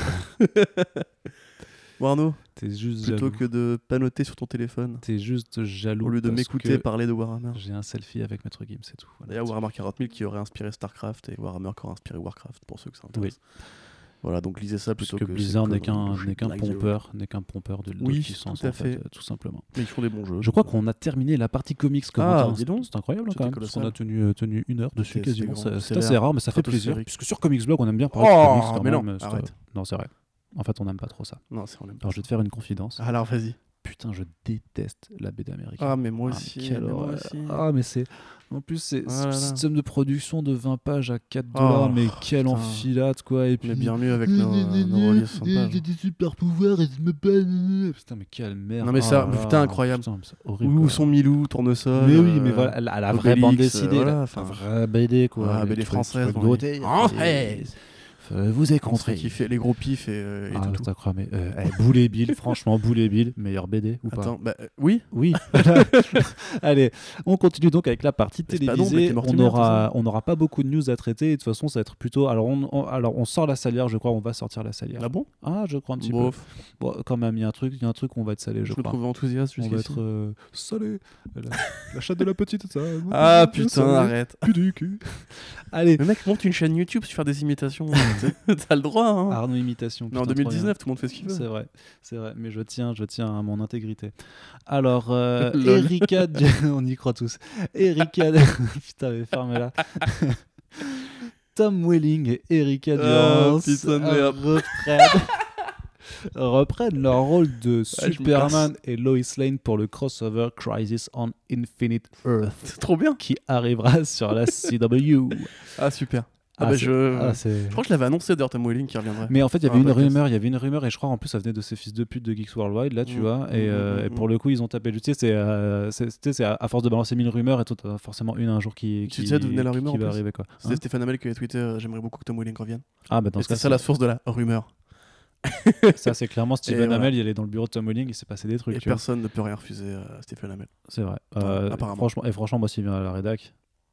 [SPEAKER 2] Bon, Arnaud,
[SPEAKER 1] T'es juste
[SPEAKER 2] plutôt
[SPEAKER 1] jaloux.
[SPEAKER 2] que de pas noter sur ton téléphone,
[SPEAKER 1] T'es juste jaloux.
[SPEAKER 2] au lieu de
[SPEAKER 1] parce
[SPEAKER 2] m'écouter
[SPEAKER 1] que
[SPEAKER 2] parler de Warhammer.
[SPEAKER 1] J'ai un selfie avec Maître Gims, c'est tout. Voilà.
[SPEAKER 2] D'ailleurs, Warhammer 40 000 qui aurait inspiré StarCraft et Warhammer qui aurait inspiré Warcraft, pour ceux que ça intéresse. Voilà, donc lisez ça
[SPEAKER 1] Parce
[SPEAKER 2] plutôt
[SPEAKER 1] que
[SPEAKER 2] que
[SPEAKER 1] Blizzard
[SPEAKER 2] ces
[SPEAKER 1] n'est
[SPEAKER 2] conneries de
[SPEAKER 1] qu'un
[SPEAKER 2] Black Zero.
[SPEAKER 1] pompeur de
[SPEAKER 2] Oui,
[SPEAKER 1] puissance,
[SPEAKER 2] tout à
[SPEAKER 1] en fait,
[SPEAKER 2] fait.
[SPEAKER 1] tout simplement.
[SPEAKER 2] Mais ils font des bons jeux.
[SPEAKER 1] Je crois qu'on a terminé la partie comics.
[SPEAKER 2] dis donc.
[SPEAKER 1] C'est incroyable
[SPEAKER 2] C'était
[SPEAKER 1] quand même, parce qu'on a
[SPEAKER 2] colossal.
[SPEAKER 1] tenu 1 heure dessus
[SPEAKER 2] C'était
[SPEAKER 1] quasiment.
[SPEAKER 2] grand,
[SPEAKER 1] C'est
[SPEAKER 2] c'était
[SPEAKER 1] assez
[SPEAKER 2] rare.
[SPEAKER 1] rare, mais ça fait plaisir.
[SPEAKER 2] Stratosphérique.
[SPEAKER 1] Puisque sur Comics Blog, on aime bien parler
[SPEAKER 2] Oh,
[SPEAKER 1] de comics quand
[SPEAKER 2] mais non,
[SPEAKER 1] même.
[SPEAKER 2] arrête.
[SPEAKER 1] Non, c'est vrai. En fait, on n'aime pas trop ça.
[SPEAKER 2] Non, c'est on aime pas.
[SPEAKER 1] Alors, je vais te faire une confidence.
[SPEAKER 2] Alors, vas-y.
[SPEAKER 1] Putain, je déteste la BD américaine.
[SPEAKER 2] Ah, mais moi
[SPEAKER 1] Ah,
[SPEAKER 2] aussi.
[SPEAKER 1] quelle
[SPEAKER 2] mais moi
[SPEAKER 1] horreur.
[SPEAKER 2] aussi.
[SPEAKER 1] Ah, mais c'est. En plus, c'est
[SPEAKER 2] Ah là là.
[SPEAKER 1] système de production de 20 pages à 4
[SPEAKER 2] Oh,
[SPEAKER 1] $, mais quelle
[SPEAKER 2] putain.
[SPEAKER 1] enfilade, quoi. Et puis,
[SPEAKER 2] Mais bien mieux avec nos releases 100 pages.
[SPEAKER 1] J'ai des super pouvoirs et je me bats. Putain, mais quelle merde.
[SPEAKER 2] Non, mais ça,
[SPEAKER 1] Oh là
[SPEAKER 2] putain,
[SPEAKER 1] là,
[SPEAKER 2] incroyable.
[SPEAKER 1] putain, c'est horrible.
[SPEAKER 2] Où
[SPEAKER 1] quoi.
[SPEAKER 2] sont Milou, Tournesol
[SPEAKER 1] Mais oui, mais voilà, la vraie
[SPEAKER 2] Obélix,
[SPEAKER 1] bande dessinée,
[SPEAKER 2] voilà,
[SPEAKER 1] la
[SPEAKER 2] enfin.
[SPEAKER 1] vraie BD, quoi.
[SPEAKER 2] Ah,
[SPEAKER 1] Les
[SPEAKER 2] BD
[SPEAKER 1] trucs-
[SPEAKER 2] française,
[SPEAKER 1] trucs
[SPEAKER 2] bon,
[SPEAKER 1] beauté.
[SPEAKER 2] Ah,
[SPEAKER 1] Et-
[SPEAKER 2] hey.
[SPEAKER 1] Vous avez
[SPEAKER 2] On serait
[SPEAKER 1] compris.
[SPEAKER 2] kiffé les gros pifs et
[SPEAKER 1] Ah,
[SPEAKER 2] tout.
[SPEAKER 1] t'as cramé. Boule et Bill, franchement, Boule et Bill, meilleure BD ou pas?
[SPEAKER 2] Attends, bah oui.
[SPEAKER 1] Oui. Allez, on continue donc avec la partie
[SPEAKER 2] C'est pas donc, mais
[SPEAKER 1] télévisée.
[SPEAKER 2] t'es Mortimer,
[SPEAKER 1] On n'aura pas beaucoup de news à traiter. Et de toute façon, ça va être plutôt. Alors, on sort la salière, je crois. On va sortir la salière.
[SPEAKER 2] Ah bon?
[SPEAKER 1] Ah, je crois un petit
[SPEAKER 2] Bof.
[SPEAKER 1] peu. Bon, quand même, il y a un truc où on va être salé,
[SPEAKER 2] Je
[SPEAKER 1] je
[SPEAKER 2] me
[SPEAKER 1] crois.
[SPEAKER 2] trouve enthousiaste
[SPEAKER 1] On va
[SPEAKER 2] jusqu'ici.
[SPEAKER 1] être salé. La chatte de la petite, ça.
[SPEAKER 2] Ah
[SPEAKER 1] Salé.
[SPEAKER 2] putain, arrête.
[SPEAKER 1] Plus du cul. Allez.
[SPEAKER 2] Mais mec, monte une chaîne YouTube sur faire des imitations. T'as le droit, hein.
[SPEAKER 1] Arnaud imitation.
[SPEAKER 2] Mais en
[SPEAKER 1] putain, trop
[SPEAKER 2] 2019, tout le monde fait ce qu'il
[SPEAKER 1] bien.
[SPEAKER 2] veut.
[SPEAKER 1] C'est vrai, mais je tiens à mon intégrité. Alors,
[SPEAKER 2] Lol.
[SPEAKER 1] Erika, on y croit tous. Erika, putain, mais fermez-la. Tom Welling et Erika Durance
[SPEAKER 2] putain de merde.
[SPEAKER 1] reprennent leur rôle de
[SPEAKER 2] je me
[SPEAKER 1] Superman et Lois Lane pour le crossover Crisis on Infinite Earth
[SPEAKER 2] C'est trop bien.
[SPEAKER 1] qui arrivera sur la CW.
[SPEAKER 2] Ah super. Ah,
[SPEAKER 1] Ah,
[SPEAKER 2] bah
[SPEAKER 1] c'est-
[SPEAKER 2] je...
[SPEAKER 1] ah, c'est-
[SPEAKER 2] je crois que je l'avais annoncé d'ailleurs Tom Welling qui reviendrait.
[SPEAKER 1] Mais en fait, il y
[SPEAKER 2] Ah,
[SPEAKER 1] avait une
[SPEAKER 2] podcast.
[SPEAKER 1] rumeur, et je crois en plus ça venait de ces fils de pute de Geeks Worldwide, là, tu
[SPEAKER 2] Mm,
[SPEAKER 1] vois. Et,
[SPEAKER 2] mm,
[SPEAKER 1] et pour le coup, ils ont tapé. Tu sais, c'est à force de balancer 1000 rumeurs, et toi, t'as forcément une un jour qui
[SPEAKER 2] Tu sais d'où venait la rumeur,
[SPEAKER 1] qui
[SPEAKER 2] en
[SPEAKER 1] va
[SPEAKER 2] plus
[SPEAKER 1] arriver, quoi.
[SPEAKER 2] C'était
[SPEAKER 1] Hein
[SPEAKER 2] Stéphane Hamel qui avait tweeté j'aimerais beaucoup que Tom Welling revienne.
[SPEAKER 1] Ah, bah dans
[SPEAKER 2] Et
[SPEAKER 1] ce cas,
[SPEAKER 2] c'était ça la source de la rumeur.
[SPEAKER 1] ça, c'est clairement Steven
[SPEAKER 2] voilà.
[SPEAKER 1] Amell, il est dans le bureau de Tom Welling, il s'est passé des trucs.
[SPEAKER 2] Et
[SPEAKER 1] tu vois.
[SPEAKER 2] personne ne peut rien refuser à Stéphane Hamel.
[SPEAKER 1] C'est vrai.
[SPEAKER 2] apparemment.
[SPEAKER 1] Franchement, moi, s'il vient à la rédac,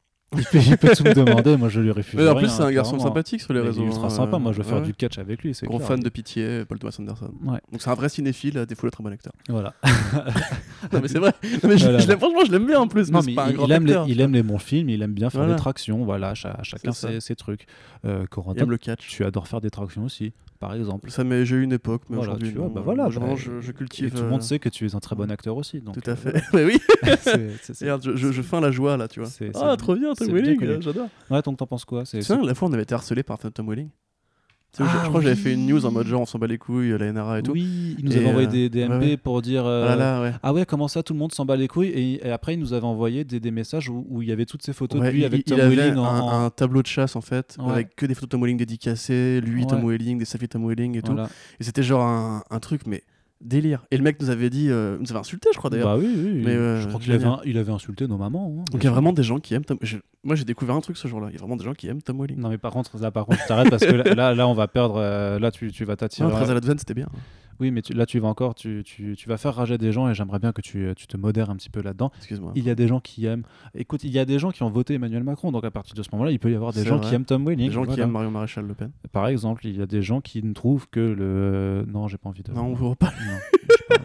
[SPEAKER 1] il peut tout me demander, moi je lui refuse.
[SPEAKER 2] Mais en
[SPEAKER 1] rien,
[SPEAKER 2] plus, c'est un garçon
[SPEAKER 1] clairement.
[SPEAKER 2] sympathique sur les
[SPEAKER 1] Il est
[SPEAKER 2] réseaux.
[SPEAKER 1] ultra
[SPEAKER 2] hein.
[SPEAKER 1] sympa, moi je veux faire
[SPEAKER 2] Ouais.
[SPEAKER 1] du catch avec lui. C'est
[SPEAKER 2] Gros
[SPEAKER 1] clair.
[SPEAKER 2] fan de Pitié, Paul Thomas Anderson.
[SPEAKER 1] Ouais.
[SPEAKER 2] Donc c'est un vrai cinéphile, à défaut d'être un bon acteur.
[SPEAKER 1] Voilà.
[SPEAKER 2] Non mais c'est vrai. Non, mais
[SPEAKER 1] Voilà.
[SPEAKER 2] franchement, je l'aime bien en plus.
[SPEAKER 1] Non,
[SPEAKER 2] mais
[SPEAKER 1] mais
[SPEAKER 2] c'est pas un grand
[SPEAKER 1] il aime
[SPEAKER 2] acteur.
[SPEAKER 1] il aime les bons films, il aime bien faire
[SPEAKER 2] Voilà.
[SPEAKER 1] des tractions. Voilà, chacun
[SPEAKER 2] C'est ça.
[SPEAKER 1] ses trucs.
[SPEAKER 2] Il
[SPEAKER 1] Corentin,
[SPEAKER 2] aime le catch.
[SPEAKER 1] tu adores faire des tractions aussi, par exemple.
[SPEAKER 2] Ça j'ai eu une époque, mais
[SPEAKER 1] Voilà,
[SPEAKER 2] aujourd'hui,
[SPEAKER 1] tu vois,
[SPEAKER 2] non.
[SPEAKER 1] bah voilà,
[SPEAKER 2] Moi, vraiment,
[SPEAKER 1] bah,
[SPEAKER 2] je
[SPEAKER 1] Et
[SPEAKER 2] cultive.
[SPEAKER 1] tout le monde sait que tu es un très bon acteur aussi. Donc,
[SPEAKER 2] Tout à fait. Mais oui.
[SPEAKER 1] c'est-
[SPEAKER 2] Regarde, je feins la joie là, tu vois.
[SPEAKER 1] C'est-
[SPEAKER 2] Ah,
[SPEAKER 1] c'est-
[SPEAKER 2] trop bien, Tom
[SPEAKER 1] c'est bien
[SPEAKER 2] Welling,
[SPEAKER 1] connu.
[SPEAKER 2] j'adore.
[SPEAKER 1] Ouais, donc t'en penses quoi?
[SPEAKER 2] Tu sais, la fois on avait été harcelé par Tom Welling. Tu sais,
[SPEAKER 1] Ah,
[SPEAKER 2] je crois que j'avais fait une
[SPEAKER 1] oui.
[SPEAKER 2] news en mode genre on s'en bat les couilles, la NRA et tout.
[SPEAKER 1] Oui, il nous
[SPEAKER 2] Et,
[SPEAKER 1] avait envoyé des
[SPEAKER 2] ouais,
[SPEAKER 1] DMP
[SPEAKER 2] ouais.
[SPEAKER 1] pour dire.
[SPEAKER 2] Ah là là, ouais.
[SPEAKER 1] Ah ouais, comment ça, tout le monde s'en bat les couilles, et après il nous avait envoyé des messages où il y avait toutes ces photos
[SPEAKER 2] Ouais,
[SPEAKER 1] de lui avec
[SPEAKER 2] il
[SPEAKER 1] Tom
[SPEAKER 2] avait
[SPEAKER 1] Welling
[SPEAKER 2] un tableau de chasse en fait,
[SPEAKER 1] Ouais.
[SPEAKER 2] avec que des photos de Tom Welling dédicacées, lui, Tom
[SPEAKER 1] Ouais.
[SPEAKER 2] Welling, des selfies de Tom Welling et tout.
[SPEAKER 1] Voilà.
[SPEAKER 2] Et c'était genre un truc, mais délire. Et le mec nous avait dit, nous avait insulté, je crois d'ailleurs.
[SPEAKER 1] Bah oui, oui.
[SPEAKER 2] Mais,
[SPEAKER 1] je crois qu'il
[SPEAKER 2] génial.
[SPEAKER 1] il avait insulté nos mamans. hein.
[SPEAKER 2] Donc il y a vraiment des gens qui aiment Tom. Moi j'ai découvert un truc ce jour-là. Il y a vraiment des gens qui aiment Tom Welling.
[SPEAKER 1] Non mais par contre, je t'arrête parce que là on va perdre. Là tu vas t'attirer.
[SPEAKER 2] Très à l'Advent, c'était bien.
[SPEAKER 1] Oui, mais là tu vas encore, tu vas faire rager des gens, et j'aimerais bien que tu te modères un petit peu là-dedans.
[SPEAKER 2] Excuse-moi.
[SPEAKER 1] Il y a des gens qui aiment. Écoute, il y a des gens qui ont voté Emmanuel Macron, donc à partir de ce moment-là, il peut y avoir des
[SPEAKER 2] C'est
[SPEAKER 1] gens
[SPEAKER 2] vrai.
[SPEAKER 1] qui aiment Tom Welling.
[SPEAKER 2] Des gens qui
[SPEAKER 1] voilà.
[SPEAKER 2] aiment Marion Maréchal Le Pen.
[SPEAKER 1] Par exemple, il y a des gens qui ne trouvent que le. Non, j'ai pas envie de.
[SPEAKER 2] Non, on voit pas.
[SPEAKER 1] Non, j'ai pas-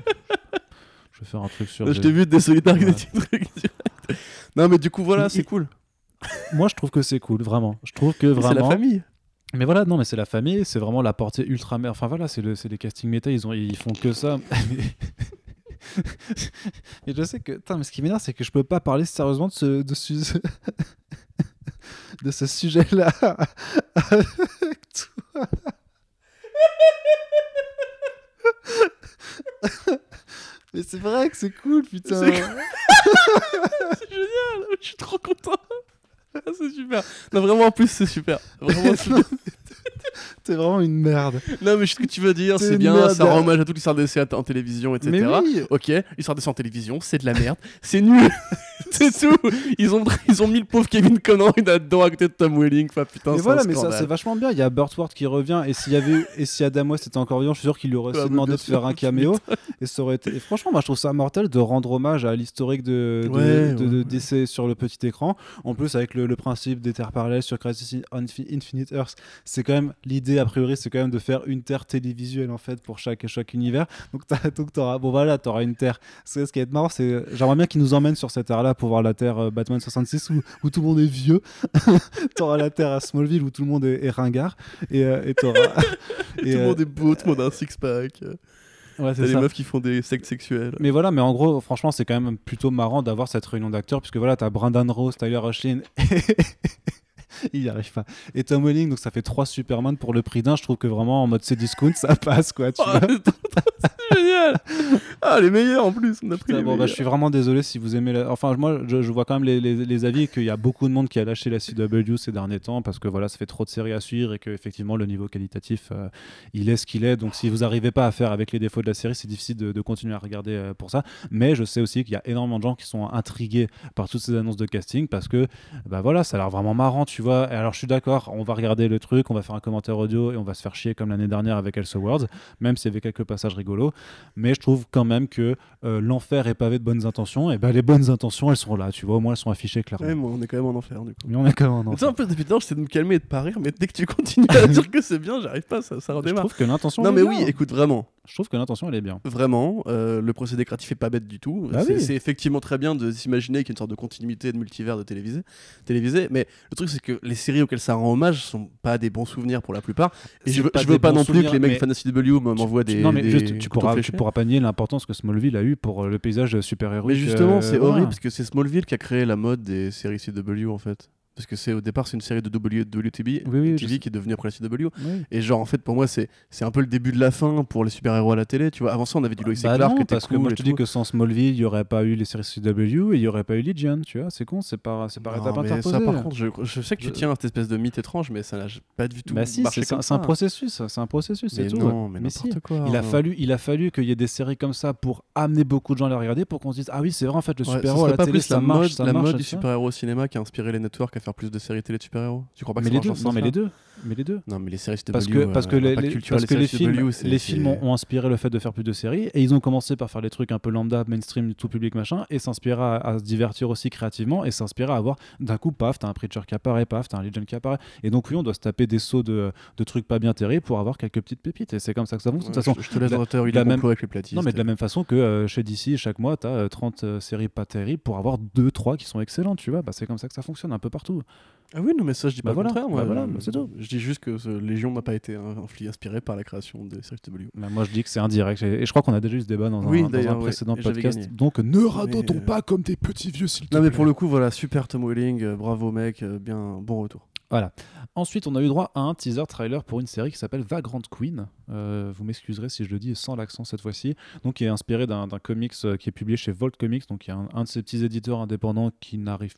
[SPEAKER 1] Je vais faire un truc sur.
[SPEAKER 2] Je t'ai vu désolidariser
[SPEAKER 1] Ouais.
[SPEAKER 2] des petits trucs direct. Non, mais du coup, voilà, c'est cool.
[SPEAKER 1] Moi, je trouve que c'est cool, vraiment. Je trouve que
[SPEAKER 2] C'est la
[SPEAKER 1] vraiment.
[SPEAKER 2] famille.
[SPEAKER 1] Mais voilà, non, mais c'est la famille, c'est vraiment la portée ultra mère. Enfin voilà, c'est les castings méta, ils font que ça. Mais je sais que. Putain, mais ce qui m'énerve, c'est que je peux pas parler sérieusement de ce sujet-là avec toi. Mais c'est vrai que c'est cool, putain.
[SPEAKER 2] C'est C'est génial. Je suis trop content. Ah, c'est super. Non, vraiment, en plus, c'est super. Vraiment, c'est super.
[SPEAKER 1] T'es vraiment une merde.
[SPEAKER 2] Non, mais je sais ce que tu veux dire.
[SPEAKER 1] T'es
[SPEAKER 2] C'est
[SPEAKER 1] une
[SPEAKER 2] bien.
[SPEAKER 1] merde.
[SPEAKER 2] Ça rend hommage à toute l'histoire d'essai en télévision, etc.
[SPEAKER 1] Mais oui.
[SPEAKER 2] Ok, l'histoire d'essai en télévision, c'est de la merde. C'est nul. C'est tout. Ils ont mis le pauvre Kevin Conroy là-dedans à côté de Tom Welling. Enfin, putain,
[SPEAKER 1] Mais voilà, mais ça c'est vachement bien. Il y a Burtworth qui revient et si Adam West était encore vivant, je suis sûr qu'il lui aurait aussi demandé de faire un caméo. Et ça aurait été. Et franchement, moi je trouve ça mortel de rendre hommage à l'historique de d'essai sur le petit écran. En plus, avec le principe des terres parallèles sur Crisis on Infinite Earth, c'est quand même l'idée a priori, c'est quand même de faire une terre télévisuelle en fait pour chaque univers. Donc t'auras une terre. Ce qui est marrant, c'est j'aimerais bien qu'ils nous emmènent sur cette terre-là pour voir la terre Batman 66 où tout le monde est vieux. T'auras la terre à Smallville où tout le monde est ringard et t'auras
[SPEAKER 2] tout le monde est beau, tout le monde a un six-pack.
[SPEAKER 1] Ouais, c'est
[SPEAKER 2] les
[SPEAKER 1] ça.
[SPEAKER 2] meufs qui font des sectes sexuels.
[SPEAKER 1] Mais voilà, mais en gros, franchement, c'est quand même plutôt marrant d'avoir cette réunion d'acteurs, puisque voilà, t'as Brandon Rose, Tyler Hoechlin, il y arrive pas, et Tom Welling, donc ça fait 3 Superman pour le prix d'un. Je trouve que vraiment en mode c'est discount, ça passe quoi. Tu vois
[SPEAKER 2] c'est génial. Ah, les meilleurs en plus. On a pris les
[SPEAKER 1] bon,
[SPEAKER 2] meilleurs.
[SPEAKER 1] je suis vraiment désolé si vous aimez enfin moi je vois quand même les avis qu'il y a beaucoup de monde qui a lâché la CW ces derniers temps parce que voilà, ça fait trop de séries à suivre et que effectivement le niveau qualitatif il est ce qu'il est. Donc si vous n'arrivez pas à faire avec les défauts de la série, c'est difficile de continuer à regarder pour ça. Mais je sais aussi qu'il y a énormément de gens qui sont intrigués par toutes ces annonces de casting parce que bah voilà, ça a l'air vraiment marrant, tu vois. Et alors je suis d'accord, on va regarder le truc, on va faire un commentaire audio et on va se faire chier comme l'année dernière avec Elseworlds, même s'il y avait quelques passages rigolos. Mais je trouve quand même que l'enfer est pavé de bonnes intentions, et ben les bonnes intentions elles sont là, tu vois, au moins elles sont affichées clairement.
[SPEAKER 2] Ouais, moi, on est quand même en enfer du coup.
[SPEAKER 1] Mais on est quand même en enfer.
[SPEAKER 2] En fait, depuis tout à l'heure, j'essaie de me calmer et de pas rire, mais dès que tu continues à dire que c'est bien, j'arrive pas, ça
[SPEAKER 1] Je
[SPEAKER 2] redémarre.
[SPEAKER 1] trouve que l'intention
[SPEAKER 2] Non
[SPEAKER 1] elle
[SPEAKER 2] mais
[SPEAKER 1] est
[SPEAKER 2] oui,
[SPEAKER 1] bien.
[SPEAKER 2] écoute, vraiment.
[SPEAKER 1] Je trouve que l'intention elle est bien.
[SPEAKER 2] Vraiment, le procédé créatif est pas bête du tout.
[SPEAKER 1] Bah oui.
[SPEAKER 2] C'est effectivement très bien de s'imaginer qu'il y a une sorte de continuité de multivers de télévisé, mais le truc c'est que les séries auxquelles ça rend hommage sont pas des bons souvenirs pour la plupart. Et je veux pas non plus que les mecs de Fantasy W m'envoient des.
[SPEAKER 1] Non mais
[SPEAKER 2] des
[SPEAKER 1] tu pourras pas nier l'importance que Smallville a eu pour le paysage super-héros.
[SPEAKER 2] Mais justement, c'est horrible parce que c'est Smallville qui a créé la mode des séries CW en fait. Parce que au départ c'est une série de WTB TV qui est devenue après la CW. Oui. Et genre en fait pour moi c'est un peu le début de la fin pour les super-héros à la télé, tu vois. Avant ça on avait du Lois et Clark qui était
[SPEAKER 1] parce que moi je te dis que sans Smallville il y aurait pas eu les séries CW et il y aurait pas eu Legion, tu vois. C'est con, c'est par étape interposée.
[SPEAKER 2] Ça par contre je sais que tu tiens à cette espèce de mythe étrange, mais ça n'a pas du tout marché comme ça.
[SPEAKER 1] C'est un processus, c'est tout.
[SPEAKER 2] Non, mais n'importe quoi.
[SPEAKER 1] Il a fallu qu'il y ait des séries comme ça pour amener beaucoup de gens à les regarder, pour qu'on se dise ah oui c'est vrai en fait le super-héros à la télé ça marche.
[SPEAKER 2] La mode du super-héros au cinéma qui a inspiré les networks à faire plus de séries télé de super-héros. Tu crois pas que
[SPEAKER 1] mais les deux. Non mais les deux.
[SPEAKER 2] Non mais les séries CW
[SPEAKER 1] parce que les films ont inspiré le fait de faire plus de séries et ils ont commencé par faire des trucs un peu lambda, mainstream, tout public machin, et s'inspirer à se divertir aussi créativement et s'inspirer à avoir d'un coup paf t'as un Preacher qui apparaît, paf t'as un Legion qui apparaît, et donc oui on doit se taper des sauts de trucs pas bien terribles pour avoir quelques petites pépites, et c'est comme ça que ça fonctionne. De toute façon,
[SPEAKER 2] je te laisse l'auteur, il est complot avec les platistes.
[SPEAKER 1] Non mais de la même façon que chez DC chaque mois t'as 30 séries pas terribles pour avoir 2-3 qui sont excellentes, tu vois. Bah c'est comme ça que ça fonctionne un peu partout.
[SPEAKER 2] Ah oui, non, mais ça, je dis pas le contraire.
[SPEAKER 1] C'est tout.
[SPEAKER 2] Je dis juste que Légion n'a pas été inspiré par la création des séries CW.
[SPEAKER 1] Moi, je dis que c'est indirect. Et je crois qu'on a déjà eu ce débat dans un précédent podcast. Donc,
[SPEAKER 3] ne radotons pas comme des petits vieux, s'il te plaît.
[SPEAKER 2] Non, mais pour le coup, voilà, super Tom Welling, bravo mec, bien, bon retour.
[SPEAKER 1] Voilà. Ensuite, on a eu droit à un teaser trailer pour une série qui s'appelle Vagrant Queen. Vous m'excuserez si je le dis sans l'accent cette fois-ci. Donc, qui est inspiré d'un comics qui est publié chez Vault Comics. Donc, il y a un de ces petits éditeurs indépendants qui n'arrive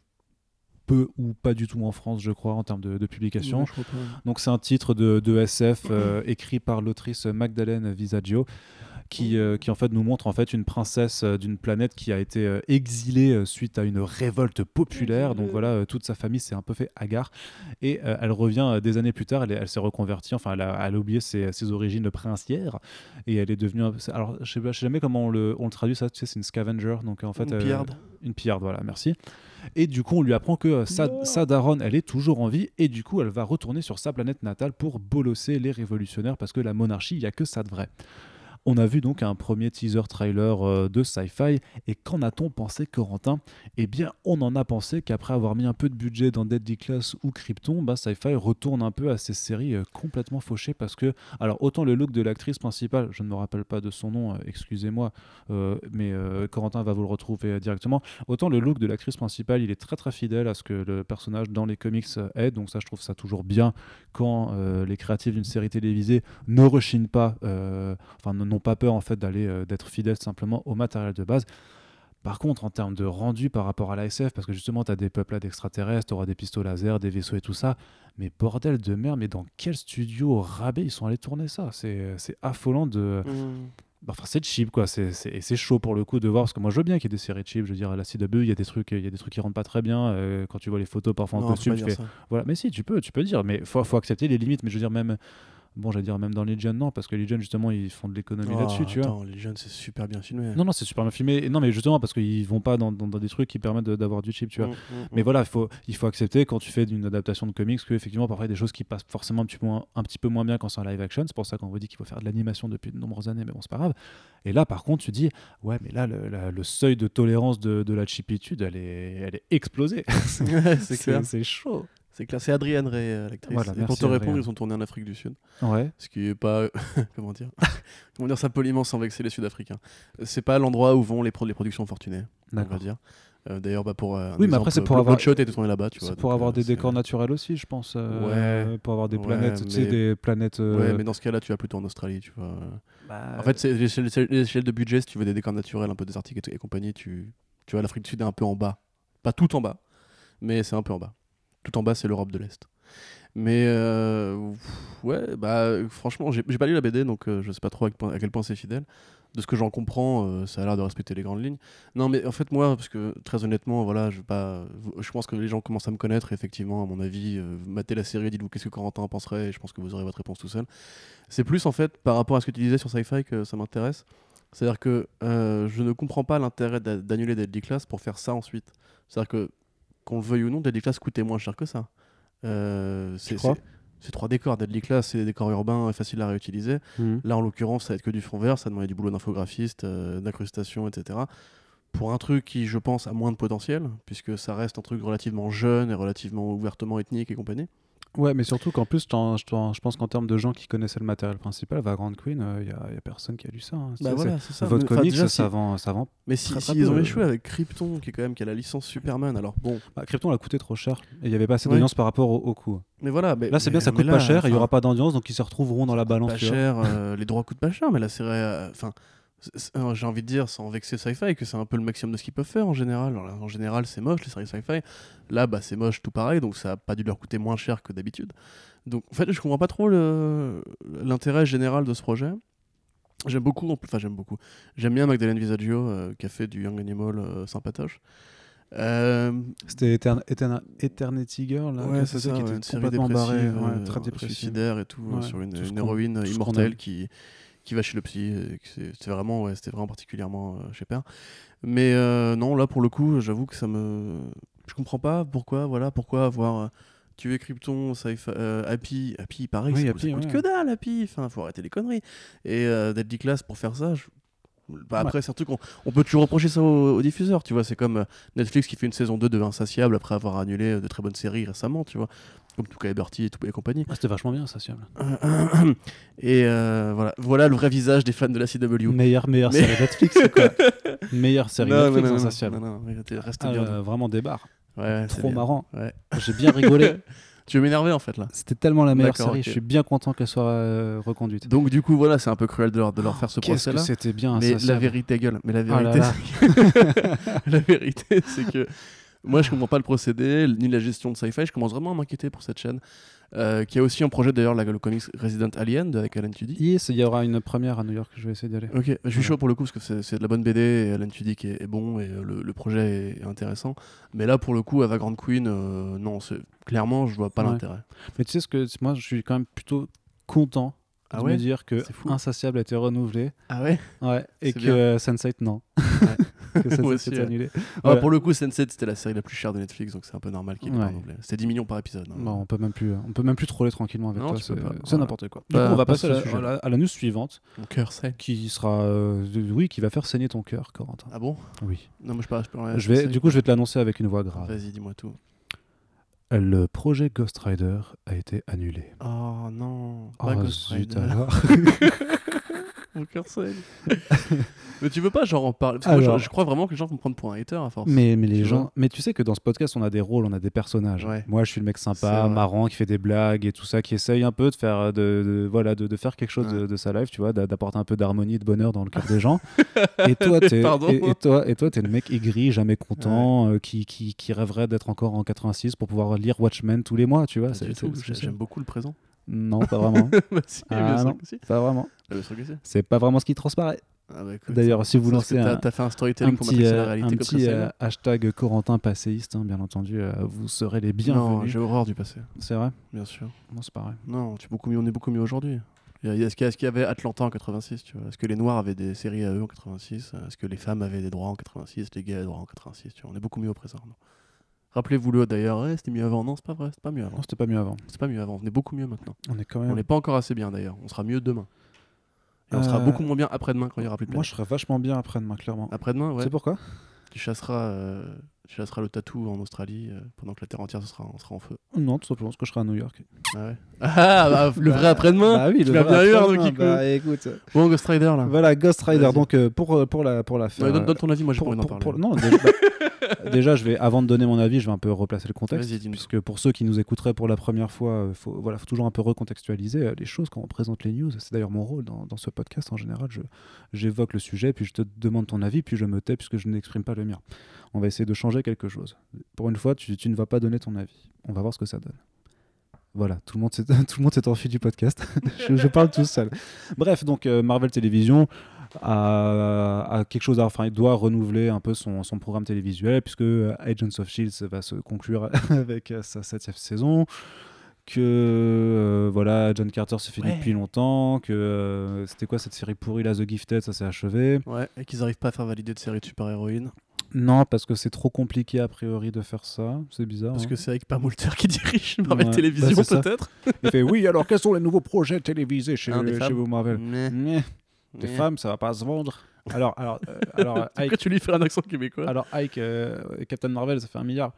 [SPEAKER 1] peu ou pas du tout en France, je crois, en termes de publication.
[SPEAKER 2] Ouais,
[SPEAKER 1] donc c'est un titre de SF écrit par l'autrice Magdalene Visaggio qui en fait nous montre en fait une princesse d'une planète qui a été exilée suite à une révolte populaire. Donc voilà, toute sa famille s'est un peu fait hagard et elle revient des années plus tard. Elle s'est reconvertie, enfin elle a oublié ses origines princières et elle est devenue alors je sais jamais comment on le traduit ça, tu sais, c'est une scavenger, donc en fait une pillarde, voilà, merci. Et du coup on lui apprend que sa daronne elle est toujours en vie et du coup elle va retourner sur sa planète natale pour bolosser les révolutionnaires parce que la monarchie il n'y a que ça de vrai. On a vu donc un premier teaser trailer de Sci-Fi, et qu'en a-t-on pensé, Corentin ? Eh bien, on en a pensé qu'après avoir mis un peu de budget dans Deadly Class ou Krypton, Sci-Fi retourne un peu à ces séries complètement fauchées parce que, alors autant le look de l'actrice principale, je ne me rappelle pas de son nom, excusez-moi, mais Corentin va vous le retrouver directement, autant le look de l'actrice principale, il est très très fidèle à ce que le personnage dans les comics est, donc ça je trouve ça toujours bien quand les créatifs d'une série télévisée ne rechignent pas, n'ont pas peur en fait d'être fidèles simplement au matériel de base. Par contre, en termes de rendu par rapport à la SF, parce que justement tu as des peuplades extraterrestres, tu auras des pistolets laser, des vaisseaux et tout ça, mais bordel de merde, mais dans quel studio au rabais ils sont allés tourner ça ? C'est affolant de... Enfin, c'est cheap, quoi. Et c'est chaud pour le coup de voir, parce que moi je veux bien qu'il y ait des séries cheap. Je veux dire, à la CW, il y a des trucs qui rentrent pas très bien. Quand tu vois les photos parfois en
[SPEAKER 2] Non, faut
[SPEAKER 1] costume,
[SPEAKER 2] pas
[SPEAKER 1] tu
[SPEAKER 2] dire
[SPEAKER 1] fais.
[SPEAKER 2] ça.
[SPEAKER 1] Voilà, mais si, tu peux dire, mais faut accepter les limites. Mais je veux dire, même. Bon, j'allais dire même dans Legion, non, parce que Legion, justement, ils font de l'économie là-dessus, tu vois.
[SPEAKER 2] Attends, les jeunes, c'est super bien filmé.
[SPEAKER 1] Non, c'est super bien filmé. Et non, mais justement, parce qu'ils vont pas dans des trucs qui permettent d'avoir du cheap, tu vois. Mais voilà, il faut accepter quand tu fais une adaptation de comics que effectivement parfois il y a des choses qui passent forcément un petit peu moins bien quand c'est en live action. C'est pour ça qu'on vous dit qu'il faut faire de l'animation depuis de nombreuses années, mais bon, c'est pas grave. Et là, par contre, tu dis, ouais, mais là, le seuil de tolérance de la cheapitude, elle est explosée.
[SPEAKER 2] Ouais, c'est clair.
[SPEAKER 1] C'est chaud.
[SPEAKER 2] C'est clair. C'est Adrienne Ray, l'actrice.
[SPEAKER 1] Voilà,
[SPEAKER 2] et
[SPEAKER 1] merci,
[SPEAKER 2] pour te répondre,
[SPEAKER 1] Adrienne.
[SPEAKER 2] ils sont tournés en Afrique du Sud.
[SPEAKER 1] Ouais.
[SPEAKER 2] Ce qui est pas. Comment dire Comment dire ça poliment sans vexer les Sud-Africains. C'est pas l'endroit où vont les productions fortunées, on va
[SPEAKER 1] D'accord.
[SPEAKER 2] dire. D'ailleurs, pour.
[SPEAKER 1] Oui, mais après, c'est pour avoir.
[SPEAKER 2] Bloodshot a été tourné là-bas, tu vois.
[SPEAKER 1] C'est pour
[SPEAKER 2] donc,
[SPEAKER 1] avoir des
[SPEAKER 2] c'est-
[SPEAKER 1] décors naturels aussi, je pense.
[SPEAKER 2] Ouais.
[SPEAKER 1] Pour avoir des
[SPEAKER 2] Ouais,
[SPEAKER 1] planètes, tu sais,
[SPEAKER 2] mais-
[SPEAKER 1] des planètes.
[SPEAKER 2] Ouais, mais dans ce cas-là, tu vas plutôt en Australie, tu vois.
[SPEAKER 1] Bah,
[SPEAKER 2] En fait, c'est l'échelle de budget. Si tu veux des décors naturels, un peu désertiques et compagnie, tu vois, l'Afrique du Sud est un peu en bas. Pas tout en bas, mais c'est un peu en bas. Tout en bas, c'est l'Europe de l'Est. Mais ouais, franchement, j'ai pas lu la BD, donc je sais pas trop à quel point c'est fidèle. De ce que j'en comprends, ça a l'air de respecter les grandes lignes. Non, mais en fait, moi, parce que très honnêtement, voilà, je pense que les gens commencent à me connaître, et effectivement, à mon avis, matez la série, dites-vous qu'est-ce que Corentin en penserait, et je pense que vous aurez votre réponse tout seul. C'est plus, en fait, par rapport à ce que tu disais sur Sci-Fi que ça m'intéresse. C'est-à-dire que je ne comprends pas l'intérêt d'annuler Deadly Class pour faire ça ensuite. C'est-à-dire que, qu'on le veuille ou non, Deadly Class coûtait moins cher que ça.
[SPEAKER 1] Tu crois
[SPEAKER 2] C'est 3 décors. Deadly Class, c'est des décors urbains et faciles à réutiliser. Là, en l'occurrence, ça va être que du fond vert, ça demandait du boulot d'infographiste, d'incrustation, etc. Pour un truc qui, je pense, a moins de potentiel, puisque ça reste un truc relativement jeune et relativement ouvertement ethnique et compagnie.
[SPEAKER 1] Ouais, mais surtout qu'en plus, je pense qu'en termes de gens qui connaissaient le matériel principal, Vagrant Queen, il y a personne qui a lu ça. Hein.
[SPEAKER 2] Bah voilà, c'est ça.
[SPEAKER 1] Votre
[SPEAKER 2] Mais, enfin,
[SPEAKER 1] comics,
[SPEAKER 2] déjà,
[SPEAKER 1] ça vend
[SPEAKER 2] Mais
[SPEAKER 1] très, très
[SPEAKER 2] s'ils
[SPEAKER 1] peu.
[SPEAKER 2] ont échoué avec Krypton, qui a la licence Superman, alors bon.
[SPEAKER 1] Bah, Krypton a coûté trop cher et il n'y avait pas assez
[SPEAKER 2] Ouais.
[SPEAKER 1] d'audience par rapport au coût.
[SPEAKER 2] Mais voilà.
[SPEAKER 1] Là, c'est bien, ça coûte pas cher et il n'y aura pas d'audience, donc ils se retrouveront dans la balance.
[SPEAKER 2] Pas
[SPEAKER 1] Tu vois.
[SPEAKER 2] cher, les droits coûtent pas cher, mais la série. Enfin, j'ai envie de dire, sans vexer Sci-Fi, que c'est un peu le maximum de ce qu'ils peuvent faire en général. Alors, là, en général, c'est moche, les séries Sci-Fi. Là, c'est moche, tout pareil, donc ça a pas dû leur coûter moins cher que d'habitude. Donc, en fait, je comprends pas trop l'intérêt général de ce projet. J'aime beaucoup. J'aime bien Magdalene Visaggio, qui a fait du Young Animal sympatoche.
[SPEAKER 1] C'était Eternity Girl, là,
[SPEAKER 2] Ouais,
[SPEAKER 1] que
[SPEAKER 2] c'est
[SPEAKER 1] ça,
[SPEAKER 2] ça,
[SPEAKER 1] qui était
[SPEAKER 2] une série
[SPEAKER 1] complètement barré,
[SPEAKER 2] dépressive,
[SPEAKER 1] très dépressive.
[SPEAKER 2] suicidaire et tout,
[SPEAKER 1] Ouais,
[SPEAKER 2] sur
[SPEAKER 1] tout
[SPEAKER 2] une
[SPEAKER 1] ce qu'on-
[SPEAKER 2] héroïne
[SPEAKER 1] tout ce qu'on
[SPEAKER 2] immortelle
[SPEAKER 1] aime.
[SPEAKER 2] qui va chez le psy. Et que c'était vraiment particulièrement chez Père. Mais non, là pour le coup, j'avoue que je comprends pas pourquoi avoir tué Krypton, Happy, pareil,
[SPEAKER 1] Oui,
[SPEAKER 2] ça
[SPEAKER 1] Happy,
[SPEAKER 2] coûte
[SPEAKER 1] ouais.
[SPEAKER 2] que dalle, Happy. Enfin, faut arrêter les conneries. Et Deadly Class pour faire ça. Après, c'est un truc, on peut toujours reprocher ça aux diffuseurs, tu vois. C'est comme Netflix qui fait une saison 2 de Insatiable après avoir annulé de très bonnes séries récemment, tu vois. Comme Tuca et Bertie et compagnie.
[SPEAKER 1] Ah, c'était vachement bien, ça, Siable.
[SPEAKER 2] Et voilà le vrai visage des fans de la CW.
[SPEAKER 1] Meilleure série Netflix, quoi. Meilleure série Netflix, Insatiable.
[SPEAKER 2] Non, reste
[SPEAKER 1] Ah,
[SPEAKER 2] bien.
[SPEAKER 1] vraiment des barres.
[SPEAKER 2] Ouais, c'est
[SPEAKER 1] Trop
[SPEAKER 2] bien.
[SPEAKER 1] marrant.
[SPEAKER 2] Ouais.
[SPEAKER 1] J'ai bien rigolé.
[SPEAKER 2] Tu veux m'énerver en fait là.
[SPEAKER 1] C'était tellement la meilleure
[SPEAKER 2] D'accord,
[SPEAKER 1] série.
[SPEAKER 2] ok.
[SPEAKER 1] Je suis bien content qu'elle soit reconduite.
[SPEAKER 2] Donc du coup voilà, c'est un peu cruel de leur faire ce
[SPEAKER 1] Qu'est-ce que
[SPEAKER 2] procès-là.
[SPEAKER 1] c'était bien,
[SPEAKER 2] Mais
[SPEAKER 1] Insatiable.
[SPEAKER 2] la vérité gueule. Mais la
[SPEAKER 1] Oh là
[SPEAKER 2] vérité,
[SPEAKER 1] là.
[SPEAKER 2] la vérité, c'est que moi je comprends pas le procédé ni la gestion de Sci-Fi. Je commence vraiment à m'inquiéter pour cette chaîne. Qui a aussi en projet d'ailleurs le comics Resident Alien avec Alan Tudyk.
[SPEAKER 1] Yes, il y aura une première à New York. Je vais essayer d'y aller.
[SPEAKER 2] Ok, je suis
[SPEAKER 1] Voilà.
[SPEAKER 2] chaud pour le coup parce que c'est de la bonne BD et Alan Tudyk est bon et le projet est intéressant. Mais là pour le coup, avec Grand Queen, non, clairement je vois pas
[SPEAKER 1] Ouais.
[SPEAKER 2] l'intérêt.
[SPEAKER 1] Mais tu sais ce que moi, je suis quand même plutôt content
[SPEAKER 2] Ah
[SPEAKER 1] de
[SPEAKER 2] ouais
[SPEAKER 1] me dire que
[SPEAKER 2] C'est fou.
[SPEAKER 1] Insatiable a été renouvelé.
[SPEAKER 2] Ah ouais.
[SPEAKER 1] Ouais, et
[SPEAKER 2] C'est
[SPEAKER 1] que Sense8 non. Que Sense8
[SPEAKER 2] Moi aussi,
[SPEAKER 1] s'est
[SPEAKER 2] ouais.
[SPEAKER 1] annulé.
[SPEAKER 2] Ah,
[SPEAKER 1] Voilà.
[SPEAKER 2] pour le coup, Sense8 c'était la série la plus chère de Netflix, donc c'est un peu normal qu'il ait pas
[SPEAKER 1] Ouais.
[SPEAKER 2] renouvelé. C'était 10 millions par épisode. hein.
[SPEAKER 1] Bon, on peut même plus troller tranquillement avec
[SPEAKER 2] Non,
[SPEAKER 1] toi.
[SPEAKER 2] tu peux
[SPEAKER 1] C'est
[SPEAKER 2] pas.
[SPEAKER 1] c'est
[SPEAKER 2] Voilà.
[SPEAKER 1] n'importe quoi. Du
[SPEAKER 2] Bah,
[SPEAKER 1] coup, on va
[SPEAKER 2] pas
[SPEAKER 1] passer
[SPEAKER 2] ce
[SPEAKER 1] à
[SPEAKER 2] sujet-là.
[SPEAKER 1] à la news suivante,
[SPEAKER 2] Mon cœur sait.
[SPEAKER 1] qui sera, oui, qui va faire saigner ton cœur, Corentin.
[SPEAKER 2] Ah bon?
[SPEAKER 1] Oui.
[SPEAKER 2] Non, mais je peux rien.
[SPEAKER 1] Du coup, je vais te l'annoncer avec une voix grave.
[SPEAKER 2] Vas-y, dis-moi tout.
[SPEAKER 1] Le projet Ghost Rider a été annulé.
[SPEAKER 2] Oh non.
[SPEAKER 1] Oh
[SPEAKER 2] Pas Ghost
[SPEAKER 1] zut
[SPEAKER 2] Rider.
[SPEAKER 1] alors.
[SPEAKER 2] Mon cœur saigne. Mais tu veux pas genre en parler? Parce que moi,
[SPEAKER 1] Alors.
[SPEAKER 2] je crois vraiment que les gens vont me prendre pour un hater à force.
[SPEAKER 1] Mais les
[SPEAKER 2] Tu
[SPEAKER 1] gens,
[SPEAKER 2] vois.
[SPEAKER 1] mais tu sais que dans ce podcast on a des rôles, on a des personnages.
[SPEAKER 2] Ouais.
[SPEAKER 1] Moi je suis le mec
[SPEAKER 2] C'est
[SPEAKER 1] sympa,
[SPEAKER 2] vrai.
[SPEAKER 1] marrant, qui fait des blagues et tout ça, qui essaye un peu de faire de faire quelque chose
[SPEAKER 2] Ouais.
[SPEAKER 1] de sa life, tu vois, d'apporter un peu d'harmonie, de bonheur dans le cœur des gens. Et toi t'es
[SPEAKER 2] Pardon.
[SPEAKER 1] et toi t'es le mec aigri, jamais content, qui rêverait d'être encore en 86 pour pouvoir lire Watchmen tous les mois, tu vois.
[SPEAKER 2] Pas du tout. J'aime beaucoup le présent.
[SPEAKER 1] Non, pas vraiment.
[SPEAKER 2] Bah si,
[SPEAKER 1] Ah,
[SPEAKER 2] bien sûr
[SPEAKER 1] non.
[SPEAKER 2] que si.
[SPEAKER 1] Pas vraiment.
[SPEAKER 2] Ah, bien sûr que si.
[SPEAKER 1] C'est pas vraiment ce qui transparaît.
[SPEAKER 2] Ah bah écoute,
[SPEAKER 1] D'ailleurs, si vous
[SPEAKER 2] c'est parce que
[SPEAKER 1] lancez
[SPEAKER 2] t'as fait un
[SPEAKER 1] un
[SPEAKER 2] storytelling pour
[SPEAKER 1] petit,
[SPEAKER 2] matricer la réalité
[SPEAKER 1] un
[SPEAKER 2] comme
[SPEAKER 1] petit
[SPEAKER 2] ça.
[SPEAKER 1] hashtag Corentin passéiste, bien entendu, vous serez les
[SPEAKER 2] Non,
[SPEAKER 1] bienvenus.
[SPEAKER 2] j'ai horreur du passé,
[SPEAKER 1] C'est vrai?
[SPEAKER 2] bien sûr.
[SPEAKER 1] Non, c'est pareil.
[SPEAKER 2] Non, on est beaucoup mieux aujourd'hui. Est-ce qu'il y avait Atlanta en 86, tu vois? Est-ce que les Noirs avaient des séries à eux en 86? Est-ce que les femmes avaient des droits en 86? Les gays avaient des droits en 86, tu vois? On est beaucoup mieux au présent. Non. Rappelez-vous-le d'ailleurs, c'était mieux avant. Non, c'est pas vrai, c'est pas mieux avant.
[SPEAKER 1] Non, c'était pas mieux avant.
[SPEAKER 2] C'est pas mieux avant, on est beaucoup mieux maintenant.
[SPEAKER 1] On est quand
[SPEAKER 2] On
[SPEAKER 1] même.
[SPEAKER 2] n'est pas encore assez bien d'ailleurs, on sera mieux demain. Et on sera beaucoup moins bien après-demain quand il n'y aura plus de
[SPEAKER 1] Moi,
[SPEAKER 2] planète.
[SPEAKER 1] je serais vachement bien après-demain, clairement.
[SPEAKER 2] Après-demain,
[SPEAKER 1] Tu
[SPEAKER 2] ouais.
[SPEAKER 1] sais pourquoi?
[SPEAKER 2] Tu chasseras le tatou en Australie pendant que la Terre entière sera en feu.
[SPEAKER 1] Non, tout simplement parce que je serai à New York.
[SPEAKER 2] Ah ouais. Le vrai après-demain.
[SPEAKER 1] Bah oui,
[SPEAKER 2] Tu
[SPEAKER 1] le
[SPEAKER 2] l'as
[SPEAKER 1] vrai
[SPEAKER 2] bien eu,
[SPEAKER 1] après-demain.
[SPEAKER 2] Arnaud Kikou.
[SPEAKER 1] Bah écoute.
[SPEAKER 2] Bon, Ghost Rider là.
[SPEAKER 1] Voilà, Ghost Rider.
[SPEAKER 2] Vas-y.
[SPEAKER 1] Donc, pour la faire.
[SPEAKER 2] Ouais, donne ton avis, moi j'ai pas envie d'en parler.
[SPEAKER 1] Non, déjà, avant de donner mon avis, je vais un peu replacer le contexte.
[SPEAKER 2] Vas-y, dis-nous.
[SPEAKER 1] Puisque pour ceux qui nous écouteraient pour la première fois, faut toujours un peu recontextualiser les choses quand on présente les news. C'est d'ailleurs mon rôle dans ce podcast en général. J'évoque le sujet, puis je te demande ton avis, puis je me tais puisque je n'exprime pas le mien. On va essayer de changer quelque chose. Pour une fois, tu ne vas pas donner ton avis. On va voir ce que ça donne. Voilà, tout le monde s'est enfui du podcast. je parle tout seul. Bref, donc Marvel Television a quelque chose il doit renouveler un peu son programme télévisuel puisque Agents of S.H.I.E.L.D. va se conclure avec sa 7e saison. Que voilà, John Carter se finit depuis longtemps, que c'était quoi cette série pourrie là, The Gifted, ça s'est achevé.
[SPEAKER 2] Ouais, et qu'ils arrivent pas à faire valider de série de super-héroïnes.
[SPEAKER 1] Non, parce que c'est trop compliqué a priori de faire ça, c'est bizarre.
[SPEAKER 2] Parce
[SPEAKER 1] hein.
[SPEAKER 2] que c'est avec Pam Moulter qui dirige Marvel
[SPEAKER 1] Ouais,
[SPEAKER 2] Télévision
[SPEAKER 1] bah, c'est ça.
[SPEAKER 2] peut-être.
[SPEAKER 1] Il fait oui, alors quels sont les nouveaux projets télévisés chez
[SPEAKER 2] Des femmes.
[SPEAKER 1] vous Marvel?
[SPEAKER 2] Meh.
[SPEAKER 1] Des femmes, ça va pas se vendre. Alors
[SPEAKER 2] Pourquoi
[SPEAKER 1] Ike,
[SPEAKER 2] tu lui fais un accent québécois?
[SPEAKER 1] alors Ike Captain Marvel, ça fait 1 milliard.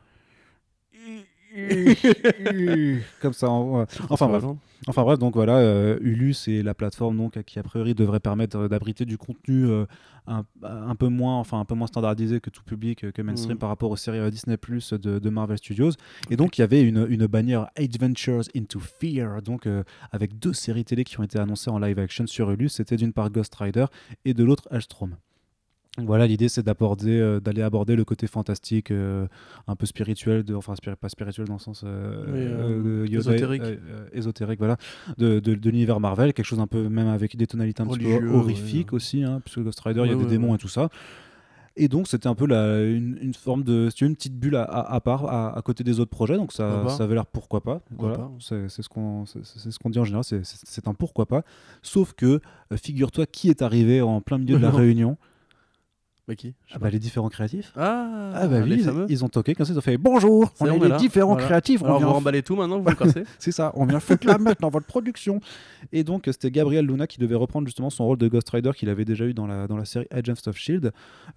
[SPEAKER 1] Comme ça. Enfin bref, donc voilà, Hulu c'est la plateforme donc qui a priori devrait permettre d'abriter du contenu un peu moins standardisé que tout public, que mainstream par rapport aux séries Disney+ de Marvel Studios. Et donc il y avait une bannière Adventures into Fear, donc avec 2 séries télé qui ont été annoncées en live action sur Hulu. C'était d'une part Ghost Rider et de l'autre Helstrom. Voilà, l'idée c'est d'aller aborder le côté fantastique, un peu spirituel, pas spirituel dans le sens de Yoda, ésotérique, voilà, de l'univers Marvel, quelque chose un peu même avec des tonalités un petit peu horrifiques aussi, hein, puisque Ghost Rider, il y a des démons et tout ça. Et donc c'était un peu une forme de, si tu veux, une petite bulle à part, à côté des autres projets, donc ça avait l'air pourquoi pas. Voilà, c'est ce qu'on dit en général, c'est un pourquoi pas. Sauf que figure-toi qui est arrivé en plein milieu de la réunion.
[SPEAKER 2] Bah qui?
[SPEAKER 1] Les différents créatifs.
[SPEAKER 2] Ah
[SPEAKER 1] bah oui, ils ont toqué comme ça, ils ont fait bonjour, on est les différents créatifs.
[SPEAKER 2] Alors vous remballez tout maintenant, vous le cassez.
[SPEAKER 1] C'est ça, on vient foutre la meute dans votre production. Et donc c'était Gabriel Luna qui devait reprendre justement son rôle de Ghost Rider qu'il avait déjà eu dans la série Agents of S.H.I.E.L.D.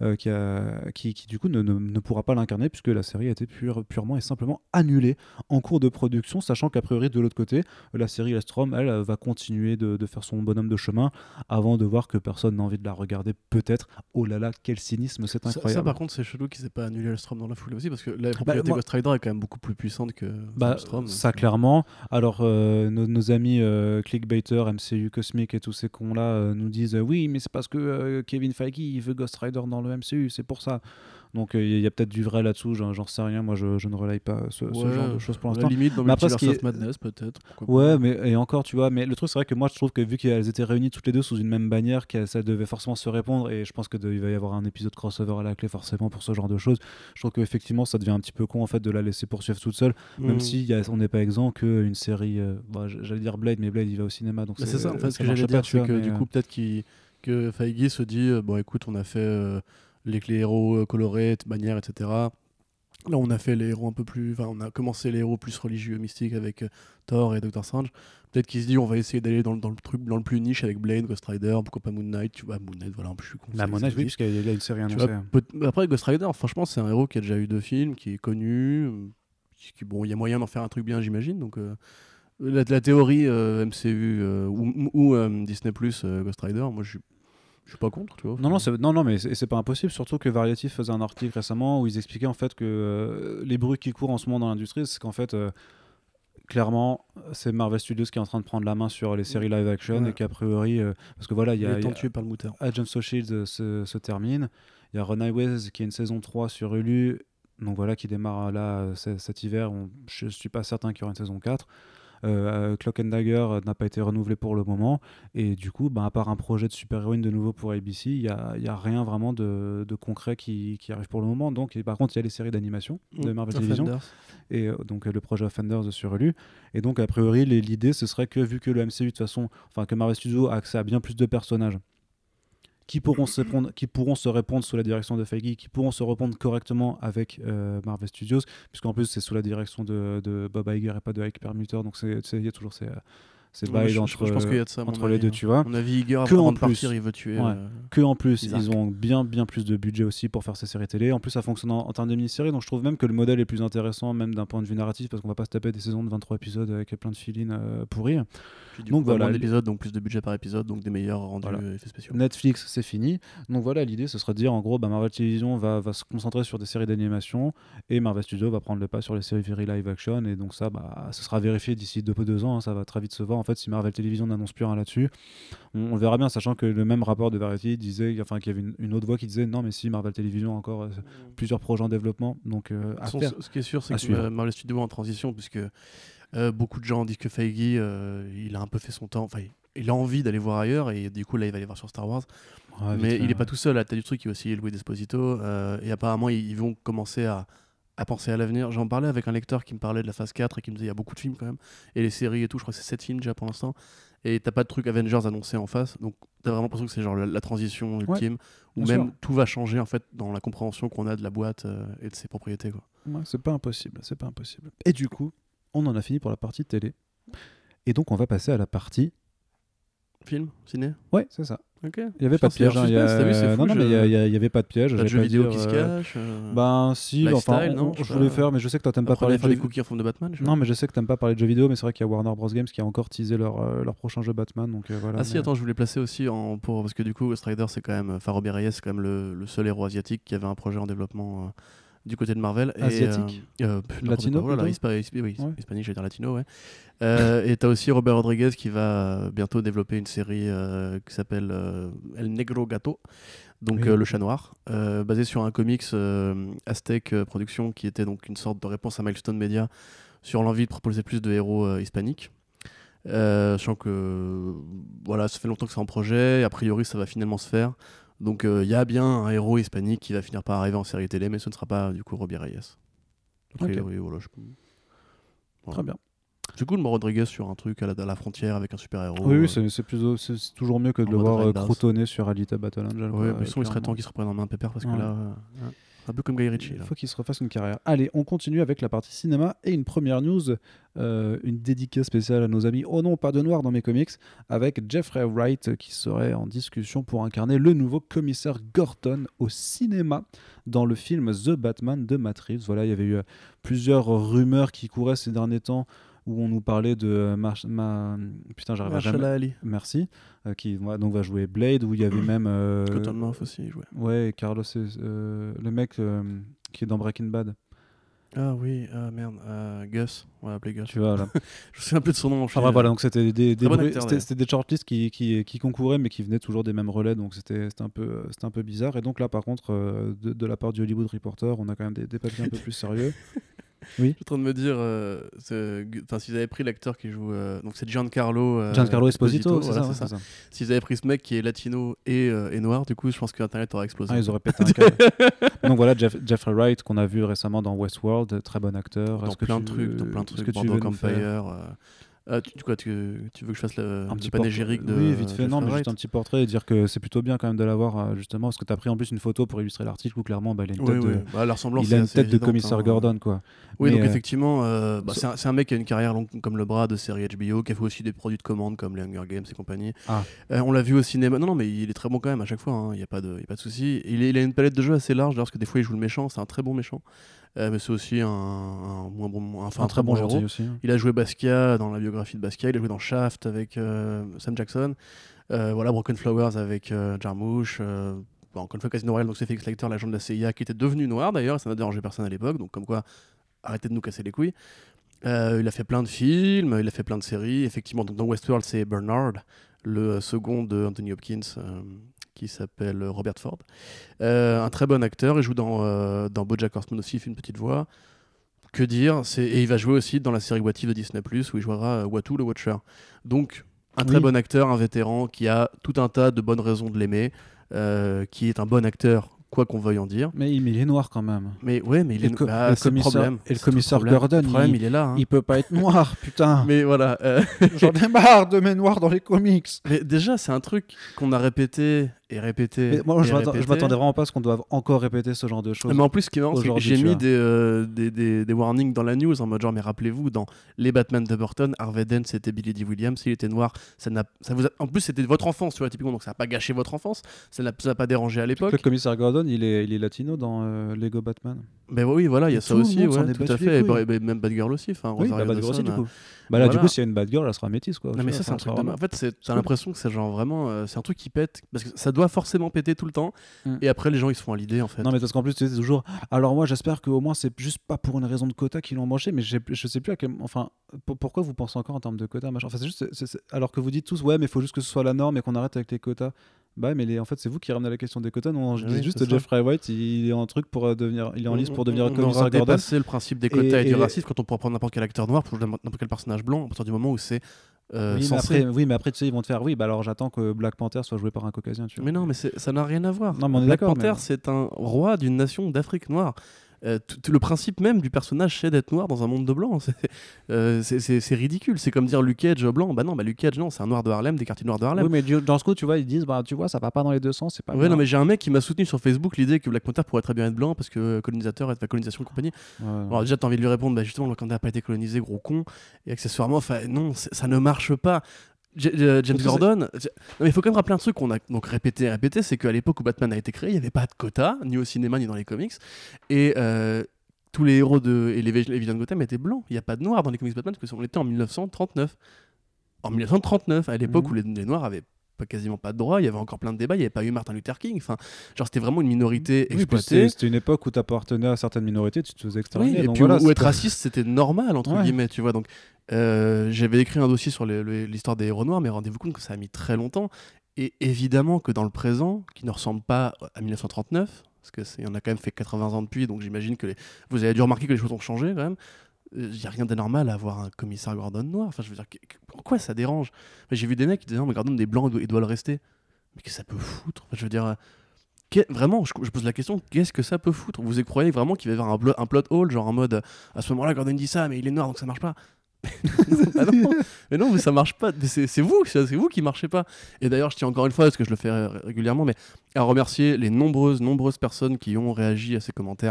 [SPEAKER 1] Qui du coup ne pourra pas l'incarner puisque la série a été purement et simplement annulée en cours de production, sachant qu'a priori de l'autre côté, la série Helstrom, elle va continuer de faire son bonhomme de chemin avant de voir que personne n'a envie de la regarder peut-être. Oh là là, quel cynisme, c'est incroyable.
[SPEAKER 2] Ça par contre c'est chelou qu'ils aient pas annulé Helstrom dans la foulée aussi parce que la propriété Ghost Rider est quand même beaucoup plus puissante que Helstrom.
[SPEAKER 1] Ça clairement. Alors nos amis clickbaiters, MCU Cosmic et tous ces cons là nous disent oui mais c'est parce que Kevin Feige il veut Ghost Rider dans le MCU, c'est pour ça. Donc il y a peut-être du vrai là-dessous, j'en sais rien, moi je ne relaye pas ce genre de choses pour l'instant.
[SPEAKER 2] La limite dans Multiverse of Madness peut-être.
[SPEAKER 1] Ouais, mais et encore tu vois, mais le truc c'est vrai que moi je trouve que vu qu'elles étaient réunies toutes les deux sous une même bannière, ça devait forcément se répondre et je pense qu'il va y avoir un épisode crossover à la clé forcément pour ce genre de choses. Je trouve qu'effectivement ça devient un petit peu con en fait de la laisser poursuivre toute seule, même si on n'est pas exempt qu'une série, j'allais dire Blade, mais Blade il va au cinéma donc
[SPEAKER 2] c'est ça en fait ce que j'allais dire, c'est que du coup peut-être que Feige se dit bon écoute on a fait les héros colorés, bannières, etc. Là, on a fait les héros un peu plus. Enfin, on a commencé les héros plus religieux, mystiques avec Thor et Doctor Strange. Peut-être qu'il se dit, on va essayer d'aller dans le truc, dans le plus niche avec Blade, Ghost Rider, pourquoi pas Moon Knight. Tu vois, Moon Knight, voilà, je suis con.
[SPEAKER 1] Moon Knight, oui, parce qu'il y a une série annoncée.
[SPEAKER 2] Après, Ghost Rider, franchement, c'est un héros qui a déjà eu 2 films, qui est connu. Bon, il y a moyen d'en faire un truc bien, j'imagine. Donc, la théorie MCU ou Disney Ghost Rider, moi, je suis pas contre, tu vois.
[SPEAKER 1] Non, mais c'est pas impossible, surtout que Variety faisait un article récemment où ils expliquaient en fait que les bruits qui courent en ce moment dans l'industrie, c'est qu'en fait, clairement, c'est Marvel Studios qui est en train de prendre la main sur les séries live action et qu'a priori, parce que voilà, il y a
[SPEAKER 2] tué par le mouton.
[SPEAKER 1] Agents of S.H.I.E.L.D. se termine, il y a Runaways qui a une saison 3 sur Hulu, donc voilà, qui démarre là cet hiver. Je suis pas certain qu'il y aura une saison 4. Cloak and Dagger n'a pas été renouvelé pour le moment. Et du coup, à part un projet de super-héroïne de nouveau pour ABC, il y a rien vraiment de concret qui arrive pour le moment. Donc, et par contre, il y a les séries d'animation de Marvel Television. Et donc le projet Offenders sur Hulu. Et donc, a priori, l'idée, ce serait que vu que le MCU, de toute façon, enfin que Marvel Studios a accès à bien plus de personnages qui pourront se répondre sous la direction de Feige, qui pourront se répondre correctement avec Marvel Studios, puisqu'en plus c'est sous la direction de Bob Iger et pas de Ike Perlmutter, donc il y a toujours ces bails
[SPEAKER 2] je pense qu'il y a de ça,
[SPEAKER 1] entre les deux, tu vois.
[SPEAKER 2] On a vu Iger avant de partir, il veut tuer.
[SPEAKER 1] Que en plus, ils ont bien plus de budget aussi pour faire ces séries télé. En plus, ça fonctionne en termes de mini-séries, donc je trouve même que le modèle est plus intéressant, même d'un point de vue narratif, parce qu'on va pas se taper des saisons de 23 épisodes avec plein de fill-in pourris.
[SPEAKER 2] Donc voilà, moins d'épisodes, donc plus de budget par épisode, donc des meilleurs rendus effets spéciaux.
[SPEAKER 1] Netflix, c'est fini. Donc voilà, l'idée, ce serait de dire en gros, Marvel Television va se concentrer sur des séries d'animation et Marvel Studios va prendre le pas sur les séries very live action. Et donc ça, ce sera vérifié d'ici 2 ans. Ça va très vite se voir. En fait, si Marvel Television n'annonce plus rien là-dessus, on verra bien, sachant que le même rapport de Variety disait, qu'il y avait une autre voix qui disait non, mais si Marvel Television a encore plusieurs projets en développement. Donc
[SPEAKER 2] ce qui est sûr, c'est que Marvel Studios est en transition, puisque beaucoup de gens disent que Feige il a un peu fait son temps, enfin il a envie d'aller voir ailleurs, et du coup là il va aller voir sur Star Wars, mais il est pas tout seul à la tête du truc. Il y a aussi Louis Desposito, et apparemment ils vont commencer à penser à l'avenir. J'en parlais avec un lecteur qui me parlait de la phase 4 et qui me disait il y a beaucoup de films quand même, et les séries et tout, je crois que c'est 7 films déjà pour l'instant, et t'as pas de truc Avengers annoncé en face, donc t'as vraiment l'impression que c'est genre la transition ultime, où même sûr, tout va changer en fait dans la compréhension qu'on a de la boîte et de ses propriétés, quoi.
[SPEAKER 1] Ouais, c'est pas impossible. Et du coup, on en a fini pour la partie télé. Et donc, on va passer à la partie...
[SPEAKER 2] Film, ciné.
[SPEAKER 1] Ouais, c'est ça.
[SPEAKER 2] Okay.
[SPEAKER 1] Il n'y avait pas de piège. Il y avait pas de piège.
[SPEAKER 2] Pas de jeux vidéo qui se cachent.
[SPEAKER 1] Si, enfin, je voulais faire, mais je sais que toi t'aimes pas parler de
[SPEAKER 2] faire des cookies en forme de Batman.
[SPEAKER 1] Non, mais je sais que t'aimes pas parler de jeux vidéo, mais c'est vrai qu'il y a Warner Bros Games qui a encore teasé leur prochain jeu Batman. Donc voilà.
[SPEAKER 2] Si, attends, je voulais placer aussi parce que du coup, Ghost Rider, c'est quand même Robbie Reyes, c'est quand même le seul héros asiatique qui avait un projet en développement. Du côté de Marvel.
[SPEAKER 1] Asiatique
[SPEAKER 2] Latino, hispanique, j'allais dire latino, ouais. Et t'as aussi Robert Rodriguez qui va bientôt développer une série qui s'appelle El Negro Gato, donc le chat noir, basé sur un comics Aztec Productions, qui était donc une sorte de réponse à Milestone Media sur l'envie de proposer plus de héros hispaniques. Sachant que voilà, ça fait longtemps que c'est en projet, et a priori ça va finalement se faire. Donc il y a bien un héros hispanique qui va finir par arriver en série télé, mais ce ne sera pas du coup Robbie Reyes.
[SPEAKER 1] Okay.
[SPEAKER 2] Voilà.
[SPEAKER 1] Très bien.
[SPEAKER 2] C'est cool, Rodriguez sur un truc à la frontière avec un super héros.
[SPEAKER 1] Oui, c'est toujours mieux que de le voir croutonner sur Alita Battle Angel.
[SPEAKER 2] Oui, mais il serait temps qu'il se reprenne en main pépère, parce que là, un peu comme Guy Ritchie.
[SPEAKER 1] Il faut qu'il se refasse une carrière. Allez, on continue avec la partie cinéma et une première news, une dédicace spéciale à nos amis Oh non, pas de noir dans mes comics, avec Jeffrey Wright qui serait en discussion pour incarner le nouveau commissaire Gordon au cinéma dans le film The Batman de Matt Reeves. Voilà, il y avait eu plusieurs rumeurs qui couraient ces derniers temps, où on nous parlait de putain, j'arrive jamais.
[SPEAKER 2] Ali.
[SPEAKER 1] Merci. Qui donc va jouer Blade, où il y avait même
[SPEAKER 2] Cottonmouth aussi jouait.
[SPEAKER 1] Ouais, Carlos, le mec qui est dans Breaking Bad.
[SPEAKER 2] Ah oui, merde, Gus, on va l'appeler Gus.
[SPEAKER 1] Tu vois là.
[SPEAKER 2] Je me souviens plus de son nom.
[SPEAKER 1] Voilà, donc c'était des shortlists qui concouraient, mais qui venaient toujours des mêmes relais, donc c'était un peu bizarre. Et donc là, par contre, de la part du Hollywood Reporter, on a quand même des papiers un peu plus sérieux. Oui.
[SPEAKER 2] Je suis en train de me dire, s'ils avaient pris l'acteur qui joue, donc c'est Giancarlo
[SPEAKER 1] Esposito, c'est
[SPEAKER 2] ça. S'ils avaient pris ce mec qui est latino et noir, du coup, je pense que Internet aurait explosé.
[SPEAKER 1] Ils auraient pété un câble. Donc voilà, Jeffrey Wright qu'on a vu récemment dans Westworld, très bon acteur.
[SPEAKER 2] Dans plein de trucs, Boardwalk Empire. Tu veux que je fasse un petit panégyrique de...
[SPEAKER 1] Oui, vite fait,
[SPEAKER 2] non,
[SPEAKER 1] mais juste un petit portrait et dire que c'est plutôt bien quand même de l'avoir, justement, parce que tu as pris en plus une photo pour illustrer l'article où clairement il a une tête de commissaire Gordon, quoi.
[SPEAKER 2] Oui, donc effectivement, c'est un mec qui a une carrière longue comme le bras de série HBO, qui a fait aussi des produits de commande comme les Hunger Games et compagnie. On l'a vu au cinéma. Non, mais il est très bon quand même à chaque fois, il n'y a pas de souci. Il a une palette de jeux assez large, parce que des fois il joue le méchant, c'est un très bon méchant. Mais c'est aussi un très bon héros
[SPEAKER 1] aussi, hein.
[SPEAKER 2] Il a joué Basquiat dans la biographie de Basquiat, il a joué dans Shaft avec Sam Jackson, Broken Flowers avec Jarmusch, encore une fois Casino Royale, donc c'est Felix Leiter, l'agent de la CIA, qui était devenu noir d'ailleurs, et ça n'a dérangé personne à l'époque, donc comme quoi arrêtez de nous casser les couilles. Il a fait plein de films, il a fait plein de séries, effectivement. Donc dans Westworld, c'est Bernard, le second de Anthony Hopkins, qui s'appelle Robert Ford. Un très bon acteur, il joue dans BoJack Horseman aussi, il fait une petite voix. Que dire, et il va jouer aussi dans la série What If de Disney+, où il jouera Watu le Watcher. Donc, un très bon acteur, un vétéran, qui a tout un tas de bonnes raisons de l'aimer, qui est un bon acteur, quoi qu'on veuille en dire.
[SPEAKER 1] Mais il est noir quand même.
[SPEAKER 2] Mais ouais, mais il est
[SPEAKER 1] le
[SPEAKER 2] c'est le problème.
[SPEAKER 1] Et le commissaire Gordon,
[SPEAKER 2] le problème, il est là. Hein.
[SPEAKER 1] Il peut pas être noir, putain.
[SPEAKER 2] Mais voilà.
[SPEAKER 1] J'en ai marre de mes noirs dans les comics.
[SPEAKER 2] Mais déjà, c'est un truc qu'on a répété et répété.
[SPEAKER 1] Mais moi, je m'attendais vraiment pas à ce qu'on doive encore répéter ce genre de choses.
[SPEAKER 2] Mais en plus, ce qui est marrant, c'est que j'ai mis des warnings dans la news en mode genre, mais rappelez-vous, dans les Batman de Burton, Harvey Dent c'était Billy D. Williams, il était noir. En plus, c'était votre enfance, tu vois, typiquement, donc ça n'a pas gâché votre enfance, ça n'a pas dérangé à l'époque.
[SPEAKER 1] Le commissaire Gordon, il est latino dans Lego Batman.
[SPEAKER 2] Ben oui, voilà, il y a ça aussi, ouais, tout à fait. Et même Batgirl aussi.
[SPEAKER 1] Oui, Batgirl aussi, du coup. Bah là, du coup, s'il y a une Batgirl, elle sera métisse, quoi.
[SPEAKER 2] Non, mais ça, c'est un truc de. En fait, t'as l'impression que c'est genre vraiment. C'est un truc qui pète. Parce que ça doit forcément péter tout le temps. Et après, les gens, ils se font à l'idée, en fait.
[SPEAKER 1] Non, mais parce qu'en plus, tu sais, c'est toujours. Alors, moi, j'espère qu'au moins, c'est juste pas pour une raison de quota qu'ils l'ont mangé, mais je sais plus à quel. Enfin, pourquoi vous pensez encore en termes de quota, machin. Enfin, c'est juste. Alors que vous dites tous, ouais, mais il faut juste que ce soit la norme et qu'on arrête avec les quotas. Bah, mais en fait, c'est vous qui ramenez la question des quotas. Non, je dis juste Jeffrey White, il est en truc pour devenir. Il est en lice pour devenir commissaire Gordon.
[SPEAKER 2] On aura dépassé le principe des quotas et du racisme quand on pourra prendre n'importe quel acteur noir pour jouer n'importe quel personnage blanc à partir du moment où c'est.
[SPEAKER 1] Mais après, tu sais, ils vont te faire. Oui, bah alors j'attends que Black Panther soit joué par un caucasien. Tu vois.
[SPEAKER 2] Mais non, mais ça n'a rien à voir.
[SPEAKER 1] Non, mais
[SPEAKER 2] Black Panther, c'est un roi d'une nation d'Afrique noire. Le principe même du personnage, c'est d'être noir dans un monde de blanc. C'est ridicule. C'est comme dire Luke Cage blanc. Bah non, Luke Cage, non, c'est un noir de Harlem, des quartiers noirs de Harlem.
[SPEAKER 1] Oui, mais dans ce coup, tu vois, ils disent, bah tu vois, ça va pas dans les deux sens. C'est pas.
[SPEAKER 2] Ouais, non, mais j'ai un mec qui m'a soutenu sur Facebook l'idée que Black Panther pourrait très bien être blanc parce que colonisateur, être la colonisation et compagnie. Ouais. Alors déjà, t'as envie de lui répondre, bah justement, le Wakanda n'a pas été colonisé, gros con. Et accessoirement, non, ça ne marche pas. James Gordon, non, mais il faut quand même rappeler un truc qu'on a donc répété, c'est qu'à l'époque où Batman a été créé, il n'y avait pas de quota, ni au cinéma, ni dans les comics. Et tous les héros et les vilains de Gotham étaient blancs. Il n'y a pas de noirs dans les comics Batman parce qu'on était en 1939. En 1939, à l'époque où les noirs avaient quasiment pas de droit, il y avait encore plein de débats, il n'y avait pas eu Martin Luther King, enfin, genre c'était vraiment une minorité exploitée.
[SPEAKER 1] C'était une époque où tu appartenais à certaines minorités, tu te faisais exterminer.
[SPEAKER 2] Oui, et puis où être raciste c'était normal, entre guillemets, tu vois. Donc j'avais écrit un dossier sur l'histoire des héros noirs, mais rendez-vous compte que ça a mis très longtemps. Et évidemment que dans le présent, qui ne ressemble pas à 1939, parce qu'il y en a quand même fait 80 ans depuis, donc j'imagine que vous avez dû remarquer que les choses ont changé quand même. Il n'y a rien d'anormal à avoir un commissaire Gordon noir. Enfin, je veux dire, pourquoi ça dérange? J'ai vu des mecs qui disaient non, mais Gordon est blanc, il doit le rester. Mais qu'est-ce que ça peut foutre? Enfin, je veux dire, vraiment, je pose la question, qu'est-ce que ça peut foutre? Vous croyez vraiment qu'il va y avoir un plot hole, genre en mode à ce moment-là, Gordon dit ça, mais il est noir donc ça marche pas? Mais non, mais ça marche pas. C'est vous qui marchez pas. Et d'ailleurs, je tiens encore une fois, parce que je le fais régulièrement, mais à remercier les nombreuses personnes qui ont réagi à ces commentaires.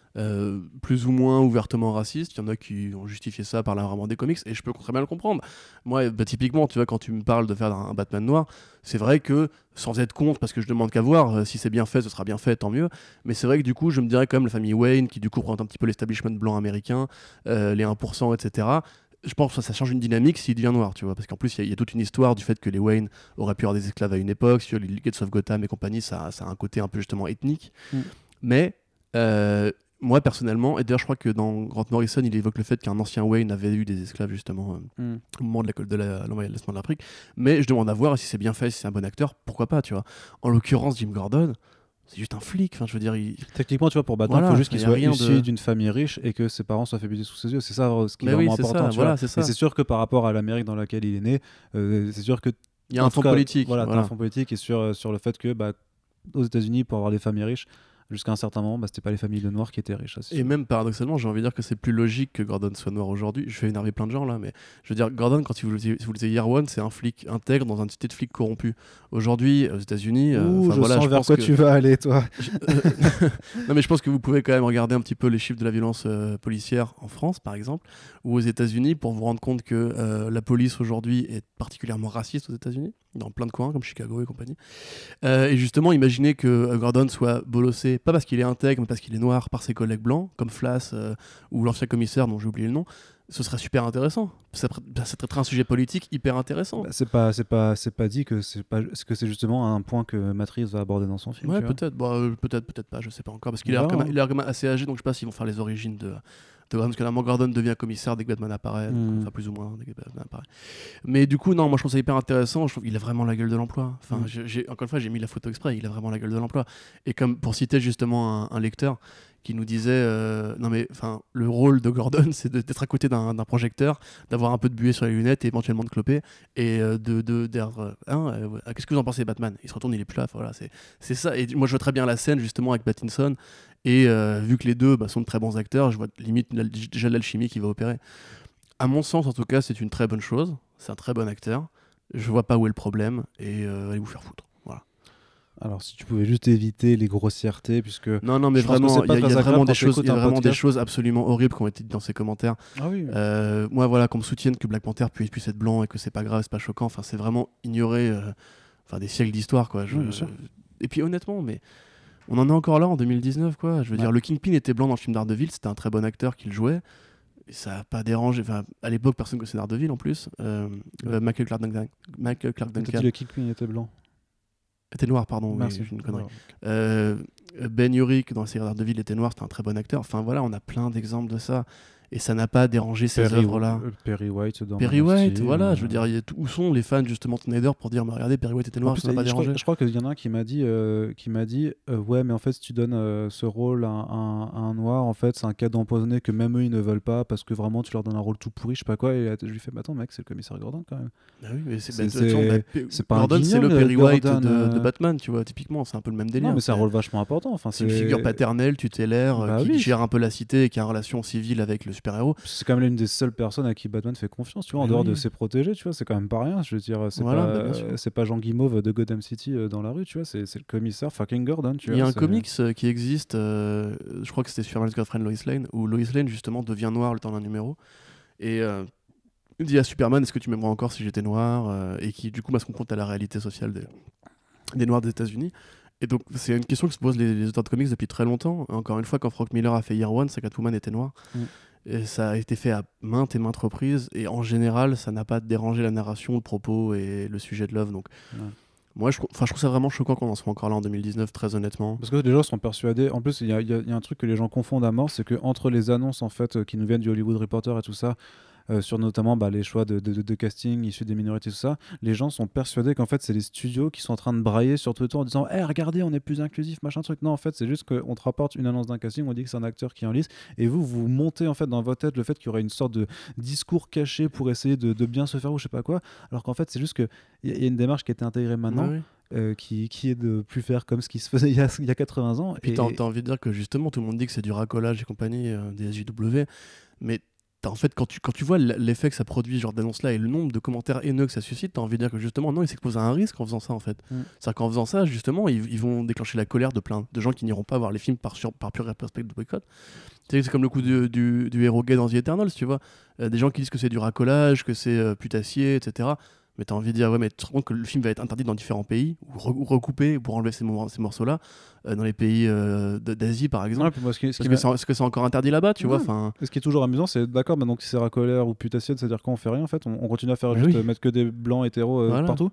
[SPEAKER 2] Plus ou moins ouvertement racistes, il y en a qui ont justifié ça par vraiment des comics et je peux très bien le comprendre. Moi, typiquement, tu vois, quand tu me parles de faire un Batman noir, c'est vrai que sans être contre, parce que je demande qu'à voir, si c'est bien fait, ce sera bien fait, tant mieux. Mais c'est vrai que du coup, je me dirais quand même la famille Wayne, qui du coup représente un petit peu l'establishment blanc américain, les 1%, etc. Je pense que ça change une dynamique s'il devient noir, tu vois, parce qu'en plus il y a toute une histoire du fait que les Wayne auraient pu avoir des esclaves à une époque, sur les Gates of Gotham et compagnie, ça a un côté un peu justement ethnique. Mais moi personnellement, et d'ailleurs je crois que dans Grant Morrison il évoque le fait qu'un ancien Wayne avait eu des esclaves justement au moment de l'envahissement de l'Afrique, mais je demande à voir si c'est bien fait, si c'est un bon acteur, pourquoi pas, tu vois. En l'occurrence Jim Gordon, c'est juste un flic, enfin je veux dire
[SPEAKER 1] techniquement tu vois, pour Batman il faut juste qu'il soit issu d'une famille riche et que ses parents soient fait buter sous ses yeux, c'est ça ce qui est vraiment important, tu vois.
[SPEAKER 2] C'est
[SPEAKER 1] sûr que par rapport à l'Amérique dans laquelle il est né, c'est sûr que
[SPEAKER 2] il y a un fond politique,
[SPEAKER 1] t'as un fond politique et sur le fait que aux États-Unis pour avoir des familles riches jusqu'à un certain moment, c'était pas les familles de noirs qui étaient riches.
[SPEAKER 2] Et même paradoxalement, j'ai envie de dire que c'est plus logique que Gordon soit noir aujourd'hui. Je vais énerver plein de gens là, mais je veux dire, Gordon, quand vous lisez Year One, c'est un flic intègre dans une cité de flics corrompus. Aujourd'hui, aux États-Unis,
[SPEAKER 1] je sens vers quoi tu vas aller, toi.
[SPEAKER 2] Non, mais je pense que vous pouvez quand même regarder un petit peu les chiffres de la violence policière en France, par exemple, ou aux États-Unis, pour vous rendre compte que la police aujourd'hui est particulièrement raciste aux États-Unis, dans plein de coins comme Chicago et compagnie. Et justement, imaginez que Gordon soit bolossé, pas parce qu'il est intègre, mais parce qu'il est noir par ses collègues blancs, comme Flass ou l'ancien commissaire dont j'ai oublié le nom. Ce serait super intéressant. Ça traiterait un sujet politique hyper intéressant.
[SPEAKER 1] C'est pas dit que c'est justement un point que Matrix va aborder dans son film.
[SPEAKER 2] Ouais, peut-être. Peut-être pas. Je sais pas encore parce qu'il a quand même assez âgé, donc je sais pas s'ils vont faire les origines de parce que normalement Gordon devient commissaire dès que Batman apparaît, enfin plus ou moins dès que Batman apparaît. Mais du coup non, moi je trouve ça hyper intéressant. Je trouve qu'il a vraiment la gueule de l'emploi. Enfin, encore une fois, j'ai mis la photo exprès. Il a vraiment la gueule de l'emploi. Et comme pour citer justement un lecteur qui nous disait non mais enfin le rôle de Gordon c'est d'être à côté d'un projecteur, d'avoir un peu de buée sur les lunettes et éventuellement de cloper et qu'est-ce que vous en pensez Batman? Il se retourne, il est plus là, voilà, c'est ça. Et moi je vois très bien la scène justement avec Pattinson et vu que les deux sont de très bons acteurs, je vois limite déjà l'alchimie qui va opérer. À mon sens en tout cas c'est une très bonne chose, c'est un très bon acteur, je vois pas où est le problème et allez vous faire foutre.
[SPEAKER 1] Alors, si tu pouvais juste éviter les grossièretés, puisque.
[SPEAKER 2] Non, mais
[SPEAKER 1] je pense que
[SPEAKER 2] vraiment,
[SPEAKER 1] c'est pas
[SPEAKER 2] il y a
[SPEAKER 1] très
[SPEAKER 2] vraiment
[SPEAKER 1] agréable
[SPEAKER 2] des
[SPEAKER 1] quand
[SPEAKER 2] choses,
[SPEAKER 1] t'écoutes
[SPEAKER 2] il y a
[SPEAKER 1] un
[SPEAKER 2] vraiment des
[SPEAKER 1] podcast.
[SPEAKER 2] choses absolument horribles qui ont été dites dans ces commentaires.
[SPEAKER 1] Ah oui.
[SPEAKER 2] Moi, voilà, qu'on me soutienne que Black Panther puisse être blanc et que c'est pas grave, c'est pas choquant. Enfin, c'est vraiment ignorer, des siècles d'histoire, quoi.
[SPEAKER 1] Oui, bien sûr.
[SPEAKER 2] Et puis, honnêtement, mais on en est encore là en 2019, quoi. Je veux dire, le Kingpin était blanc dans le film Daredevil, c'était un très bon acteur qui le jouait. Et ça n'a pas dérangé. Enfin, à l'époque, personne ne connaissait Daredevil en plus. Michael Clark Duncan.
[SPEAKER 1] T'as dit le Kingpin était blanc.
[SPEAKER 2] Était noir, pardon.
[SPEAKER 1] Merci.
[SPEAKER 2] Oui, j'ai une connerie.
[SPEAKER 1] Alors,
[SPEAKER 2] Ben Urich dans la série Daredevil était noir, c'était un très bon acteur. Enfin voilà, on a plein d'exemples de ça. Et ça n'a pas dérangé ces œuvres-là.
[SPEAKER 1] Perry White dans
[SPEAKER 2] Perry White, voilà, je veux dire, où sont les fans justement de Snyder pour dire, mais regardez, Perry White était noir, ça n'a pas dérangé.
[SPEAKER 1] Je crois qu'il y en a un qui m'a dit, ouais, mais en fait, si tu donnes ce rôle à un noir, en fait, c'est un cadeau empoisonné que même eux, ils ne veulent pas parce que vraiment, tu leur donnes un rôle tout pourri, je sais pas quoi. Et je lui fais, attends, mec, c'est le commissaire Gordon quand même.
[SPEAKER 2] Ah oui, mais
[SPEAKER 1] c'est
[SPEAKER 2] pas
[SPEAKER 1] Gordon,
[SPEAKER 2] c'est le Perry White
[SPEAKER 1] Gordon,
[SPEAKER 2] de Batman, tu vois, typiquement, c'est un peu le même délire.
[SPEAKER 1] Non, mais c'est un rôle vachement important. Enfin,
[SPEAKER 2] c'est une figure paternelle, tutélaire, qui gère un peu la cité et qui a une relation civile avec le super-héros.
[SPEAKER 1] C'est quand même l'une des seules personnes à qui Batman fait confiance, tu vois, en dehors de ses protégés, tu vois, c'est quand même pas rien. Je veux dire, c'est pas Jean Guimauve de Gotham City dans la rue, tu vois, c'est le commissaire fucking Gordon, tu vois.
[SPEAKER 2] Il y a un comics qui existe, je crois que c'était Superman's Girlfriend Lois Lane, où Lois Lane justement devient noire le temps d'un numéro et il dit à Superman, est-ce que tu m'aimerais encore si j'étais noir, et qui du coup se confronte à la réalité sociale des noirs des États-Unis. Et donc c'est une question que se posent les auteurs de comics depuis très longtemps. Encore une fois, quand Frank Miller a fait Year One, sa Catwoman était noire. Et ça a été fait à maintes et maintes reprises et en général ça n'a pas dérangé la narration, le propos et le sujet de l'œuvre. Donc moi je trouve ça vraiment choquant qu'on en soit encore là en 2019, très honnêtement.
[SPEAKER 1] Parce que les gens sont persuadés, en plus il y a un truc que les gens confondent à mort, c'est que entre les annonces en fait qui nous viennent du Hollywood Reporter et tout ça, sur notamment les choix de casting issus des minorités, tout ça, les gens sont persuadés qu'en fait c'est les studios qui sont en train de brailler sur Twitter en disant hey, regardez, on est plus inclusif, machin truc. Non, en fait, c'est juste qu'on te rapporte une annonce d'un casting, on dit que c'est un acteur qui est en lice, et vous montez en fait dans votre tête le fait qu'il y aurait une sorte de discours caché pour essayer de bien se faire ou je sais pas quoi, alors qu'en fait, c'est juste qu'il y a une démarche qui a été intégrée maintenant. Qui est de plus faire comme ce qui se faisait il y a 80 ans.
[SPEAKER 2] Et puis t'as envie de dire que justement tout le monde dit que c'est du racolage et compagnie des SJW, mais en fait, quand tu vois l'effet que ça produit, genre d'annonce-là, et le nombre de commentaires haineux que ça suscite, t'as envie de dire que justement, non, ils s'exposent à un risque en faisant ça, en fait. C'est-à-dire qu'en faisant ça, justement, ils vont déclencher la colère de plein de gens qui n'iront pas voir les films par pur respect de boycott. C'est comme le coup du héros gay dans The Eternals, tu vois. Des gens qui disent que c'est du racolage, que c'est putassier, etc. Mais t'as envie de dire, ouais, mais tu te rends compte que le film va être interdit dans différents pays, ou recoupé pour enlever ces morceaux-là, dans les pays d'Asie par exemple.
[SPEAKER 1] Ouais,
[SPEAKER 2] est-ce que c'est encore interdit là-bas, tu vois.
[SPEAKER 1] Ce qui est toujours amusant, c'est d'accord, maintenant que c'est racoleur ou putassier, c'est-à-dire qu'on fait rien en fait, on continue à faire juste mettre que des blancs hétéros partout.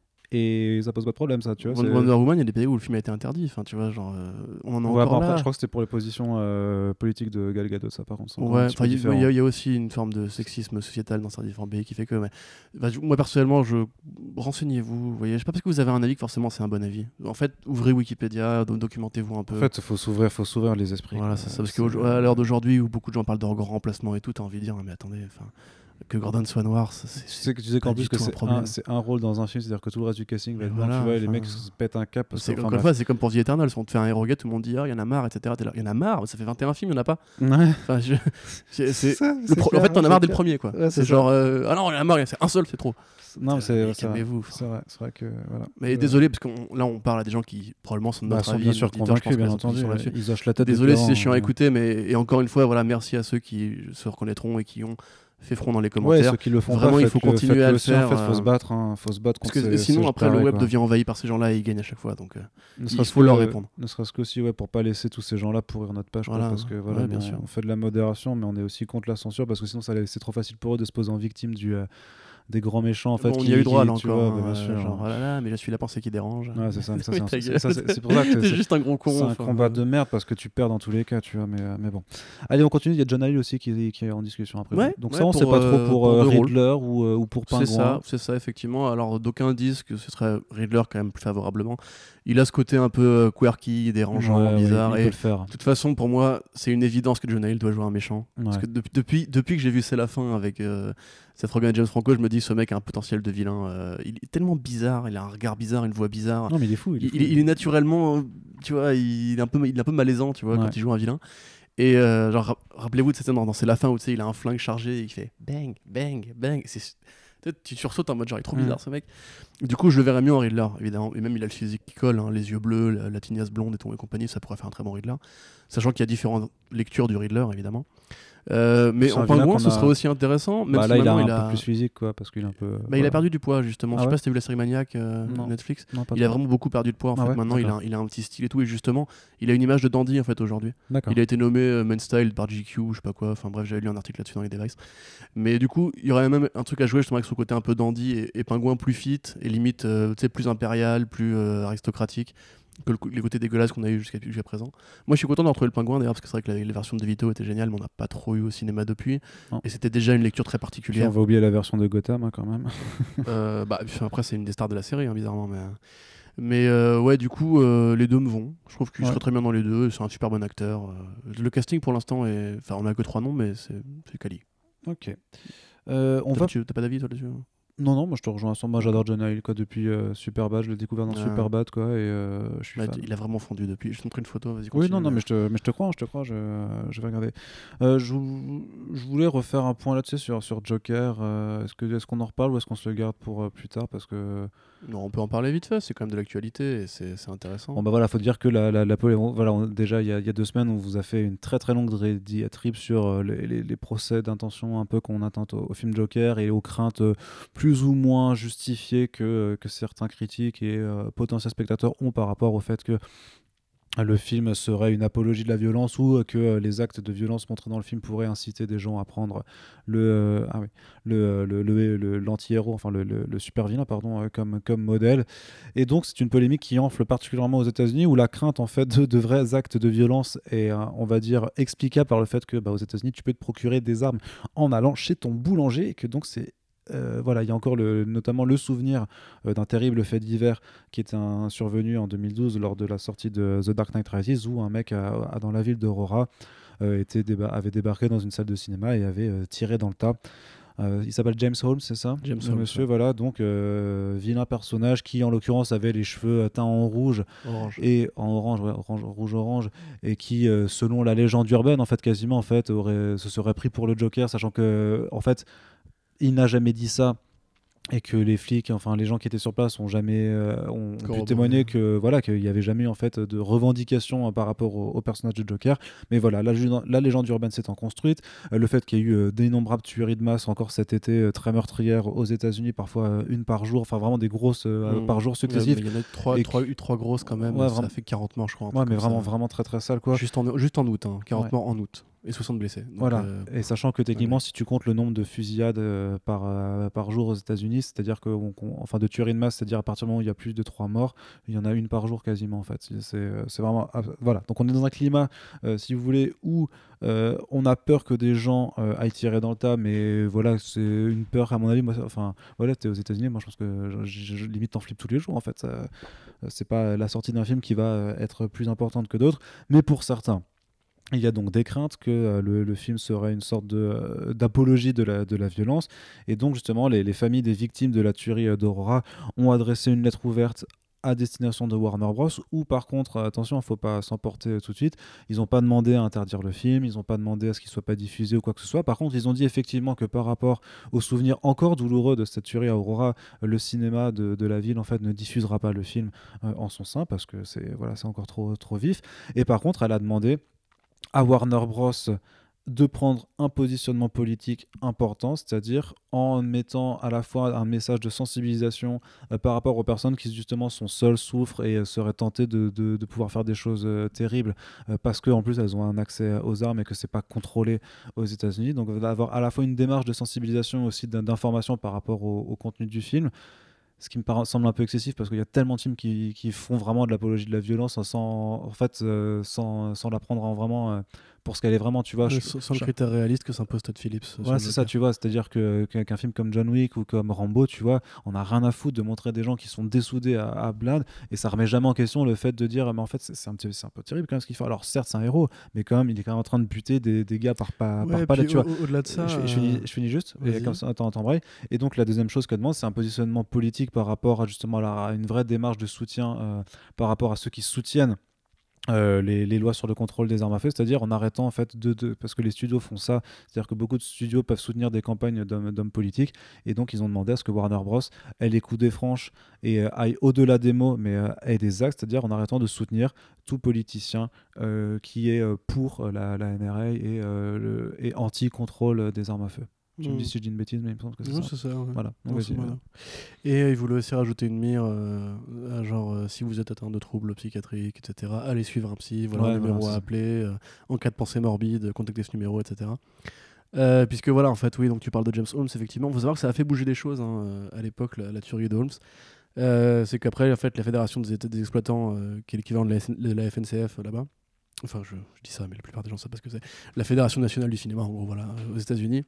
[SPEAKER 1] Et ça pose pas de problème, ça, tu vois.
[SPEAKER 2] Wonder Woman, il y a des pays où le film a été interdit, enfin, tu vois, genre, on en a encore là.
[SPEAKER 1] Après, je crois que c'était pour les positions politiques de Gal Gadot, ça, par contre.
[SPEAKER 2] Il y a aussi une forme de sexisme sociétal dans certains différents pays qui fait que, moi, personnellement, renseignez-vous, vous voyez, je sais pas parce que vous avez un avis que forcément c'est un bon avis. En fait, ouvrez Wikipédia, documentez-vous un peu.
[SPEAKER 1] En fait, faut s'ouvrir les esprits.
[SPEAKER 2] Voilà, c'est ça, parce qu'à l'heure d'aujourd'hui, où beaucoup de gens parlent de grand remplacement et tout, t'as envie de dire, mais attendez, que Gordon soit noir,
[SPEAKER 1] tu sais qu'en plus que c'est un rôle dans un film, c'est-à-dire que tout le reste du casting va être blanc, tu vois, et les mecs se pètent un cap.
[SPEAKER 2] C'est comme pour The Eternals, on te fait un héros gay, tout le monde dit il y en a marre, etc. Il y en a marre, ça fait 21 films, il n'y en a pas.
[SPEAKER 1] Ouais.
[SPEAKER 2] En fait, t'en as marre dès le premier, quoi.
[SPEAKER 1] Ouais,
[SPEAKER 2] c'est genre, ah non, il y en a marre, c'est un seul, c'est trop.
[SPEAKER 1] Non,
[SPEAKER 2] calmez-vous.
[SPEAKER 1] C'est vrai que voilà.
[SPEAKER 2] Mais désolé, parce que là, on parle à des gens qui probablement sont de notre avis,
[SPEAKER 1] bien sûr convaincus, bien entendu. Ils hochent la tête.
[SPEAKER 2] Désolé si c'est chiant à écouter, mais et encore une fois, voilà, merci à ceux qui se reconnaîtront et qui ont fait front dans les commentaires.
[SPEAKER 1] Ouais, ceux qui le font
[SPEAKER 2] vraiment,
[SPEAKER 1] pas,
[SPEAKER 2] il faut continuer à le faire.
[SPEAKER 1] En fait, faut se battre contre
[SPEAKER 2] parce que sinon, après, le web devient envahi par ces gens-là et ils gagnent à chaque fois. Donc, il faut leur répondre.
[SPEAKER 1] Ne serait-ce qu'aussi, pour pas laisser tous ces gens-là pourrir notre page, parce que voilà,
[SPEAKER 2] bien sûr.
[SPEAKER 1] on fait de la modération, mais on est aussi contre la censure parce que sinon, c'est trop facile pour eux de se poser en victime des grands méchants en fait.
[SPEAKER 2] On y a eu droit là
[SPEAKER 1] tu
[SPEAKER 2] encore.
[SPEAKER 1] vois, bien sûr.
[SPEAKER 2] Genre, oh là là, mais je suis la pensée qui dérange.
[SPEAKER 1] Ouais, c'est ça.
[SPEAKER 2] Oui, ta gueule.
[SPEAKER 1] C'est pour ça que
[SPEAKER 2] T'es juste un gros con.
[SPEAKER 1] c'est un combat de merde parce que tu perds dans tous les cas, tu vois. Mais bon. Allez, on continue. Il y a John Hill aussi qui est en discussion après.
[SPEAKER 2] Ouais,
[SPEAKER 1] Donc
[SPEAKER 2] ouais,
[SPEAKER 1] ça, on sait pas trop pour
[SPEAKER 2] pour deux rôles.
[SPEAKER 1] Riddler ou pour Pingouin.
[SPEAKER 2] C'est ça, effectivement. Alors, d'aucuns disent que ce serait Riddler quand même plus favorablement. Il a ce côté un peu quirky, dérangeant, bizarre.
[SPEAKER 1] Il
[SPEAKER 2] Et
[SPEAKER 1] peut le faire.
[SPEAKER 2] de toute façon, pour moi, c'est une évidence que John Hill doit jouer un méchant. Parce que depuis que j'ai vu C'est la fin avec Seth Rogen et James Franco, je me dis ce mec a un potentiel de vilain. Il est tellement bizarre, il a un regard bizarre, une voix bizarre.
[SPEAKER 1] Non, mais il est fou.
[SPEAKER 2] Il est naturellement, tu vois, il est un peu malaisant, tu vois, quand il joue un vilain. Et genre, rappelez-vous de cette scène dans C'est la fin où tu sais, il a un flingue chargé et il fait bang, bang, bang. Tu sursautes en mode genre, il est trop bizarre ce mec. Du coup, je le verrais mieux en Riddler, évidemment. Et même, il a le physique qui colle, hein, les yeux bleus, la tignasse blonde et compagnie, ça pourrait faire un très bon Riddler. Sachant qu'il y a différentes lectures du Riddler, évidemment. Mais en Pingouin, ce serait aussi intéressant. Même
[SPEAKER 1] là,
[SPEAKER 2] si
[SPEAKER 1] il a un peu plus physique, quoi, parce qu'il est un peu.
[SPEAKER 2] Il a perdu du poids, justement. Je sais pas si t'as vu la série Maniac Netflix.
[SPEAKER 1] Non,
[SPEAKER 2] il a vraiment beaucoup perdu de poids. En fait, maintenant, il a un petit style et tout. Et justement, il a une image de dandy en fait aujourd'hui.
[SPEAKER 1] D'accord.
[SPEAKER 2] Il a été nommé Man Style par GQ, je sais pas quoi. Enfin bref, j'avais lu un article là-dessus dans les Devices. Mais du coup, il y aurait même un truc à jouer justement avec son côté un peu dandy et Pingouin plus fit et limite, plus impérial, plus aristocratique que les côtés dégueulasses qu'on a eu jusqu'à présent. Moi, je suis content d'avoir trouvé le Pingouin d'ailleurs, parce que c'est vrai que les versions de DeVito étaient géniales, mais on n'a pas trop eu au cinéma depuis. Non. Et c'était déjà une lecture très particulière.
[SPEAKER 1] Puis on va oublier la version de Gotham quand même.
[SPEAKER 2] Après, c'est une des stars de la série, hein, bizarrement. Mais ouais, du coup, les deux me vont. Je trouve qu'il serait très bien dans les deux. C'est un super bon acteur. Le casting pour l'instant est. Enfin, on a que 3 noms, mais c'est quali.
[SPEAKER 1] Ok.
[SPEAKER 2] T'as pas d'avis toi là-dessus?
[SPEAKER 1] Non, moi je te rejoins à 100. Moi j'adore John Hill quoi, depuis Superbad, je l'ai découvert dans Superbad quoi, et je suis fan.
[SPEAKER 2] Il a vraiment fondu depuis. Je te montre une photo, vas-y.
[SPEAKER 1] Oui, non, mais je te crois, je vais regarder. Je voulais refaire un point là-dessus sur Joker. Est-ce qu'on en reparle ou est-ce qu'on se le garde pour plus tard parce que...
[SPEAKER 2] Non, on peut en parler vite fait, c'est quand même de l'actualité et c'est intéressant.
[SPEAKER 1] Bon bah voilà, faut dire que déjà il y a 2 semaines on vous a fait une très très longue diatribe sur les procès d'intention un peu qu'on intente au film Joker et aux craintes plus ou moins justifiées que certains critiques et potentiels spectateurs ont par rapport au fait que le film serait une apologie de la violence ou que les actes de violence montrés dans le film pourraient inciter des gens à prendre l'anti-héros, enfin le super vilain comme modèle. Et donc c'est une polémique qui enfle particulièrement aux États-Unis où la crainte en fait de vrais actes de violence est on va dire explicable par le fait que aux États-Unis tu peux te procurer des armes en allant chez ton boulanger et que donc c'est il y a encore notamment le souvenir d'un terrible fait divers qui était survenu en 2012 lors de la sortie de The Dark Knight Rises où un mec dans la ville d'Aurora avait débarqué dans une salle de cinéma et avait tiré dans le tas. Il s'appelle James Holmes, c'est ça?
[SPEAKER 2] James Holmes,
[SPEAKER 1] monsieur, voilà, donc vilain personnage qui en l'occurrence avait les cheveux teints en rouge et en rouge-orange et qui, selon la légende urbaine, en fait, quasiment, en fait, se serait pris pour le Joker, sachant que, en fait, il n'a jamais dit ça et que les flics, enfin les gens qui étaient sur place ont jamais ont pu témoigner que voilà qu'il n'y avait jamais en fait de revendication par rapport au personnage de Joker. Mais voilà, la légende urbaine s'étant construite, le fait qu'il y ait eu d'innombrables tueries de masse encore cet été très meurtrières aux États-Unis, parfois une par jour, enfin vraiment des grosses par jour successives.
[SPEAKER 2] Il y en a 3 grosses quand même. Ça fait 40 morts je crois.
[SPEAKER 1] Ouais, mais vraiment très très sale quoi.
[SPEAKER 2] Juste en août, 40 morts en août. Et 60 blessés. Donc,
[SPEAKER 1] voilà. Et sachant que techniquement, si tu comptes le nombre de fusillades par jour aux États-Unis, c'est-à-dire que, enfin, de tueries de masse, c'est-à-dire à partir du moment où il y a plus de 3 morts, il y en a une par jour quasiment en fait. C'est vraiment voilà. Donc on est dans un climat, si vous voulez, où on a peur que des gens aillent tirer dans le tas, mais voilà, c'est une peur à mon avis. Moi, enfin, voilà, t'es aux États-Unis, moi je pense que je limite t'en flippe tous les jours en fait. C'est pas la sortie d'un film qui va être plus importante que d'autres, mais pour certains. Il y a donc des craintes que le film serait une sorte d'apologie de la violence. Et donc, justement, les familles des victimes de la tuerie d'Aurora ont adressé une lettre ouverte à destination de Warner Bros. Ou par contre, attention, il ne faut pas s'emporter tout de suite. Ils n'ont pas demandé à interdire le film, ils n'ont pas demandé à ce qu'il ne soit pas diffusé ou quoi que ce soit. Par contre, ils ont dit effectivement que par rapport aux souvenirs encore douloureux de cette tuerie à Aurora, le cinéma de la ville en fait ne diffusera pas le film en son sein parce que c'est encore trop vif. Et par contre, elle a demandé à Warner Bros de prendre un positionnement politique important, c'est-à-dire en mettant à la fois un message de sensibilisation par rapport aux personnes qui justement sont seules, souffrent et seraient tentées de pouvoir faire des choses terribles parce qu'en plus elles ont un accès aux armes et que c'est pas contrôlé aux États-Unis. Donc d'avoir à la fois une démarche de sensibilisation aussi d'information par rapport au contenu du film. Ce qui semble un peu excessif parce qu'il y a tellement de films qui font vraiment de l'apologie de la violence sans la prendre en vraiment pour ce qu'elle est vraiment, tu vois.
[SPEAKER 2] Sans le critère réaliste que s'impose Todd Phillips.
[SPEAKER 1] Ouais, c'est ça, tu vois. C'est-à-dire qu'un film comme John Wick ou comme Rambo, tu vois, on a rien à foutre de montrer des gens qui sont dessoudés à blinde et ça remet jamais en question le fait de dire, mais en fait, c'est un peu terrible quand même ce qu'il fait. Alors, certes, c'est un héros, mais quand même, il est quand même en train de buter des gars par palette, tu vois.
[SPEAKER 2] Au-delà de ça.
[SPEAKER 1] Je finis juste. Et comme ça, attends, Bray. Et donc, la deuxième chose que demande, c'est un positionnement politique par rapport à justement à une vraie démarche de soutien par rapport à ceux qui soutiennent les lois sur le contrôle des armes à feu, c'est-à-dire en arrêtant en fait parce que les studios font ça, c'est-à-dire que beaucoup de studios peuvent soutenir des campagnes d'hommes politiques et donc ils ont demandé à ce que Warner Bros ait les coups des franches et aille au-delà des mots mais ait des actes, c'est-à-dire en arrêtant de soutenir tout politicien qui est pour la NRA et anti-contrôle des armes à feu. Tu me dis si je dis une bêtise, mais il me semble que c'est ça.
[SPEAKER 2] C'est ça. Ouais.
[SPEAKER 1] Voilà.
[SPEAKER 2] Et il voulait aussi rajouter une mire, si vous êtes atteint de troubles psychiatriques, etc., allez suivre un psy, voilà un numéro à appeler, en cas de pensée morbide, contactez ce numéro, etc. Puisque voilà, en fait, oui, donc tu parles de James Holmes, effectivement. Il faut savoir que ça a fait bouger des choses à l'époque, la tuerie de Holmes. C'est qu'après, en fait, la fédération des exploitants, qui est l'équivalent de la FNCF là-bas, enfin, je dis ça, mais la plupart des gens savent pas ce que c'est, la Fédération nationale du cinéma, en gros, voilà, aux États-Unis,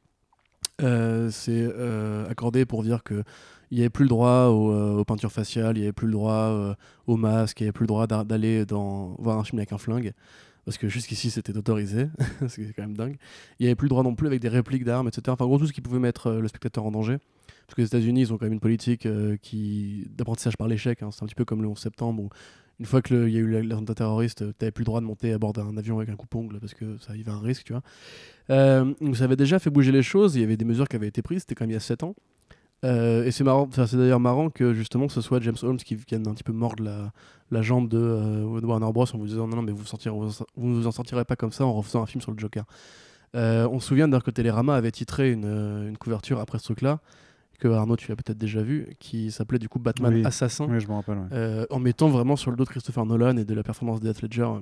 [SPEAKER 2] c'est accordé pour dire qu'il n'y avait plus le droit aux peintures faciales, il n'y avait plus le droit aux masques, il n'y avait plus le droit d'aller voir un film avec un flingue, parce que jusqu'ici c'était autorisé, c'est quand même dingue. Il n'y avait plus le droit non plus avec des répliques d'armes, etc. Enfin, en gros, tout ce qui pouvait mettre le spectateur en danger. Parce que les États-Unis, ils ont quand même une politique d'apprentissage par l'échec. C'est un petit peu comme le 11 septembre où une fois qu'il y a eu l'attentat terroriste, tu n'avais plus le droit de monter à bord d'un avion avec un coupe-ongle parce que ça y avait un risque, tu vois. Donc ça avait déjà fait bouger les choses, il y avait des mesures qui avaient été prises, c'était quand même il y a 7 ans. Et c'est marrant, c'est d'ailleurs marrant que justement ce soit James Holmes qui vienne un petit peu mordre la jambe de Warner Bros en vous disant non mais vous ne vous en sortirez pas comme ça en refaisant un film sur le Joker. On se souvient d'ailleurs que Télérama avait titré une couverture après ce truc-là, que Arnaud tu as peut-être déjà vu, qui s'appelait du coup Batman Assassin,
[SPEAKER 1] oui, je me rappelle,
[SPEAKER 2] en mettant vraiment sur le dos de Christopher Nolan et de la performance de Heath Ledger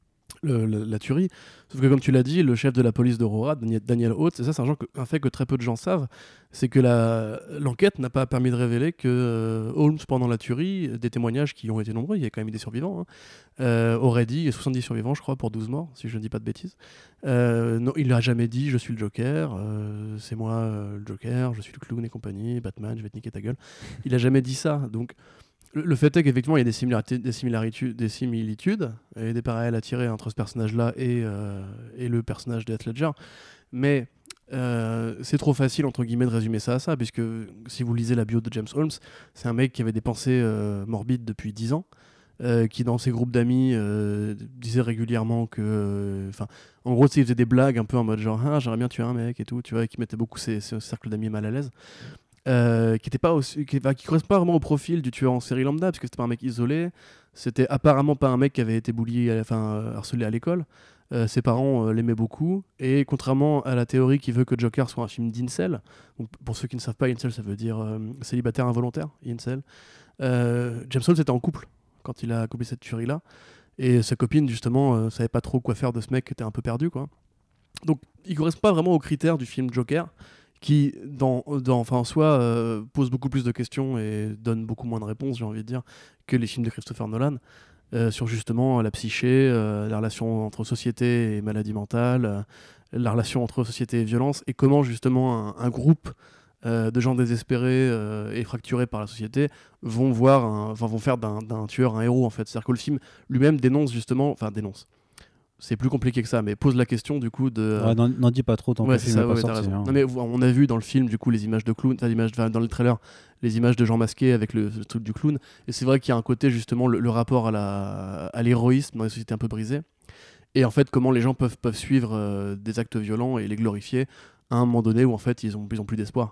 [SPEAKER 2] la tuerie. Sauf que comme tu l'as dit, le chef de la police d'Aurora, Daniel Oates, et ça c'est un fait que très peu de gens savent, c'est que l'enquête n'a pas permis de révéler que Holmes, pendant la tuerie, des témoignages qui ont été nombreux, il y a quand même eu des survivants, aurait dit, il y a 70 survivants je crois pour 12 morts, si je ne dis pas de bêtises. Non, il n'a jamais dit je suis le Joker, c'est moi le Joker, je suis le clown et compagnie, Batman, je vais te niquer ta gueule. Il n'a jamais dit ça, donc le fait est qu'effectivement il y a des similitudes et des parallèles à tirer entre ce personnage-là et le personnage de Heath Ledger, mais c'est trop facile entre guillemets de résumer ça à ça, puisque si vous lisez la bio de James Holmes, c'est un mec qui avait des pensées morbides depuis 10 ans, qui dans ses groupes d'amis disait régulièrement que en gros il faisait des blagues un peu en mode genre j'aimerais bien tuer un mec et tout, tu vois, et qui mettait beaucoup ses cercles d'amis mal à l'aise. Qui correspond pas vraiment au profil du tueur en série lambda, parce que c'était pas un mec isolé, c'était apparemment pas un mec qui avait été harcelé à l'école. Ses parents l'aimaient beaucoup, et contrairement à la théorie qui veut que Joker soit un film d'incel, donc pour ceux qui ne savent pas, incel ça veut dire célibataire involontaire, incel. James Holmes était en couple quand il a accompli cette tuerie là, et sa copine justement savait pas trop quoi faire de ce mec qui était un peu perdu, quoi. Donc il correspond pas vraiment aux critères du film Joker, qui en soi pose beaucoup plus de questions et donne beaucoup moins de réponses, j'ai envie de dire, que les films de Christopher Nolan, sur justement la psyché, la relation entre société et maladie mentale, la relation entre société et violence, et comment justement un groupe de gens désespérés et fracturés par la société vont faire d'un tueur un héros, en fait. C'est-à-dire que le film lui-même dénonce. C'est plus compliqué que ça, mais pose la question du coup de.
[SPEAKER 1] Ouais, n'en dis pas trop tant que le film n'est pas sorti. Hein.
[SPEAKER 2] Non, mais on a vu dans le film du coup les images de clown, dans le trailer, les images de gens masqués avec le truc du clown, et c'est vrai qu'il y a un côté justement le rapport à l'héroïsme dans les sociétés un peu brisées, et en fait comment les gens peuvent suivre des actes violents et les glorifier à un moment donné où en fait ils ont plus d'espoir.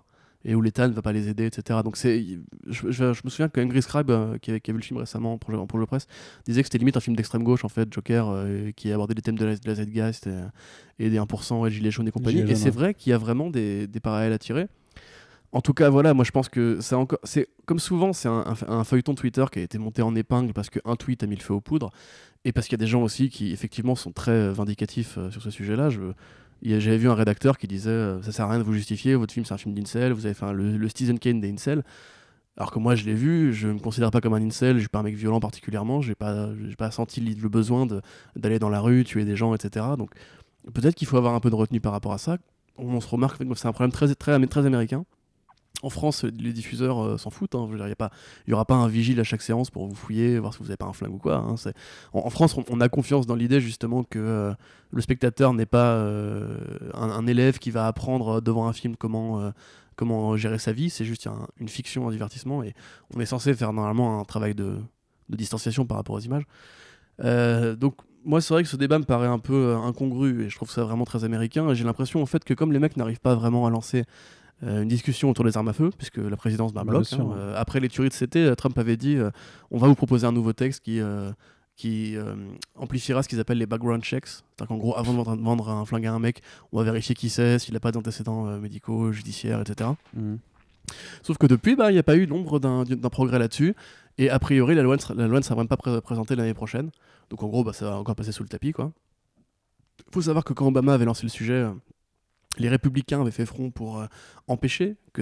[SPEAKER 2] et où l'État ne va pas les aider, etc. Donc je me souviens que Angry Scribe, qui a vu le film récemment pour le presse, disait que c'était limite un film d'extrême gauche en fait, Joker, qui abordait les thèmes de la Zeitgeist et des 1% et Gilets jaunes et compagnie. Et c'est vrai qu'il y a vraiment des parallèles à tirer. En tout cas, voilà, moi je pense que c'est comme souvent, c'est un feuilleton Twitter qui a été monté en épingle parce qu'un tweet a mis le feu aux poudres et parce qu'il y a des gens aussi qui effectivement sont très vindicatifs sur ce sujet-là. J'avais vu un rédacteur qui disait ça sert à rien de vous justifier, votre film c'est un film d'incel, vous avez fait le Citizen Kane des incels. Alors que moi je l'ai vu, je me considère pas comme un incel, je suis pas un mec violent particulièrement, j'ai pas senti le besoin d'aller dans la rue, tuer des gens, etc. Donc peut-être qu'il faut avoir un peu de retenue par rapport à ça. On se remarque que c'est un problème très, très, très américain. En France, les diffuseurs s'en foutent. Hein. Je veux dire, il n'y aura pas un vigile à chaque séance pour vous fouiller, voir si vous n'avez pas un flingue ou quoi. Hein. En France, on a confiance dans l'idée justement que le spectateur n'est pas un élève qui va apprendre devant un film comment gérer sa vie. C'est juste une fiction, un divertissement. Et on est censé faire normalement un travail de distanciation par rapport aux images. Donc moi, c'est vrai que ce débat me paraît un peu incongru et je trouve ça vraiment très américain. Et j'ai l'impression en fait que comme les mecs n'arrivent pas vraiment à lancer une discussion autour des armes à feu, puisque la présidence bloque. Après les tueries de CT, Trump avait dit on va vous proposer un nouveau texte qui amplifiera ce qu'ils appellent les background checks. C'est-à-dire qu'en gros, avant de vendre un flingue à un mec, on va vérifier qui c'est, s'il n'a pas d'antécédents médicaux, judiciaires, etc. Sauf que depuis, il n'y a pas eu l'ombre d'un progrès là-dessus. Et a priori, la loi ne sera même pas présentée l'année prochaine. Donc en gros, ça va encore passer sous le tapis, quoi. Faut savoir que quand Obama avait lancé le sujet, les républicains avaient fait front pour empêcher que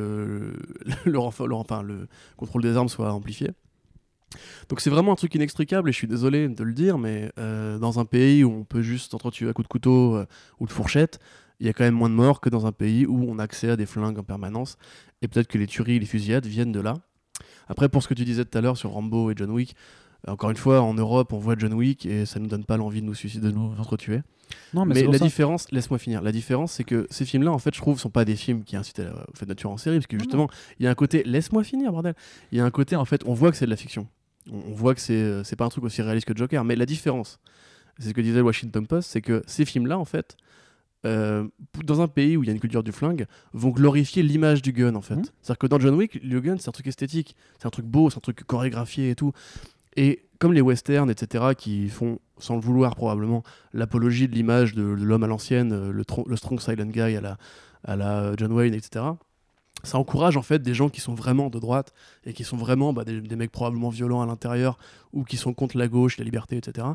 [SPEAKER 2] le contrôle des armes soit amplifié. Donc c'est vraiment un truc inextricable et je suis désolé de le dire, mais dans un pays où on peut juste s'entretuer à coups de couteau ou de fourchette, il y a quand même moins de morts que dans un pays où on a accès à des flingues en permanence. Et peut-être que les tueries et les fusillades viennent de là. Après, pour ce que tu disais tout à l'heure sur Rambo et John Wick, encore une fois, en Europe, on voit John Wick et ça nous donne pas l'envie de nous suicider, de nous entretuer.
[SPEAKER 1] Non,
[SPEAKER 2] mais la différence, laisse-moi finir. La différence, c'est que ces films-là, en fait, je trouve, sont pas des films qui incitent au fait de tuer en série, parce que justement, il y a un côté, laisse-moi finir, bordel. Il y a un côté, en fait, on voit que c'est de la fiction. On voit que c'est pas un truc aussi réaliste que Joker. Mais la différence, c'est ce que disait le Washington Post, c'est que ces films-là, en fait, dans un pays où il y a une culture du flingue, vont glorifier l'image du gun, en fait. C'est-à-dire que dans John Wick, le gun, c'est un truc esthétique, c'est un truc beau, c'est un truc chorégraphié et tout. Et comme les westerns, etc., qui font, sans le vouloir probablement, l'apologie de l'image de l'homme à l'ancienne, le strong silent guy à la John Wayne, etc., ça encourage en fait des gens qui sont vraiment de droite et qui sont vraiment des mecs probablement violents à l'intérieur ou qui sont contre la gauche, la liberté, etc.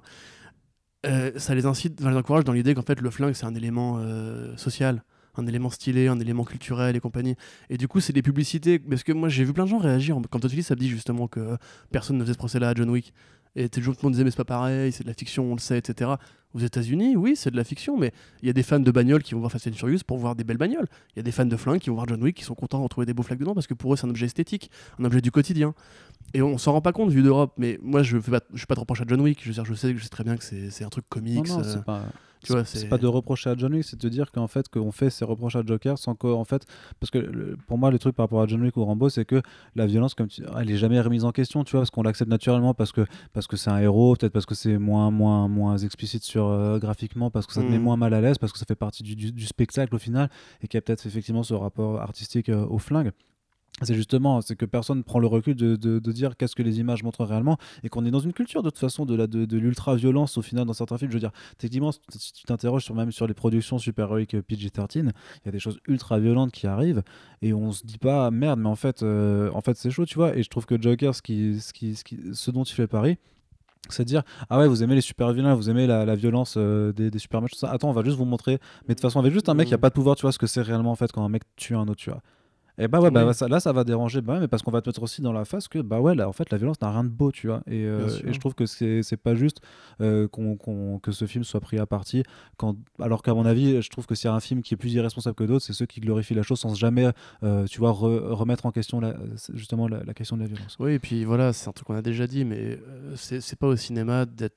[SPEAKER 2] Ça les encourage dans l'idée qu'en fait le flingue c'est un élément social, un élément stylé, un élément culturel et compagnie. Et du coup c'est des publicités, parce que moi j'ai vu plein de gens réagir quand Todd Phillips a dit justement que personne ne faisait ce procès-là à John Wick. Et tout le monde disait mais c'est pas pareil, c'est de la fiction, on le sait, etc. Aux États-Unis, oui, c'est de la fiction, mais il y a des fans de bagnoles qui vont voir Fast and Furious pour voir des belles bagnoles. Il y a des fans de flingues qui vont voir John Wick qui sont contents de retrouver des beaux flingues dedans parce que pour eux c'est un objet esthétique, un objet du quotidien. Et on s'en rend pas compte vu d'Europe, mais moi je suis pas de reproche à John Wick. Je sais très bien que c'est un truc comics.
[SPEAKER 1] Non, c'est pas. Tu vois, c'est pas de reprocher à John Wick, c'est de dire qu'en fait qu'on fait ces reproches à Joker sans qu'en fait, parce que pour moi le truc par rapport à John Wick ou Rambo, c'est que la violence, elle est jamais remise en question, tu vois, parce qu'on l'accepte naturellement parce que c'est un héros, peut-être parce que c'est moins explicite graphiquement, parce que ça te met moins mal à l'aise, parce que ça fait partie du spectacle au final, et qu'il y a peut-être effectivement ce rapport artistique au flingue. C'est que personne ne prend le recul de dire qu'est-ce que les images montrent réellement, et qu'on est dans une culture de toute façon de l'ultra-violence au final dans certains films. Je veux dire, techniquement, si tu t'interroges même sur les productions super-héroïques PG-13, il y a des choses ultra-violentes qui arrivent et on se dit pas merde, mais en fait c'est chaud, tu vois. Et je trouve que Joker, ce dont il fait pari, c'est de dire ah ouais, vous aimez les super vilains, vous aimez la violence des super matchs, tout ça. Attends, on va juste vous montrer, mais de toute façon avec juste un mec qui a pas de pouvoir, tu vois ce que c'est réellement en fait quand un mec tue un autre, tu vois. Et ça va déranger, mais parce qu'on va te mettre aussi dans la face que en fait la violence n'a rien de beau, tu vois. Et je trouve que c'est pas juste que ce film soit pris à partie alors qu'à mon avis je trouve que s'il y a un film qui est plus irresponsable que d'autres, c'est ceux qui glorifient la chose sans jamais tu vois remettre en question la question de la violence.
[SPEAKER 2] Oui, et puis voilà, c'est un truc qu'on a déjà dit, mais c'est pas au cinéma d'être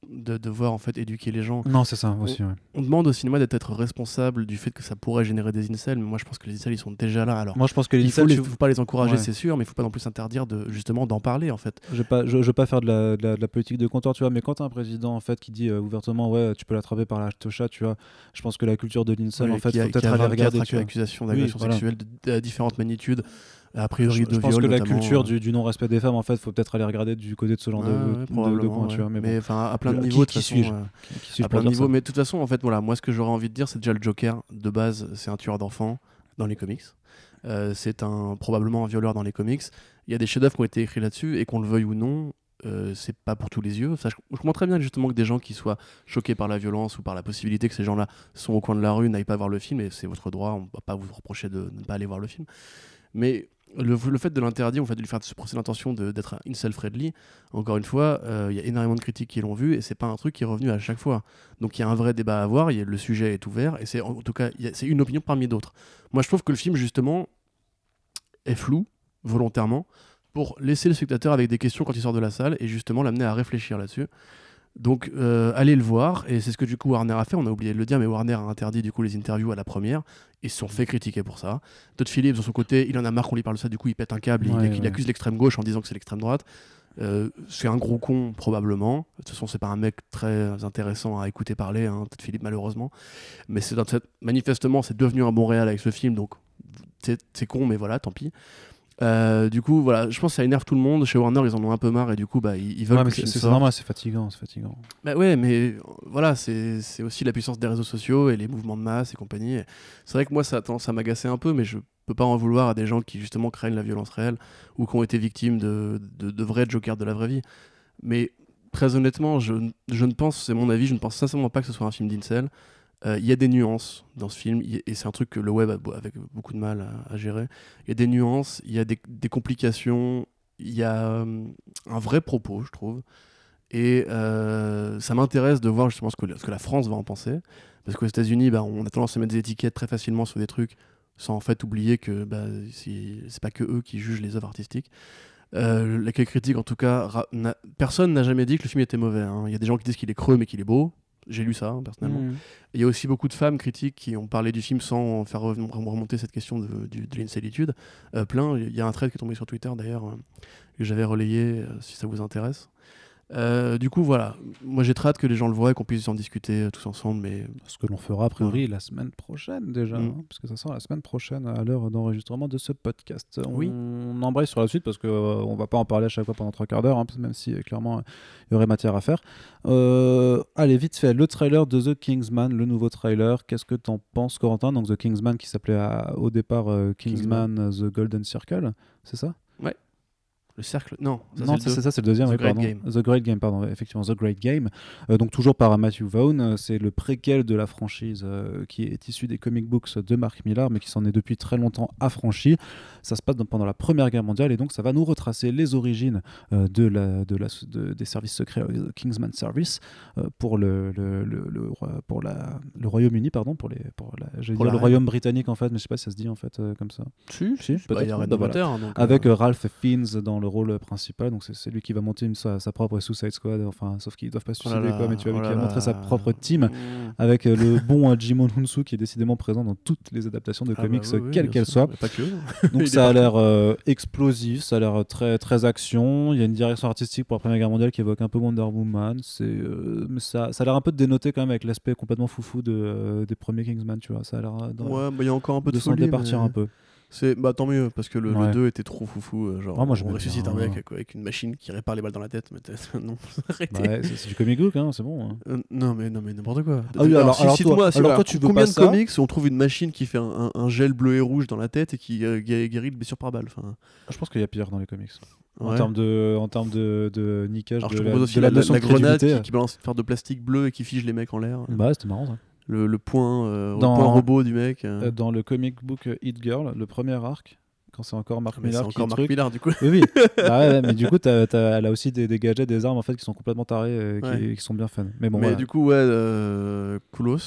[SPEAKER 2] de devoir en fait éduquer les gens.
[SPEAKER 1] Non, c'est ça aussi. Ouais.
[SPEAKER 2] On demande au cinéma d'être responsable du fait que ça pourrait générer des incels, mais moi je pense que les incels ils sont déjà là. Alors
[SPEAKER 1] Moi, je pense que
[SPEAKER 2] il faut,
[SPEAKER 1] l'incel,
[SPEAKER 2] faut pas les encourager,
[SPEAKER 1] Ouais.
[SPEAKER 2] c'est sûr, mais il faut pas non plus s'interdire justement d'en parler en fait.
[SPEAKER 1] je veux pas faire de la politique de comptoir, tu vois, mais quand t'as un président en fait qui dit ouvertement ouais, tu peux l'attraper par la tocha, tu vois, je pense que la culture de l'incel en fait,
[SPEAKER 2] Qui a
[SPEAKER 1] faut peut-être aller
[SPEAKER 2] 24
[SPEAKER 1] regarder. Tu vois.
[SPEAKER 2] accusations d'agression
[SPEAKER 1] Oui, voilà.
[SPEAKER 2] sexuelle de différentes magnitudes, a priori
[SPEAKER 1] Je
[SPEAKER 2] de
[SPEAKER 1] pense
[SPEAKER 2] viol
[SPEAKER 1] que la
[SPEAKER 2] notamment,
[SPEAKER 1] culture du non-respect des femmes, en fait, faut peut-être aller regarder du côté de ce genre de
[SPEAKER 2] probablement,
[SPEAKER 1] coin, tu vois. Mais bon,
[SPEAKER 2] enfin à plein de
[SPEAKER 1] Qui-
[SPEAKER 2] niveaux de
[SPEAKER 1] qui
[SPEAKER 2] toute façon,
[SPEAKER 1] suis-je qui suis-je
[SPEAKER 2] à
[SPEAKER 1] pour
[SPEAKER 2] plein de
[SPEAKER 1] dire
[SPEAKER 2] niveaux,
[SPEAKER 1] ça
[SPEAKER 2] mais de toute façon en fait voilà, moi ce que j'aurais envie de dire c'est déjà le Joker de base c'est un tueur d'enfants dans les comics. C'est probablement un violeur dans les comics. Il y a des chefs-d'œuvre qui ont été écrits là-dessus et qu'on le veuille ou non, c'est pas pour tous les yeux. Ça, je comprends très bien justement que des gens qui soient choqués par la violence ou par la possibilité que ces gens-là sont au coin de la rue n'aillent pas voir le film, et c'est votre droit, on va pas vous reprocher de ne pas aller voir le film. Mais le fait de l'interdire, ou fait de lui faire se procès l'intention d'être incel-friendly, encore une fois, il y a énormément de critiques qui l'ont vu et c'est pas un truc qui est revenu à chaque fois. Donc il y a un vrai débat à avoir, le sujet est ouvert et c'est en tout cas c'est une opinion parmi d'autres. Moi je trouve que le film justement est flou, volontairement, pour laisser le spectateur avec des questions quand il sort de la salle et justement l'amener à réfléchir là-dessus. Donc allez le voir, et c'est ce que du coup Warner a fait, on a oublié de le dire, mais Warner a interdit du coup les interviews à la première, ils se sont fait critiquer pour ça. Todd Phillips de son côté, il en a marre qu'on lui parle de ça, du coup il pète un câble, il accuse l'extrême gauche en disant que c'est l'extrême droite. C'est un gros con probablement, de toute façon c'est pas un mec très intéressant à écouter parler, hein, Todd Phillips malheureusement, mais manifestement c'est devenu un bon réal avec ce film, donc c'est con mais voilà, tant pis. Du coup, voilà, je pense que ça énerve tout le monde. Chez Warner, ils en ont un peu marre et du coup, bah, ils veulent que le film sorte.
[SPEAKER 1] C'est normal, c'est fatigant.
[SPEAKER 2] Bah ouais, mais voilà, c'est aussi la puissance des réseaux sociaux et les mouvements de masse et compagnie. Et c'est vrai que moi, ça a tendance à m'agacer un peu, mais je peux pas en vouloir à des gens qui justement craignent la violence réelle ou qui ont été victimes de vrais jokers de la vraie vie. Mais très honnêtement, je ne pense, c'est mon avis, je ne pense sincèrement pas que ce soit un film d'incel. Il y a des nuances dans ce film, et c'est un truc que le web a avec beaucoup de mal à gérer. Il y a des nuances, il y a des complications, il y a un vrai propos, je trouve. Et ça m'intéresse de voir justement ce que la France va en penser. Parce qu'aux États-Unis, bah, on a tendance à mettre des étiquettes très facilement sur des trucs, sans en fait oublier que bah, c'est pas que eux qui jugent les œuvres artistiques. La critique, en tout cas, personne n'a jamais dit que le film était mauvais. Hein. Il y a des gens qui disent qu'il est creux mais qu'il est beau. J'ai lu ça, hein, personnellement. Il y a aussi beaucoup de femmes critiques qui ont parlé du film sans faire remonter cette question de l'insolitude. Plein. Il y a un thread qui est tombé sur Twitter, d'ailleurs, que j'avais relayé, si ça vous intéresse. Du coup, voilà. Moi, j'ai très hâte que les gens le voient et qu'on puisse en discuter tous ensemble. Mais
[SPEAKER 1] Ce que l'on fera a priori la semaine prochaine déjà, parce que ça sort la semaine prochaine à l'heure d'enregistrement de ce podcast. On embraye sur la suite parce qu'on va pas en parler à chaque fois pendant 3 quarts d'heure, hein, même si clairement il y aurait matière à faire. Allez, vite fait, le trailer de The Kingsman, le nouveau trailer. Qu'est-ce que t'en penses, Corentin? Donc The Kingsman qui s'appelait au départ Kingsman The Golden Circle, c'est ça?
[SPEAKER 2] Ouais. Le cercle, non,
[SPEAKER 1] c'est le deuxième.
[SPEAKER 2] The Great
[SPEAKER 1] pardon.
[SPEAKER 2] Game.
[SPEAKER 1] The Great Game, pardon, effectivement, The Great Game. Donc toujours par Matthew Vaughn, c'est le préquel de la franchise qui est issu des comic books de Mark Millar, mais qui s'en est depuis très longtemps affranchi. Ça se passe pendant la Première Guerre mondiale, et donc ça va nous retracer les origines des services secrets Kingsman Service pour le Royaume-Uni, pardon, le Royaume britannique en fait, mais je sais pas si ça se dit en fait comme ça.
[SPEAKER 2] Si,
[SPEAKER 1] peut-être.
[SPEAKER 2] Il y a Red Novateur, hein,
[SPEAKER 1] avec Ralph Fiennes dans le rôle principal, donc c'est lui qui va monter sa propre Suicide Squad, enfin sauf qu'ils doivent pas se suicider mais tu vois, qui va montrer sa propre team avec le bon Jimon Hunsu qui est décidément présent dans toutes les adaptations de comics quelles qu'elles soient.
[SPEAKER 2] Pas que.
[SPEAKER 1] Donc ça a l'air explosif, ça a l'air très très action, il y a une direction artistique pour la Première Guerre mondiale qui évoque un peu Wonder Woman, mais ça a l'air un peu dénoté quand même avec l'aspect complètement foufou des premiers Kingsman, tu vois, ça a l'air
[SPEAKER 2] il y a encore un peu de
[SPEAKER 1] s'en
[SPEAKER 2] folie,
[SPEAKER 1] départir un peu.
[SPEAKER 2] Tant mieux, parce que le 2 était trop foufou. Genre,
[SPEAKER 1] moi,
[SPEAKER 2] on ressuscite un mec avec une machine qui répare les balles dans la tête. Mais non, arrêtez.
[SPEAKER 1] C'est du comic book, hein, c'est bon. Hein.
[SPEAKER 2] Non, mais n'importe quoi.
[SPEAKER 1] Alors toi, tu veux
[SPEAKER 2] combien
[SPEAKER 1] pas
[SPEAKER 2] de
[SPEAKER 1] ça
[SPEAKER 2] comics on trouve une machine qui fait un gel bleu et rouge dans la tête et qui guérit de blessure par balle.
[SPEAKER 1] Je pense qu'il y a pire dans les comics.
[SPEAKER 2] Ouais.
[SPEAKER 1] En termes de niquage
[SPEAKER 2] alors,
[SPEAKER 1] de la notion
[SPEAKER 2] la
[SPEAKER 1] de
[SPEAKER 2] grenade
[SPEAKER 1] crédibilité.
[SPEAKER 2] qui balance une faire de plastique bleu et qui fige les mecs en l'air.
[SPEAKER 1] Bah, c'était marrant ça.
[SPEAKER 2] Le point robot du mec.
[SPEAKER 1] Dans le comic book Hit Girl, le premier arc, quand c'est encore Mark Millar
[SPEAKER 2] c'est encore Mark Millar du coup.
[SPEAKER 1] Oui. Mais du coup, elle a aussi des gadgets, des armes en fait qui sont complètement tarés qui sont bien fun. Mais bon.
[SPEAKER 2] Mais du coup, Koulos,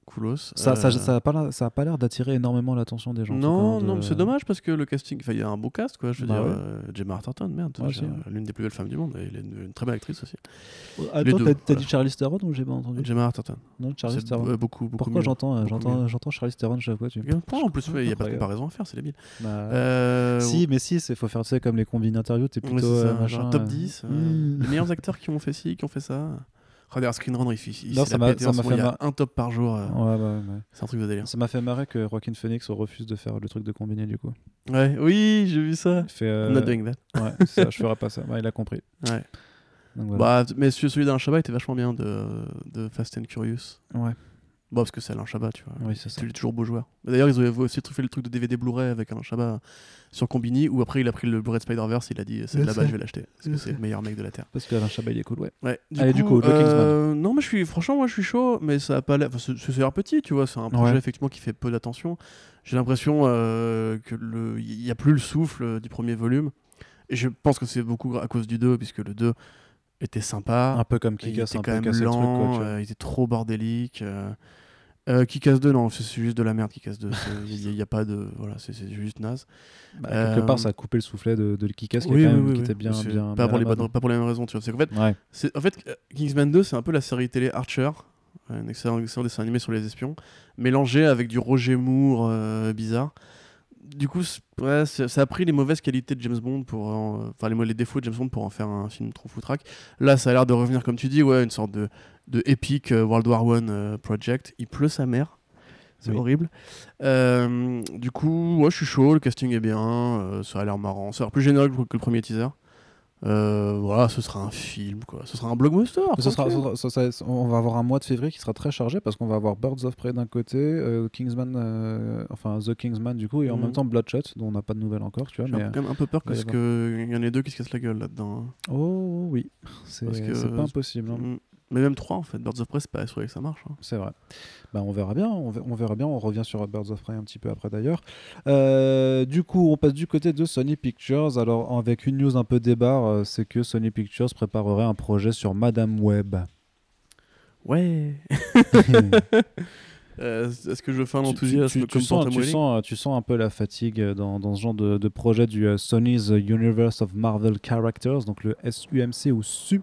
[SPEAKER 2] Coolos.
[SPEAKER 1] Ça a pas l'air d'attirer énormément l'attention des gens. en tout
[SPEAKER 2] Non,
[SPEAKER 1] cas,
[SPEAKER 2] non, mais c'est dommage parce que le casting, il y a un beau cast, quoi. Je veux
[SPEAKER 1] Bah
[SPEAKER 2] dire,
[SPEAKER 1] ouais.
[SPEAKER 2] Gemma Arterton, merde,
[SPEAKER 1] Ouais,
[SPEAKER 2] c'est l'une des plus belles femmes du monde. Et elle est une très belle actrice aussi.
[SPEAKER 1] Attends,
[SPEAKER 2] deux,
[SPEAKER 1] t'as
[SPEAKER 2] voilà.
[SPEAKER 1] dit Charlize Theron ou j'ai pas entendu?
[SPEAKER 2] Gemma Arterton.
[SPEAKER 1] Non, Charlize
[SPEAKER 2] C'est
[SPEAKER 1] Theron.
[SPEAKER 2] beaucoup
[SPEAKER 1] Pourquoi
[SPEAKER 2] mieux.
[SPEAKER 1] j'entends
[SPEAKER 2] Beaucoup mieux.
[SPEAKER 1] Charlize Theron chaque fois
[SPEAKER 2] En plus, il n'y a pas de
[SPEAKER 1] Incroyable.
[SPEAKER 2] comparaison à faire, c'est débile.
[SPEAKER 1] Bah, si, mais si, faut faire, tu sais, comme les combines interviews, t'es
[SPEAKER 2] Ouais,
[SPEAKER 1] plutôt
[SPEAKER 2] c'est ça,
[SPEAKER 1] machin.
[SPEAKER 2] genre top 10. Les meilleurs acteurs qui ont fait ci, qui ont fait ça. Regarde, Screenrun,
[SPEAKER 1] Non, ça m'a fait
[SPEAKER 2] il y a un top par jour.
[SPEAKER 1] Ouais.
[SPEAKER 2] C'est un truc de délire.
[SPEAKER 1] Ça m'a fait marrer que Joaquin Phoenix refuse de faire le truc de combiné du coup.
[SPEAKER 2] Ouais, oui, j'ai vu ça.
[SPEAKER 1] Il fait,
[SPEAKER 2] I'm not doing that.
[SPEAKER 1] Ouais, ça, je ferai pas ça. Ouais, il a compris.
[SPEAKER 2] Ouais.
[SPEAKER 1] Donc, voilà.
[SPEAKER 2] Bah, mais celui d'Alain Chabat était vachement bien de Fast and Curious.
[SPEAKER 1] Ouais.
[SPEAKER 2] Bon, parce que c'est Alain Chabat, tu vois.
[SPEAKER 1] Oui, c'est ça.
[SPEAKER 2] Il est toujours beau joueur. D'ailleurs, ils ont aussi fait le truc de DVD Blu-ray avec Alain Chabat sur Combini, où après il a pris le Blu-ray de Spider-Verse, il a dit c'est de là-bas, je vais l'acheter. Parce que c'est le meilleur mec de la Terre.
[SPEAKER 1] Parce qu'Alain Chabat, il est cool, ouais.
[SPEAKER 2] Ouais.
[SPEAKER 1] Du coup, The Kingsman.
[SPEAKER 2] Non, mais franchement, moi je suis chaud, mais ça a pas l'air. Enfin, c'est l'air petit, tu vois. C'est un projet effectivement qui fait peu d'attention. J'ai l'impression que il y a plus le souffle du premier volume. Et je pense que c'est beaucoup à cause du 2, puisque le 2 était sympa.
[SPEAKER 1] Un peu comme
[SPEAKER 2] il
[SPEAKER 1] Kick-Ass,
[SPEAKER 2] était
[SPEAKER 1] un
[SPEAKER 2] quand
[SPEAKER 1] peu
[SPEAKER 2] même
[SPEAKER 1] cassé le truc,
[SPEAKER 2] lent,
[SPEAKER 1] quoi,
[SPEAKER 2] il était trop bordélique. Kick-Ass 2, non, c'est juste de la merde. Kick-Ass 2, il n'y a pas de. Voilà, c'est juste naze.
[SPEAKER 1] Bah, quelque part, ça a coupé le soufflet de Kick-Ass qui était bien.
[SPEAKER 2] Pas pour les mêmes raisons, tu vois. C'est qu'en fait, Kingsman 2, c'est un peu la série télé Archer, un excellent dessin animé sur les espions, mélangé avec du Roger Moore bizarre. Du coup, ça a pris les mauvaises qualités de James Bond les défauts de James Bond pour en faire un film trop foutraque. Là, ça a l'air de revenir, comme tu dis, une sorte de épique World War I project. Il pleut sa mère. C'est horrible. Du coup, je suis chaud, le casting est bien, ça a l'air marrant. Ça a l'air plus générique que le premier teaser. Voilà, ce sera un film, quoi. Ce sera un blockbuster.
[SPEAKER 1] On va avoir un mois de février qui sera très chargé parce qu'on va avoir Birds of Prey d'un côté, Kingsman, The Kingsman du coup, et en même temps Bloodshot, dont on n'a pas de nouvelles encore, tu vois.
[SPEAKER 2] J'ai quand même un peu peur qu'il y en ait deux qui se cassent la gueule là-dedans.
[SPEAKER 1] Oh oui, c'est pas impossible. Hein.
[SPEAKER 2] Mais même 3 en fait, Birds of Prey, c'est pas assuré que ça marche. Hein.
[SPEAKER 1] C'est vrai. Bah, on verra bien, on verra bien, on revient sur Birds of Prey un petit peu après d'ailleurs. Du coup, on passe du côté de Sony Pictures. Alors, avec une news un peu débarre, c'est que Sony Pictures préparerait un projet sur Madame Web.
[SPEAKER 2] Ouais. Est-ce que je fais un enthousiasme
[SPEAKER 1] tu sens un peu la fatigue dans ce genre de projet du Sony's Universe of Marvel Characters, donc le SUMC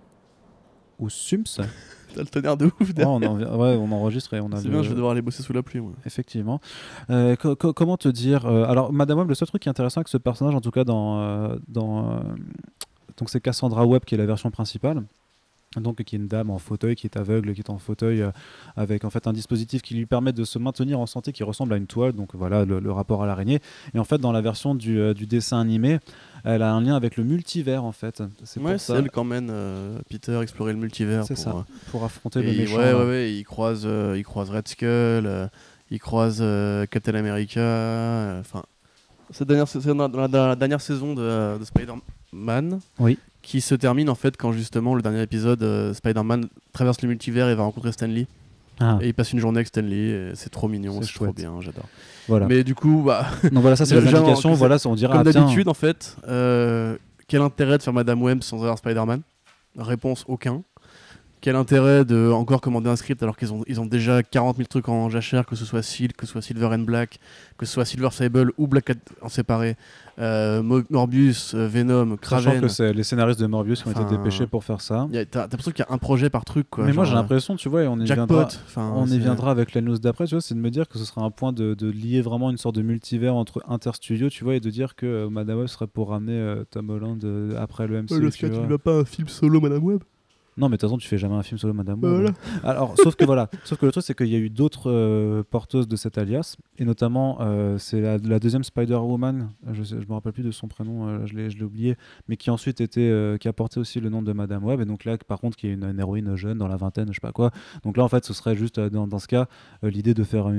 [SPEAKER 1] ou SUMS.
[SPEAKER 2] T'as le tonnerre de ouf derrière.
[SPEAKER 1] On enregistre et on a.
[SPEAKER 2] C'est bien, je vais devoir aller bosser sous la pluie, moi.
[SPEAKER 1] Effectivement. Comment te dire alors, Madame Web, le seul truc qui est intéressant avec ce personnage, en tout cas donc c'est Cassandra Webb qui est la version principale. Donc, qui est une dame en fauteuil, qui est aveugle, qui est en fauteuil avec en fait un dispositif qui lui permet de se maintenir en santé, qui ressemble à une toile. Donc voilà le rapport à l'araignée. Et en fait, dans la version du dessin animé, elle a un lien avec le multivers en fait. C'est
[SPEAKER 2] elle qu'emmène Peter explorer le multivers.
[SPEAKER 1] C'est ça. Pour affronter le méchant.
[SPEAKER 2] Il croise Red Skull, il croise Captain America. Enfin, c'est dans la dernière saison de Spider-Man.
[SPEAKER 1] Oui.
[SPEAKER 2] Qui se termine en fait quand justement le dernier épisode Spider-Man traverse le multivers et va rencontrer Stan Lee. Et il passe une journée avec Stan Lee et c'est trop mignon, c'est trop bien, j'adore.
[SPEAKER 1] Voilà.
[SPEAKER 2] Mais du coup,
[SPEAKER 1] donc voilà, ça c'est les indications, on dira
[SPEAKER 2] comme d'habitude en fait, quel intérêt de faire Madame Web sans avoir Spider-Man? Réponse aucun. Quel intérêt de encore commander un script alors qu'ils ont déjà 40 000 trucs en jachère, que ce soit Silk, que ce soit Silver and Black, que ce soit Silver Sable ou Black Cat en séparé, Morbius, Venom, Kraven.
[SPEAKER 1] Sachant que c'est les scénaristes de Morbius qui ont été dépêchés pour faire ça.
[SPEAKER 2] T'as l'impression qu'il y a un projet par truc, quoi.
[SPEAKER 1] Mais moi j'ai l'impression, tu vois, et on y viendra avec la news d'après, tu vois, c'est de me dire que ce sera un point de lier vraiment une sorte de multivers entre interstudios, tu vois, et de dire que Madame Web serait pour ramener Tom Holland après le MCU.
[SPEAKER 2] Parce que tu n'as pas un film solo Madame Web?
[SPEAKER 1] Non, mais de toute façon, tu fais jamais un film solo Madame Web. Voilà. Alors, sauf que le truc, c'est qu'il y a eu d'autres porteuses de cet alias, et notamment, c'est la deuxième Spider-Woman, je me rappelle plus de son prénom, je l'ai oublié, mais qui ensuite qui a porté aussi le nom de Madame Web, et donc là, par contre, qui est une héroïne jeune, dans la vingtaine, je sais pas quoi. Donc là, en fait, ce serait juste, dans ce cas, l'idée de faire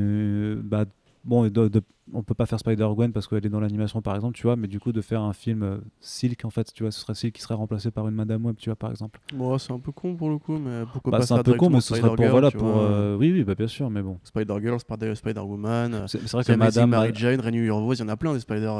[SPEAKER 1] on peut pas faire Spider-Gwen parce qu'elle est dans l'animation par exemple, tu vois, mais du coup de faire un film Silk en fait, tu vois, ce serait Silk qui serait remplacé par une Madame Web, tu vois, par exemple.
[SPEAKER 2] Bon, c'est un peu con pour le coup, mais pourquoi pas?
[SPEAKER 1] C'est un peu con, mais ce serait pour oui, bien sûr, mais bon.
[SPEAKER 2] Spider-Girl, Spider-Woman,
[SPEAKER 1] c'est vrai que Madame
[SPEAKER 2] Mary Jane, Renew Your Voice, il y en a plein des Spider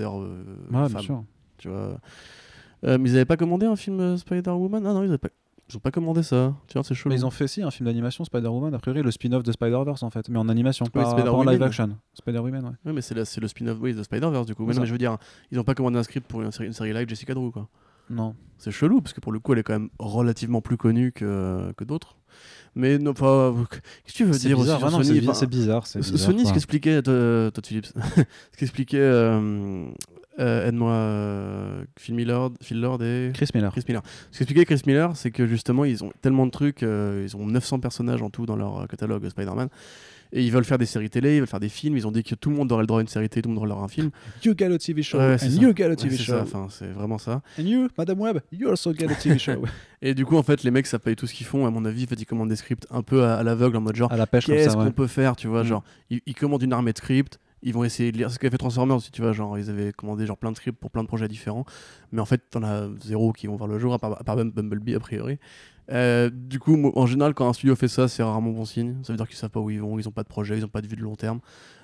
[SPEAKER 1] bien
[SPEAKER 2] femmes,
[SPEAKER 1] sûr.
[SPEAKER 2] tu vois. Mais ils avaient pas commandé un film Spider-Woman? Ah non, ils avaient pas. Ils ont pas commandé ça. Tiens, c'est chelou.
[SPEAKER 1] Mais ils ont fait un film d'animation Spider-Woman, a priori le spin-off de Spider-Verse en fait, mais en animation,
[SPEAKER 2] Oui,
[SPEAKER 1] pas en
[SPEAKER 2] Spider-Woman.
[SPEAKER 1] live action. Spider-Woman, ouais.
[SPEAKER 2] Ouais, mais c'est le spin-off de Spider-Verse du coup.
[SPEAKER 1] C'est
[SPEAKER 2] Mais non, mais je veux dire, ils ont pas commandé un script pour une série live Jessica Drew quoi.
[SPEAKER 1] Non.
[SPEAKER 2] C'est chelou parce que pour le coup, elle est quand même relativement plus connue que d'autres. Mais non, pas. Qu'est-ce que tu veux
[SPEAKER 1] C'est
[SPEAKER 2] dire
[SPEAKER 1] bizarre,
[SPEAKER 2] aussi sur
[SPEAKER 1] vraiment,
[SPEAKER 2] Sony
[SPEAKER 1] c'est bizarre.
[SPEAKER 2] Sony, ce
[SPEAKER 1] quoi.
[SPEAKER 2] qu'expliquait Todd Phillips, ce qu'expliquait aide-moi, Phil Lord et
[SPEAKER 1] Chris Miller.
[SPEAKER 2] Ce qu'expliquait Chris Miller, c'est que justement, ils ont tellement de trucs, ils ont 900 personnages en tout dans leur catalogue Spider-Man. Et ils veulent faire des séries télé, ils veulent faire des films. Ils ont dit que tout le monde aurait le droit à une série télé, tout le monde aurait le droit à un film.
[SPEAKER 1] You get a TV show,
[SPEAKER 2] Ouais,
[SPEAKER 1] and
[SPEAKER 2] c'est ça.
[SPEAKER 1] you get a
[SPEAKER 2] Ouais,
[SPEAKER 1] TV
[SPEAKER 2] c'est
[SPEAKER 1] show.
[SPEAKER 2] ça, enfin, c'est vraiment ça.
[SPEAKER 1] And you, Madame Web, you also get a TV show.
[SPEAKER 2] Et du coup, en fait, les mecs savent pas du tout ce qu'ils font. À mon avis, en fait, ils commandent des scripts un peu à l'aveugle, en mode genre,
[SPEAKER 1] À la pêche comme
[SPEAKER 2] qu'est-ce
[SPEAKER 1] ça,
[SPEAKER 2] qu'on
[SPEAKER 1] ouais.
[SPEAKER 2] peut faire, tu vois,
[SPEAKER 1] Mm.
[SPEAKER 2] genre, ils commandent une armée de scripts. Ils vont essayer de lire. C'est ce qu'avait fait Transformers aussi, tu vois, genre, ils avaient commandé genre plein de scripts pour plein de projets différents. Mais en fait, t'en as zéro qui vont voir le jour, à part même Bumblebee, a priori. Du coup, en général, quand un studio fait ça, c'est rarement bon signe. Ça veut dire qu'ils savent pas où ils vont, ils ont pas de projet, ils ont pas de vue de long terme.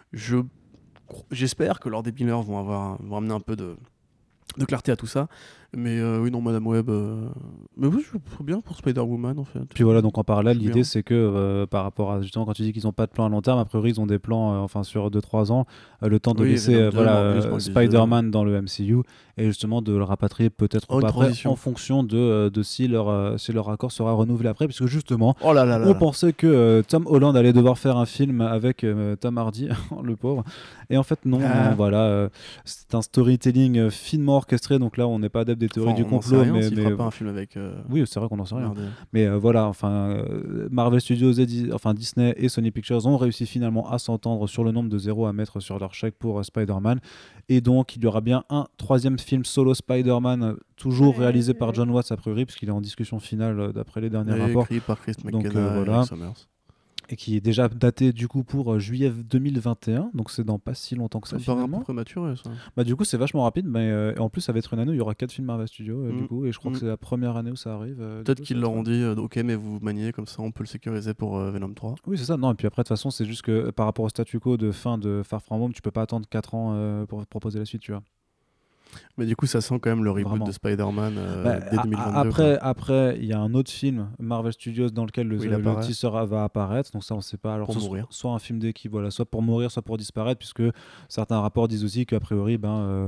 [SPEAKER 2] J'espère que leurs débineurs vont amener un peu de clarté à tout ça. Mais oui, non, Madame Web. Mais oui, je trouve bien pour Spider-Woman en fait.
[SPEAKER 1] Puis voilà, donc en parallèle,
[SPEAKER 2] C'est
[SPEAKER 1] l'idée
[SPEAKER 2] bien.
[SPEAKER 1] c'est que par rapport à justement quand tu dis qu'ils n'ont pas de plan à long terme, a priori ils ont des plans enfin sur 2-3 ans, le temps de
[SPEAKER 2] Oui,
[SPEAKER 1] laisser
[SPEAKER 2] Venom 2, Morbius, Morbius
[SPEAKER 1] Spider-Man dans le MCU et justement de le rapatrier peut-être
[SPEAKER 2] Oh,
[SPEAKER 1] ou
[SPEAKER 2] une
[SPEAKER 1] pas après
[SPEAKER 2] transition.
[SPEAKER 1] en fonction de si leur accord sera renouvelé après, puisque justement
[SPEAKER 2] Oh là là là.
[SPEAKER 1] on pensait que Tom Holland allait devoir faire un film avec Tom Hardy, le pauvre. Et en fait, non,
[SPEAKER 2] Ah.
[SPEAKER 1] non, voilà. C'est un storytelling finement orchestré. Donc là, on n'est pas adepte des théories
[SPEAKER 2] Enfin,
[SPEAKER 1] du
[SPEAKER 2] on n'en sait
[SPEAKER 1] complot.
[SPEAKER 2] rien
[SPEAKER 1] Mais,
[SPEAKER 2] s'il fera pas un film avec.
[SPEAKER 1] oui, c'est vrai qu'on n'en sait rien.
[SPEAKER 2] merde.
[SPEAKER 1] Mais voilà, enfin, Marvel Studios et Disney et Sony Pictures ont réussi finalement à s'entendre sur le nombre de zéros à mettre sur leur chèque pour Spider-Man. Et donc, il y aura bien un troisième film solo Spider-Man, toujours réalisé par John Watts a priori, puisqu'il est en discussion finale d'après les derniers
[SPEAKER 2] Et
[SPEAKER 1] rapports.
[SPEAKER 2] écrit par Chris
[SPEAKER 1] Donc,
[SPEAKER 2] McKenna et
[SPEAKER 1] voilà.
[SPEAKER 2] Eric Summers.
[SPEAKER 1] Et qui est déjà daté du coup pour juillet 2021, donc c'est dans pas si longtemps que ça
[SPEAKER 2] Ça me paraît un peu
[SPEAKER 1] finalement.
[SPEAKER 2] prématuré ça.
[SPEAKER 1] Bah du coup c'est vachement rapide, mais et en plus ça va être une année où il y aura 4 films Marvel Studios du
[SPEAKER 2] Mm.
[SPEAKER 1] coup, et je crois que c'est la première année où ça arrive.
[SPEAKER 2] Peut-être qu'ils leur ont dit ok, mais vous maniez comme ça, on peut le sécuriser pour Venom 3.
[SPEAKER 1] Oui c'est ça, non et puis après de toute façon c'est juste que par rapport au statu quo de fin de Far From Home, tu peux pas attendre 4 ans pour proposer la suite, tu vois.
[SPEAKER 2] Mais du coup, ça sent quand même le reboot
[SPEAKER 1] Vraiment.
[SPEAKER 2] de Spider-Man
[SPEAKER 1] Bah,
[SPEAKER 2] dès 2022.
[SPEAKER 1] après, il y a un autre film Marvel Studios dans lequel
[SPEAKER 2] Oui, il
[SPEAKER 1] le
[SPEAKER 2] apparaît.
[SPEAKER 1] teaser va apparaître. Donc ça, on sait pas. Alors,
[SPEAKER 2] Pour
[SPEAKER 1] ce
[SPEAKER 2] mourir.
[SPEAKER 1] soit un film d'équipe, voilà, soit pour mourir, soit pour disparaître, puisque certains rapports disent aussi qu'a priori,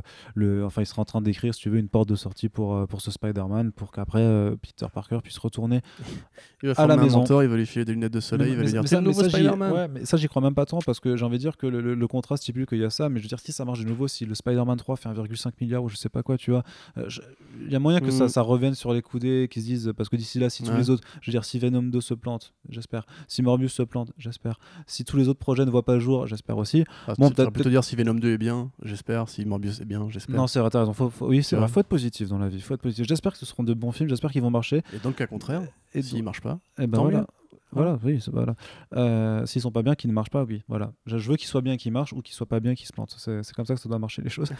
[SPEAKER 1] il sera en train d'écrire, si tu veux, une porte de sortie pour ce Spider-Man, pour qu'après Peter Parker puisse retourner.
[SPEAKER 2] Il va
[SPEAKER 1] à
[SPEAKER 2] former
[SPEAKER 1] la
[SPEAKER 2] un
[SPEAKER 1] maison.
[SPEAKER 2] mentor, il va lui filer des lunettes de soleil, il va lui dire
[SPEAKER 1] mais
[SPEAKER 2] c'est
[SPEAKER 1] ça-
[SPEAKER 2] le
[SPEAKER 1] mais
[SPEAKER 2] nouveau
[SPEAKER 1] ça, j'y-
[SPEAKER 2] Spider-Man.
[SPEAKER 1] ouais, mais ça, j'y crois même pas tant parce que j'ai envie de dire que le contrat stipule qu'il y a ça. Mais je veux dire, si ça marche de nouveau, si le Spider-Man 3 fait 1,5 milliard ou je sais pas quoi, tu vois, il y a moyen que ça revienne sur les coudées, qu'ils se disent, parce que d'ici là, si tous
[SPEAKER 2] Ouais.
[SPEAKER 1] les autres, je veux dire, si Venom 2 se plante, j'espère. Si Morbius se plante, j'espère. Si tous les autres projets ne voient pas le jour, j'espère aussi.
[SPEAKER 2] Bon,
[SPEAKER 1] Bon,
[SPEAKER 2] peut-être
[SPEAKER 1] peut-être-
[SPEAKER 2] plutôt dire si Venom 2 est bien, j'espère. Si Morbius est bien, j'espère.
[SPEAKER 1] Non, c'est vrai, t'as raison. Oui, c'est
[SPEAKER 2] Ouais.
[SPEAKER 1] vrai. Faut être positif dans la vie. Faut être positif. J'espère que ce seront de bons films. J'espère qu'ils vont marcher.
[SPEAKER 2] Et dans le cas contraire,
[SPEAKER 1] Et
[SPEAKER 2] s'il marche pas,
[SPEAKER 1] Eh ben
[SPEAKER 2] tant
[SPEAKER 1] voilà.
[SPEAKER 2] mieux.
[SPEAKER 1] Voilà, oui, voilà. S'ils sont pas bien, qu'ils ne marchent pas, oui. Voilà. Je veux qu'ils soient bien, qu'ils marchent, ou qu'ils soient pas bien, qu'ils se plantent. C'est comme ça que ça doit marcher les choses.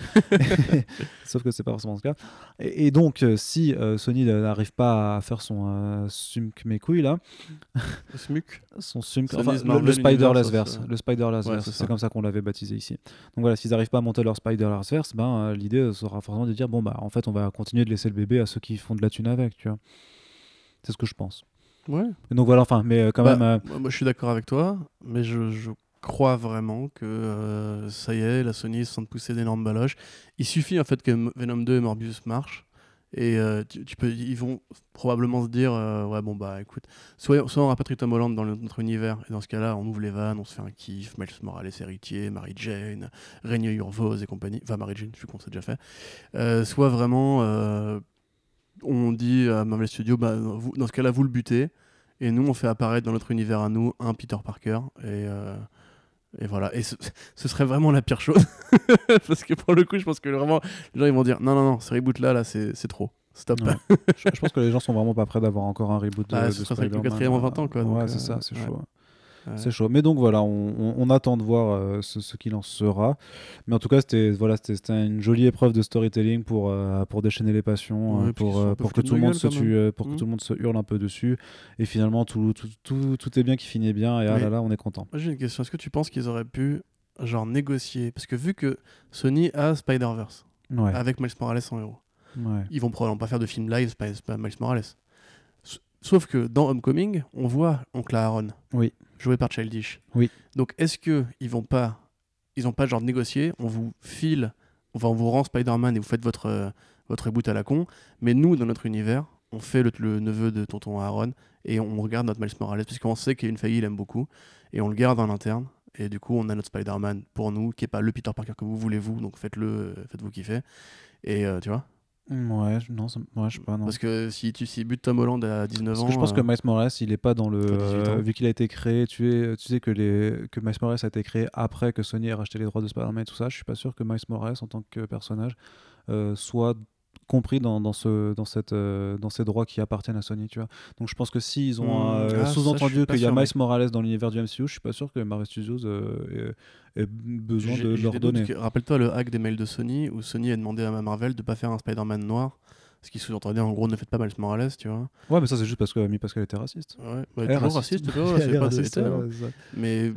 [SPEAKER 1] Sauf que c'est pas forcément le cas. Et donc, si Sony n'arrive pas à faire son sumk mes couilles là,
[SPEAKER 2] Smuc.
[SPEAKER 1] son sumk,
[SPEAKER 2] Sony's
[SPEAKER 1] enfin, le
[SPEAKER 2] Marvel
[SPEAKER 1] Spider-Verse
[SPEAKER 2] Universe,
[SPEAKER 1] verse, le Spider-Verse
[SPEAKER 2] Ouais,
[SPEAKER 1] verse,
[SPEAKER 2] c'est
[SPEAKER 1] c'est
[SPEAKER 2] ça.
[SPEAKER 1] comme ça qu'on l'avait baptisé ici. Donc voilà, s'ils n'arrivent pas à monter leur Spider-Verse verse, l'idée sera forcément de dire bon bah en fait on va continuer de laisser le bébé à ceux qui font de la thune avec, tu vois. C'est ce que je pense.
[SPEAKER 2] Ouais.
[SPEAKER 1] Et donc voilà, enfin, mais quand
[SPEAKER 2] Bah,
[SPEAKER 1] même.
[SPEAKER 2] moi, je suis d'accord avec toi, mais je crois vraiment que ça y est, la Sony se sent pousser d'énormes baloches. Il suffit en fait que Venom 2 et Morbius marchent. Et ils vont probablement se dire ouais bon bah écoute, soit on rapatrie Tom Holland dans notre univers, et dans ce cas-là on ouvre les vannes, on se fait un kiff, Miles Morales héritier, Mary Jane, Regne Urvos et compagnie, enfin Mary Jane je suis con c'est déjà fait, soit vraiment on dit à Marvel Studios bah, dans ce cas-là vous le butez, et nous on fait apparaître dans notre univers à nous un Peter Parker, et voilà, et ce serait vraiment la pire chose. Parce que pour le coup, je pense que vraiment, les gens ils vont dire non, ce reboot là c'est trop. Stop.
[SPEAKER 1] Ouais. je pense que les gens sont vraiment pas prêts d'avoir encore un reboot de,
[SPEAKER 2] Bah,
[SPEAKER 1] de
[SPEAKER 2] ce sera le
[SPEAKER 1] Spider-Man.
[SPEAKER 2] 4e en 20 ans, quoi,
[SPEAKER 1] Ouais,
[SPEAKER 2] donc,
[SPEAKER 1] c'est ça, c'est
[SPEAKER 2] ouais.
[SPEAKER 1] chaud.
[SPEAKER 2] Ouais.
[SPEAKER 1] C'est chaud. Mais donc voilà, on attend de voir ce qu'il en sera. Mais en tout cas, c'était une jolie épreuve de storytelling pour déchaîner les passions,
[SPEAKER 2] Ouais, puis ils sont un peu
[SPEAKER 1] pour que
[SPEAKER 2] foutus
[SPEAKER 1] tout
[SPEAKER 2] de
[SPEAKER 1] le monde
[SPEAKER 2] gueule,
[SPEAKER 1] se
[SPEAKER 2] quand
[SPEAKER 1] tue, pour que
[SPEAKER 2] Mhm.
[SPEAKER 1] tout le monde se hurle un peu dessus. Et finalement, tout est bien qui finit bien. Et ah
[SPEAKER 2] Mais-
[SPEAKER 1] là là, on est content.
[SPEAKER 2] Moi, j'ai une question, est-ce que tu penses qu'ils auraient pu genre négocier, parce que vu que Sony a Spider-Verse
[SPEAKER 1] Ouais.
[SPEAKER 2] avec Miles Morales en héros,
[SPEAKER 1] Ouais.
[SPEAKER 2] ils vont probablement pas faire de film live, c'est pas Miles Morales. Sauf que dans Homecoming, on voit Oncle Aaron,
[SPEAKER 1] Oui.
[SPEAKER 2] joué par Childish.
[SPEAKER 1] Oui.
[SPEAKER 2] Donc est-ce que ils ont pas genre négocié, on vous rend Spider-Man et vous faites votre reboot à la con, mais nous, dans notre univers, on fait le neveu de tonton Aaron et on regarde notre Miles Morales, puisqu'on sait qu'il y a une faille, il aime beaucoup, et on le garde en interne, et du coup, on a notre Spider-Man pour nous, qui est pas le Peter Parker que vous voulez, vous, donc faites-vous kiffer. Et tu vois.
[SPEAKER 1] Ouais, non, je sais pas, non.
[SPEAKER 2] Parce que si bute Tom Holland à 19 ans...
[SPEAKER 1] Parce que je pense que Miles Morales, il est pas dans le...
[SPEAKER 2] 18 ans.
[SPEAKER 1] vu qu'il a été créé, tu sais que Miles Morales a été créé après que Sony ait racheté les droits de Spider-Man et tout ça, je suis pas sûr que Miles Morales, en tant que personnage, soit compris dans ces droits qui appartiennent à Sony, tu vois. Donc je pense que s'ils ont sous-entendu qu'il y a Miles Morales dans l'univers du MCU, je suis pas sûr que Marvel Studios ait besoin de leur donner.
[SPEAKER 2] Rappelle-toi le hack des mails de Sony, où Sony a demandé à Marvel de pas faire un Spider-Man noir, ce qui sous-entendait en gros ne faites pas Miles Morales, tu vois.
[SPEAKER 1] Ouais, mais ça c'est juste parce qu'elle était raciste.
[SPEAKER 2] Ouais, toujours raciste, c'est pas de l'été, hein. Mais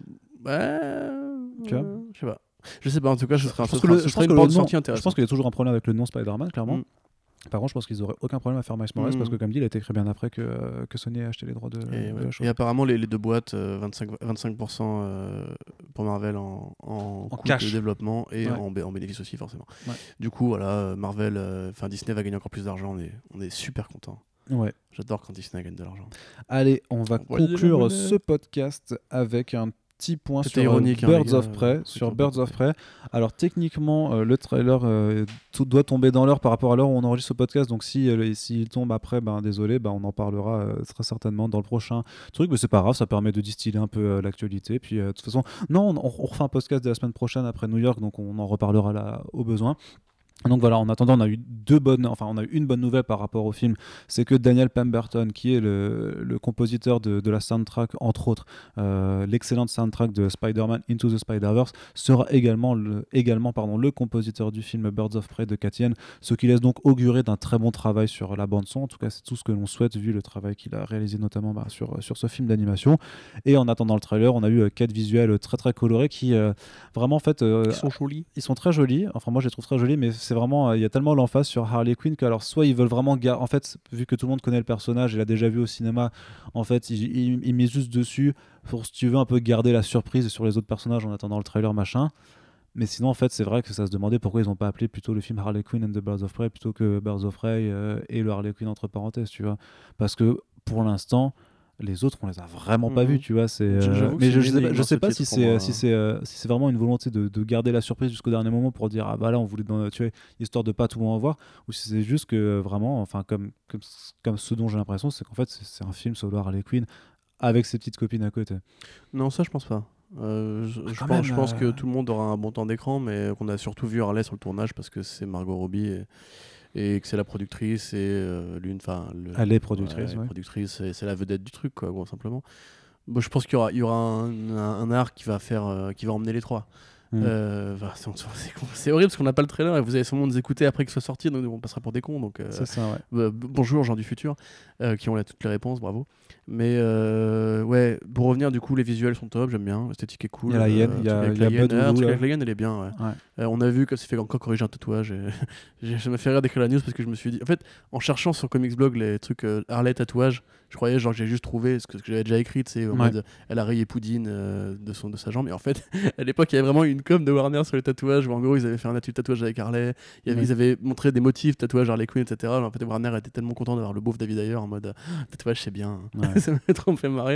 [SPEAKER 1] tu vois,
[SPEAKER 2] je sais pas. Je sais pas, en tout cas, ce serait
[SPEAKER 1] une
[SPEAKER 2] porte de sortie intéressante.
[SPEAKER 1] Je pense qu'il y a toujours un problème avec le nom Spider-Man, clairement. Par contre, je pense qu'ils auraient aucun problème à faire Miles Morales parce que, comme dit, il a été créé bien après que Sony ait acheté les droits de la chose.
[SPEAKER 2] Et apparemment, les deux boîtes, 25% pour Marvel en coût de développement et en bénéfice aussi, forcément. Ouais. Du coup, voilà, Disney va gagner encore plus d'argent. On est super contents.
[SPEAKER 1] Ouais.
[SPEAKER 2] J'adore quand Disney gagne de l'argent.
[SPEAKER 1] Allez, on va conclure ce podcast avec un petit point sur
[SPEAKER 2] ironique,
[SPEAKER 1] Birds of Prey. Alors techniquement, le trailer tout doit tomber dans l'heure par rapport à l'heure où on enregistre ce podcast. Donc s'il tombe après, désolé, on en parlera très certainement dans le prochain truc. Mais c'est pas grave, ça permet de distiller un peu l'actualité. Puis de toute façon, non, on refait un podcast de la semaine prochaine après New York, donc on en reparlera là au besoin. Donc voilà, en attendant, on a eu une bonne nouvelle par rapport au film, c'est que Daniel Pemberton, qui est le compositeur de la soundtrack, entre autres, l'excellente soundtrack de Spider-Man Into the Spider-Verse, sera également le compositeur du film Birds of Prey de Katien, ce qui laisse donc augurer d'un très bon travail sur la bande-son. En tout cas, c'est tout ce que l'on souhaite, vu le travail qu'il a réalisé notamment sur ce film d'animation. Et en attendant le trailer, on a eu 4 visuels très très colorés qui vraiment, en fait...
[SPEAKER 2] ils sont jolis.
[SPEAKER 1] Ils sont très jolis, enfin moi je les trouve très jolis, mais c'est vraiment, il y a tellement l'emphase sur Harley Quinn que alors soit ils veulent vraiment en fait, vu que tout le monde connaît le personnage et l'a déjà vu au cinéma, en fait ils mettent juste dessus pour, si tu veux, un peu garder la surprise sur les autres personnages en attendant le trailer machin. Mais sinon, en fait, c'est vrai que ça se demandait pourquoi ils n'ont pas appelé plutôt le film Harley Quinn and the Birds of Prey plutôt que Birds of Prey et le Harley Quinn entre parenthèses, tu vois, parce que pour l'instant les autres on les a vraiment pas vus, tu vois. Mais je sais pas si c'est vraiment une volonté de garder la surprise jusqu'au dernier moment pour dire ah bah là on voulait tu vois, histoire de pas tout en voir, ou si c'est juste que vraiment, enfin comme ce dont j'ai l'impression, c'est qu'en fait c'est un film solo Harley Quinn avec ses petites copines à côté.
[SPEAKER 2] Non, ça je pense pas. Je pense que tout le monde aura un bon temps d'écran, mais qu'on a surtout vu Harley sur le tournage parce que c'est Margot Robbie et que c'est la productrice et
[SPEAKER 1] elle est productrice,
[SPEAKER 2] productrice, c'est la vedette du truc, quoi, gros, simplement. Bon, je pense qu'il y aura un arc qui va emmener les trois. C'est horrible parce qu'on n'a pas le trailer et vous allez sûrement nous écouter après que ce soit sorti, donc on passera pour des cons. Donc,
[SPEAKER 1] c'est ça, ouais.
[SPEAKER 2] Bonjour gens du futur qui ont toutes les réponses, bravo. Mais ouais, pour revenir, du coup, les visuels sont top, j'aime bien, l'esthétique est cool.
[SPEAKER 1] Il y a la hyène, il y a
[SPEAKER 2] la hyène, elle est bien. Ouais. On a vu que ça fait encore corriger un tatouage. Ça m'a fait rire d'écrire la news parce que je me suis dit, en fait, en cherchant sur Comics Blog les trucs Harley tatouage, je croyais genre que j'ai juste trouvé ce que j'avais déjà écrit, c'est en mode elle a rayé Poudine de sa jambe. Et en fait, à l'époque, il y avait vraiment une com de Warner sur les tatouages où en gros ils avaient fait un tatouage avec Harley. Ils avaient montré des motifs, tatouage Harley Quinn, etc. En fait, Warner était tellement content d'avoir le beauf David Ayer en mode tatouage, c'est bien. Ouais. Ça m'a trop fait marrer.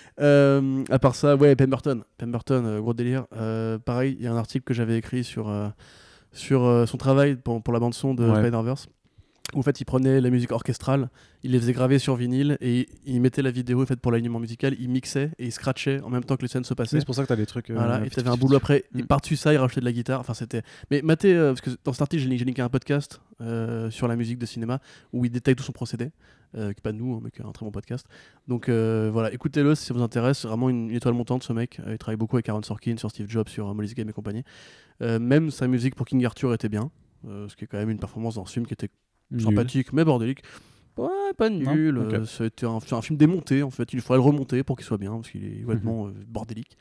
[SPEAKER 2] À part ça, ouais, Pemberton, gros délire. Pareil, il y a un article que j'avais écrit sur son travail pour la bande son de Spider-Verse. Où en fait, il prenait la musique orchestrale, il les faisait graver sur vinyle et il mettait la vidéo faite pour l'alignement musical, il mixait et il scratchait en même temps que les scènes se passaient.
[SPEAKER 1] Oui, c'est pour ça que t'as des trucs.
[SPEAKER 2] Voilà, et t'avais un boulot après. Et par-dessus ça, il rajoutait de la guitare. Enfin, c'était. Mais Maté, parce que dans cet article, j'ai linké un podcast sur la musique de cinéma où il détaille tout son procédé. Qui n'est pas de nous, mais qui est un très bon podcast. Donc voilà, écoutez-le si ça vous intéresse. C'est vraiment une étoile montante, ce mec. Il travaille beaucoup avec Aaron Sorkin, sur Steve Jobs, sur Molly's Game et compagnie. Même sa musique pour King Arthur était bien. Ce qui est quand même une performance dans ce film qui était sympathique mais bordélique. Ouais, pas nul. C'est un film démonté en fait. Il faudrait le remonter pour qu'il soit bien parce qu'il est complètement bordélique.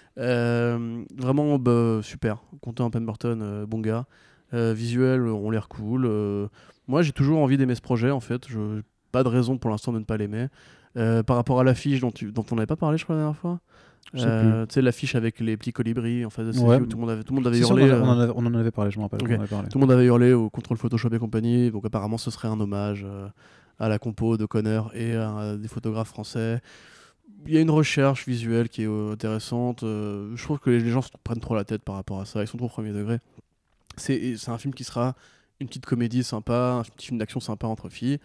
[SPEAKER 2] Vraiment super. Content Pemberton, bon gars. Visuels ont l'air cool. Moi j'ai toujours envie d'aimer ce projet en fait. pas de raison pour l'instant de ne pas l'aimer. Par rapport à l'affiche dont on n'avait pas parlé, je crois, la dernière fois. Tu sais, l'affiche avec les petits colibris en face de ses yeux, où tout le monde avait hurlé.
[SPEAKER 1] On en avait parlé, je me rappelle.
[SPEAKER 2] Okay. Tout le monde avait hurlé au contrôle Photoshop et compagnie. Donc apparemment, ce serait un hommage à la compo de Conner et à des photographes français. Il y a une recherche visuelle qui est intéressante. Je trouve que les gens se prennent trop la tête par rapport à ça. Ils sont trop au premier degré. C'est un film qui sera une petite comédie sympa, un petit film d'action sympa entre filles.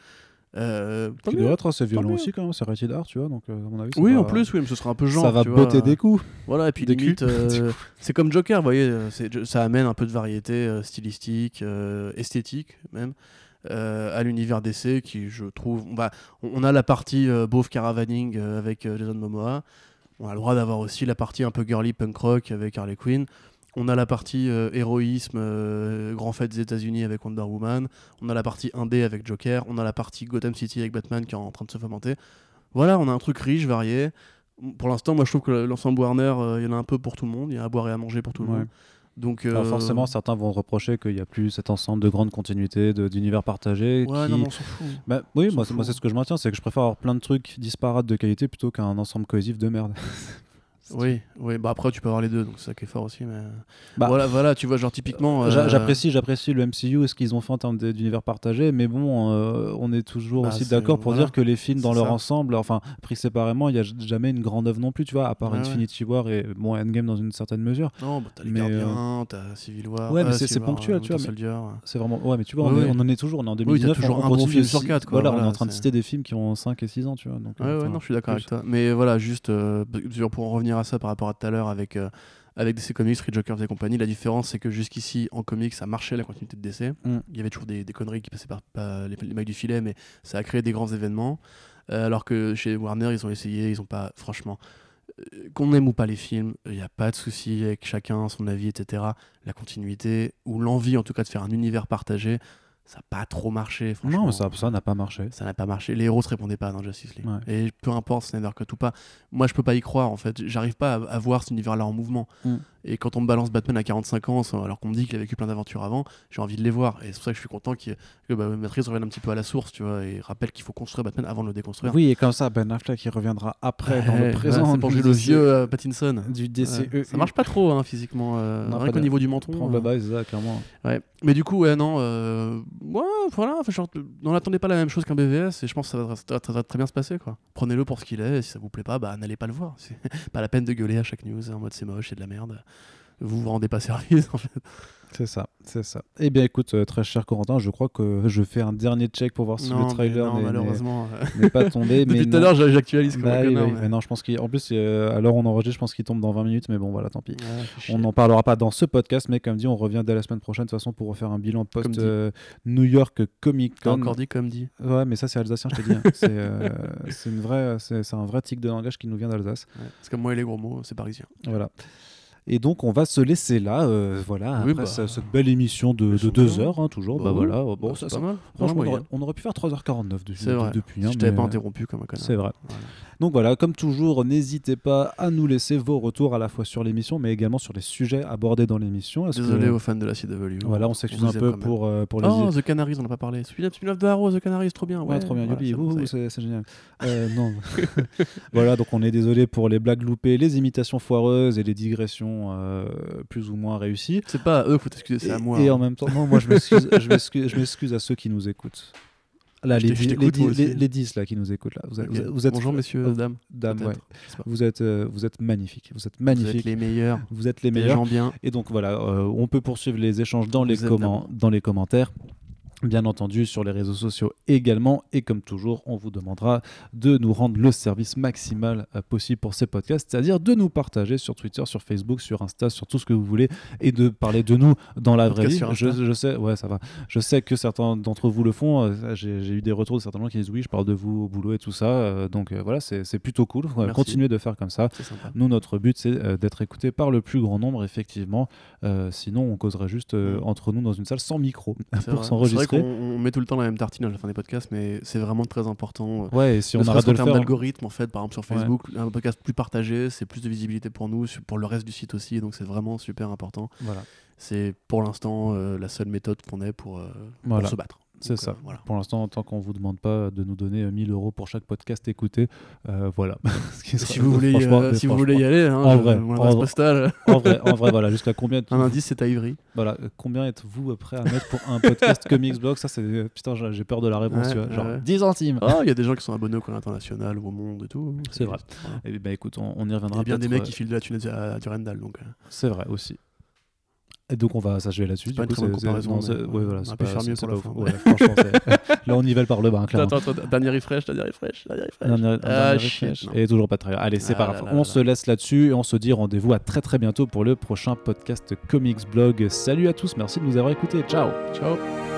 [SPEAKER 1] Qui doit être assez violent aussi quand même, c'est rated R, tu vois, donc à mon avis
[SPEAKER 2] oui, en plus, oui, mais ce sera un peu genre,
[SPEAKER 1] ça va botter des coups.
[SPEAKER 2] Voilà, et puis limite, c'est comme Joker, vous voyez, ça amène un peu de variété stylistique, esthétique même, à l'univers DC qui, je trouve, on a la partie beauf caravaning avec Jason Momoa, on a le droit d'avoir aussi la partie un peu girly punk rock avec Harley Quinn. On a la partie héroïsme, grand fête des États-Unis avec Wonder Woman. On a la partie indé avec Joker. On a la partie Gotham City avec Batman qui est en train de se fomenter. Voilà, on a un truc riche, varié. Pour l'instant, moi je trouve que l'ensemble Warner, il y en a un peu pour tout le monde. Il y a à boire et à manger pour tout le monde. Donc,
[SPEAKER 1] alors forcément, certains vont reprocher qu'il n'y a plus cet ensemble de grandes continuités, d'univers partagés.
[SPEAKER 2] Ouais, non, on s'en fout.
[SPEAKER 1] Oui, moi c'est ce que je maintiens, c'est que je préfère avoir plein de trucs disparates de qualité plutôt qu'un ensemble cohésif de merde.
[SPEAKER 2] Oui, après tu peux avoir les deux, donc c'est ça qui est fort aussi. Mais voilà, tu vois, genre typiquement.
[SPEAKER 1] J'apprécie le MCU et ce qu'ils ont fait en termes d'univers partagé, mais bon, on est toujours aussi d'accord pour dire que les films dans leur ensemble, enfin pris séparément, il n'y a jamais une grande œuvre non plus, tu vois, à part Infinity War et Endgame dans une certaine mesure.
[SPEAKER 2] Non, t'as les Gardiens, t'as Civil War.
[SPEAKER 1] Ouais, mais c'est ponctuel, tu vois. C'est vraiment. Ouais, mais tu vois, on en est toujours, on est en 2019.
[SPEAKER 2] Oui, toujours un bon film sur 4.
[SPEAKER 1] Voilà, on est en train de citer des films qui ont 5 et 6 ans, tu vois.
[SPEAKER 2] Non, je suis d'accord avec toi. Mais voilà, juste pour en revenir à ça par rapport à tout à l'heure avec DC Comics, Street Jokers et compagnie, la différence c'est que jusqu'ici en comics ça marchait la continuité de DC. Il y avait toujours des conneries qui passaient par les mailles du filet, mais ça a créé des grands événements. Alors que chez Warner ils ont essayé, ils ont pas, franchement, qu'on aime ou pas les films, il n'y a pas de souci avec chacun son avis, etc. La continuité ou l'envie en tout cas de faire un univers partagé, ça n'a pas trop marché, franchement.
[SPEAKER 1] Non, ça n'a pas marché.
[SPEAKER 2] Ça n'a pas marché. Les héros ne se répondaient pas dans Justice League.
[SPEAKER 1] Ouais.
[SPEAKER 2] Et peu importe Snyder Cut ou pas, moi je peux pas y croire en fait. J'arrive pas à voir cet univers-là en mouvement. Et quand on me balance Batman à 45 ans, alors qu'on me dit qu'il a vécu plein d'aventures avant, j'ai envie de les voir. Et c'est pour ça que je suis content que Matrix revienne un petit peu à la source, tu vois, et rappelle qu'il faut construire Batman avant de le déconstruire.
[SPEAKER 1] Oui, et comme ça, Ben Affleck il reviendra après dans le présent.
[SPEAKER 2] C'est pour jouer le vieux Pattinson.
[SPEAKER 1] Du DCE.
[SPEAKER 2] Ça marche pas trop hein, physiquement, rien qu'au niveau du menton.
[SPEAKER 1] C'est ça, clairement.
[SPEAKER 2] Ouais. Mais du coup, voilà, on n'attendait pas la même chose qu'un BVS et je pense que ça va très bien se passer, quoi. Prenez-le pour ce qu'il est et si ça vous plaît pas, n'allez pas le voir. C'est pas la peine de gueuler à chaque news en mode c'est moche, c'est de la merde. Vous vous rendez pas service en fait.
[SPEAKER 1] C'est ça. Eh bien écoute, très cher Corentin, je crois que je fais un dernier check pour voir si le trailer n'est pas tombé.
[SPEAKER 2] Depuis tout à l'heure, j'actualise comme un connard.
[SPEAKER 1] Mais non, je pense qu'en plus, alors on enregistre, je pense qu'il tombe dans 20 minutes, mais bon voilà, tant pis. On n'en parlera pas dans ce podcast, mais comme dit, on revient dès la semaine prochaine de toute façon pour refaire un bilan post New York Comic Con.
[SPEAKER 2] Encore dit comme dit.
[SPEAKER 1] Ouais, mais ça c'est alsacien, je t'ai dit. Hein. C'est un vrai tic de langage qui nous vient d'Alsace.
[SPEAKER 2] C'est comme moi et les gros mots, c'est parisien.
[SPEAKER 1] Voilà. Et donc on va se laisser là, après cette belle émission de 2 heures, hein, toujours. Voilà. Bon, ça,
[SPEAKER 2] pas mal.
[SPEAKER 1] Franchement, on aurait pu faire 3h49 depuis.
[SPEAKER 2] Je t'avais pas interrompu comme un connard.
[SPEAKER 1] C'est vrai. Voilà. Donc voilà, comme toujours, n'hésitez pas à nous laisser vos retours à la fois sur l'émission, mais également sur les sujets abordés dans l'émission.
[SPEAKER 2] Désolé aux fans de la CW.
[SPEAKER 1] Voilà, on s'excuse un peu pour les...
[SPEAKER 2] Oh, The Canaries, on n'a pas parlé. Spin-off de Arrow, The Canaries, trop bien.
[SPEAKER 1] Ouais, trop bien. C'est génial. Non. Voilà, donc on est désolé pour les blagues loupées, les imitations foireuses et les digressions plus ou moins réussies.
[SPEAKER 2] C'est pas à eux qu'il faut t'excuser, c'est à moi.
[SPEAKER 1] Et en même temps, non, moi je m'excuse à ceux qui nous écoutent. Là, les 10 là qui nous écoutent là. Vous êtes
[SPEAKER 2] bonjour messieurs,
[SPEAKER 1] dames, ouais. Vous êtes magnifiques. Vous êtes magnifiques.
[SPEAKER 2] Vous êtes les meilleurs.
[SPEAKER 1] Vous êtes les meilleurs.
[SPEAKER 2] Des gens bien.
[SPEAKER 1] Et donc voilà, on peut poursuivre les échanges dans les commentaires. Bien entendu sur les réseaux sociaux également, et comme toujours on vous demandera de nous rendre le service maximal possible pour ces podcasts, c'est-à-dire de nous partager sur Twitter, sur Facebook, sur Insta, sur tout ce que vous voulez, et de parler de nous dans la vraie vie. Je sais, ouais, ça va. Je sais que certains d'entre vous le font, j'ai eu des retours de certains gens qui disent oui, je parle de vous au boulot et tout ça, donc voilà, c'est plutôt cool. Continuez de faire comme ça. Nous, notre but c'est d'être écoutés par le plus grand nombre, effectivement, sinon on causerait juste entre nous dans une salle sans micro pour s'enregistrer.
[SPEAKER 2] On met tout le temps la même tartine à la fin des podcasts, mais c'est vraiment très important.
[SPEAKER 1] Ouais, et si on arrête de le faire en
[SPEAKER 2] termes d'algorithme, en fait, par exemple sur Facebook, un podcast plus partagé, c'est plus de visibilité pour nous, pour le reste du site aussi, donc c'est vraiment super important.
[SPEAKER 1] Voilà.
[SPEAKER 2] C'est pour l'instant la seule méthode qu'on ait pour se battre.
[SPEAKER 1] C'est
[SPEAKER 2] Donc,
[SPEAKER 1] ça.
[SPEAKER 2] Voilà.
[SPEAKER 1] Pour l'instant, tant qu'on vous demande pas de nous donner 1 000 € pour chaque podcast écouté, voilà. Ce qui
[SPEAKER 2] Si
[SPEAKER 1] serait-
[SPEAKER 2] vous voulez,
[SPEAKER 1] franchement,
[SPEAKER 2] si vous voulez y aller, hein,
[SPEAKER 1] En vrai,
[SPEAKER 2] mon
[SPEAKER 1] en
[SPEAKER 2] adresse
[SPEAKER 1] vrai.
[SPEAKER 2] postale.
[SPEAKER 1] en vrai, voilà, jusqu'à combien
[SPEAKER 2] Un indice, c'est à Ivry.
[SPEAKER 1] voilà, combien êtes-vous prêt à mettre pour un podcast Comics Blog? Ça, c'est putain, j'ai peur de la réponse.
[SPEAKER 2] Ouais,
[SPEAKER 1] Tu vois, genre
[SPEAKER 2] ouais.
[SPEAKER 1] 10 centimes.
[SPEAKER 2] Ah, il y a des gens qui sont abonnés au Courrier International ou au Monde et tout.
[SPEAKER 1] C'est vrai.
[SPEAKER 2] Voilà.
[SPEAKER 1] Et ben écoute, on y
[SPEAKER 2] Il y
[SPEAKER 1] reviendra
[SPEAKER 2] a bien des
[SPEAKER 1] peut-être,
[SPEAKER 2] mecs qui filent de la thune à Durandal, donc
[SPEAKER 1] C'est vrai aussi. Et donc on va s'achever là-dessus.
[SPEAKER 2] C'est pas
[SPEAKER 1] Du
[SPEAKER 2] une
[SPEAKER 1] coup,
[SPEAKER 2] très bonne comparaison,
[SPEAKER 1] non,
[SPEAKER 2] mais
[SPEAKER 1] ouais, voilà,
[SPEAKER 2] on
[SPEAKER 1] c'est
[SPEAKER 2] a pu
[SPEAKER 1] pas-
[SPEAKER 2] faire mieux
[SPEAKER 1] c'est
[SPEAKER 2] pour la
[SPEAKER 1] pas
[SPEAKER 2] fin.
[SPEAKER 1] ouf. Ouais, franchement, là on nivelle par le bas, hein, clairement.
[SPEAKER 2] Attends, dernier refresh.
[SPEAKER 1] Dernier
[SPEAKER 2] Ah,
[SPEAKER 1] refresh.
[SPEAKER 2] shit, non.
[SPEAKER 1] Et toujours pas très bien. Allez, c'est
[SPEAKER 2] Ah
[SPEAKER 1] pas
[SPEAKER 2] là
[SPEAKER 1] grave.
[SPEAKER 2] là
[SPEAKER 1] On
[SPEAKER 2] là
[SPEAKER 1] se laisse là-dessus et on se dit rendez-vous à très très bientôt pour le prochain podcast Comics Blog. Salut à tous, merci de nous avoir écoutés. Ciao.
[SPEAKER 2] Ciao.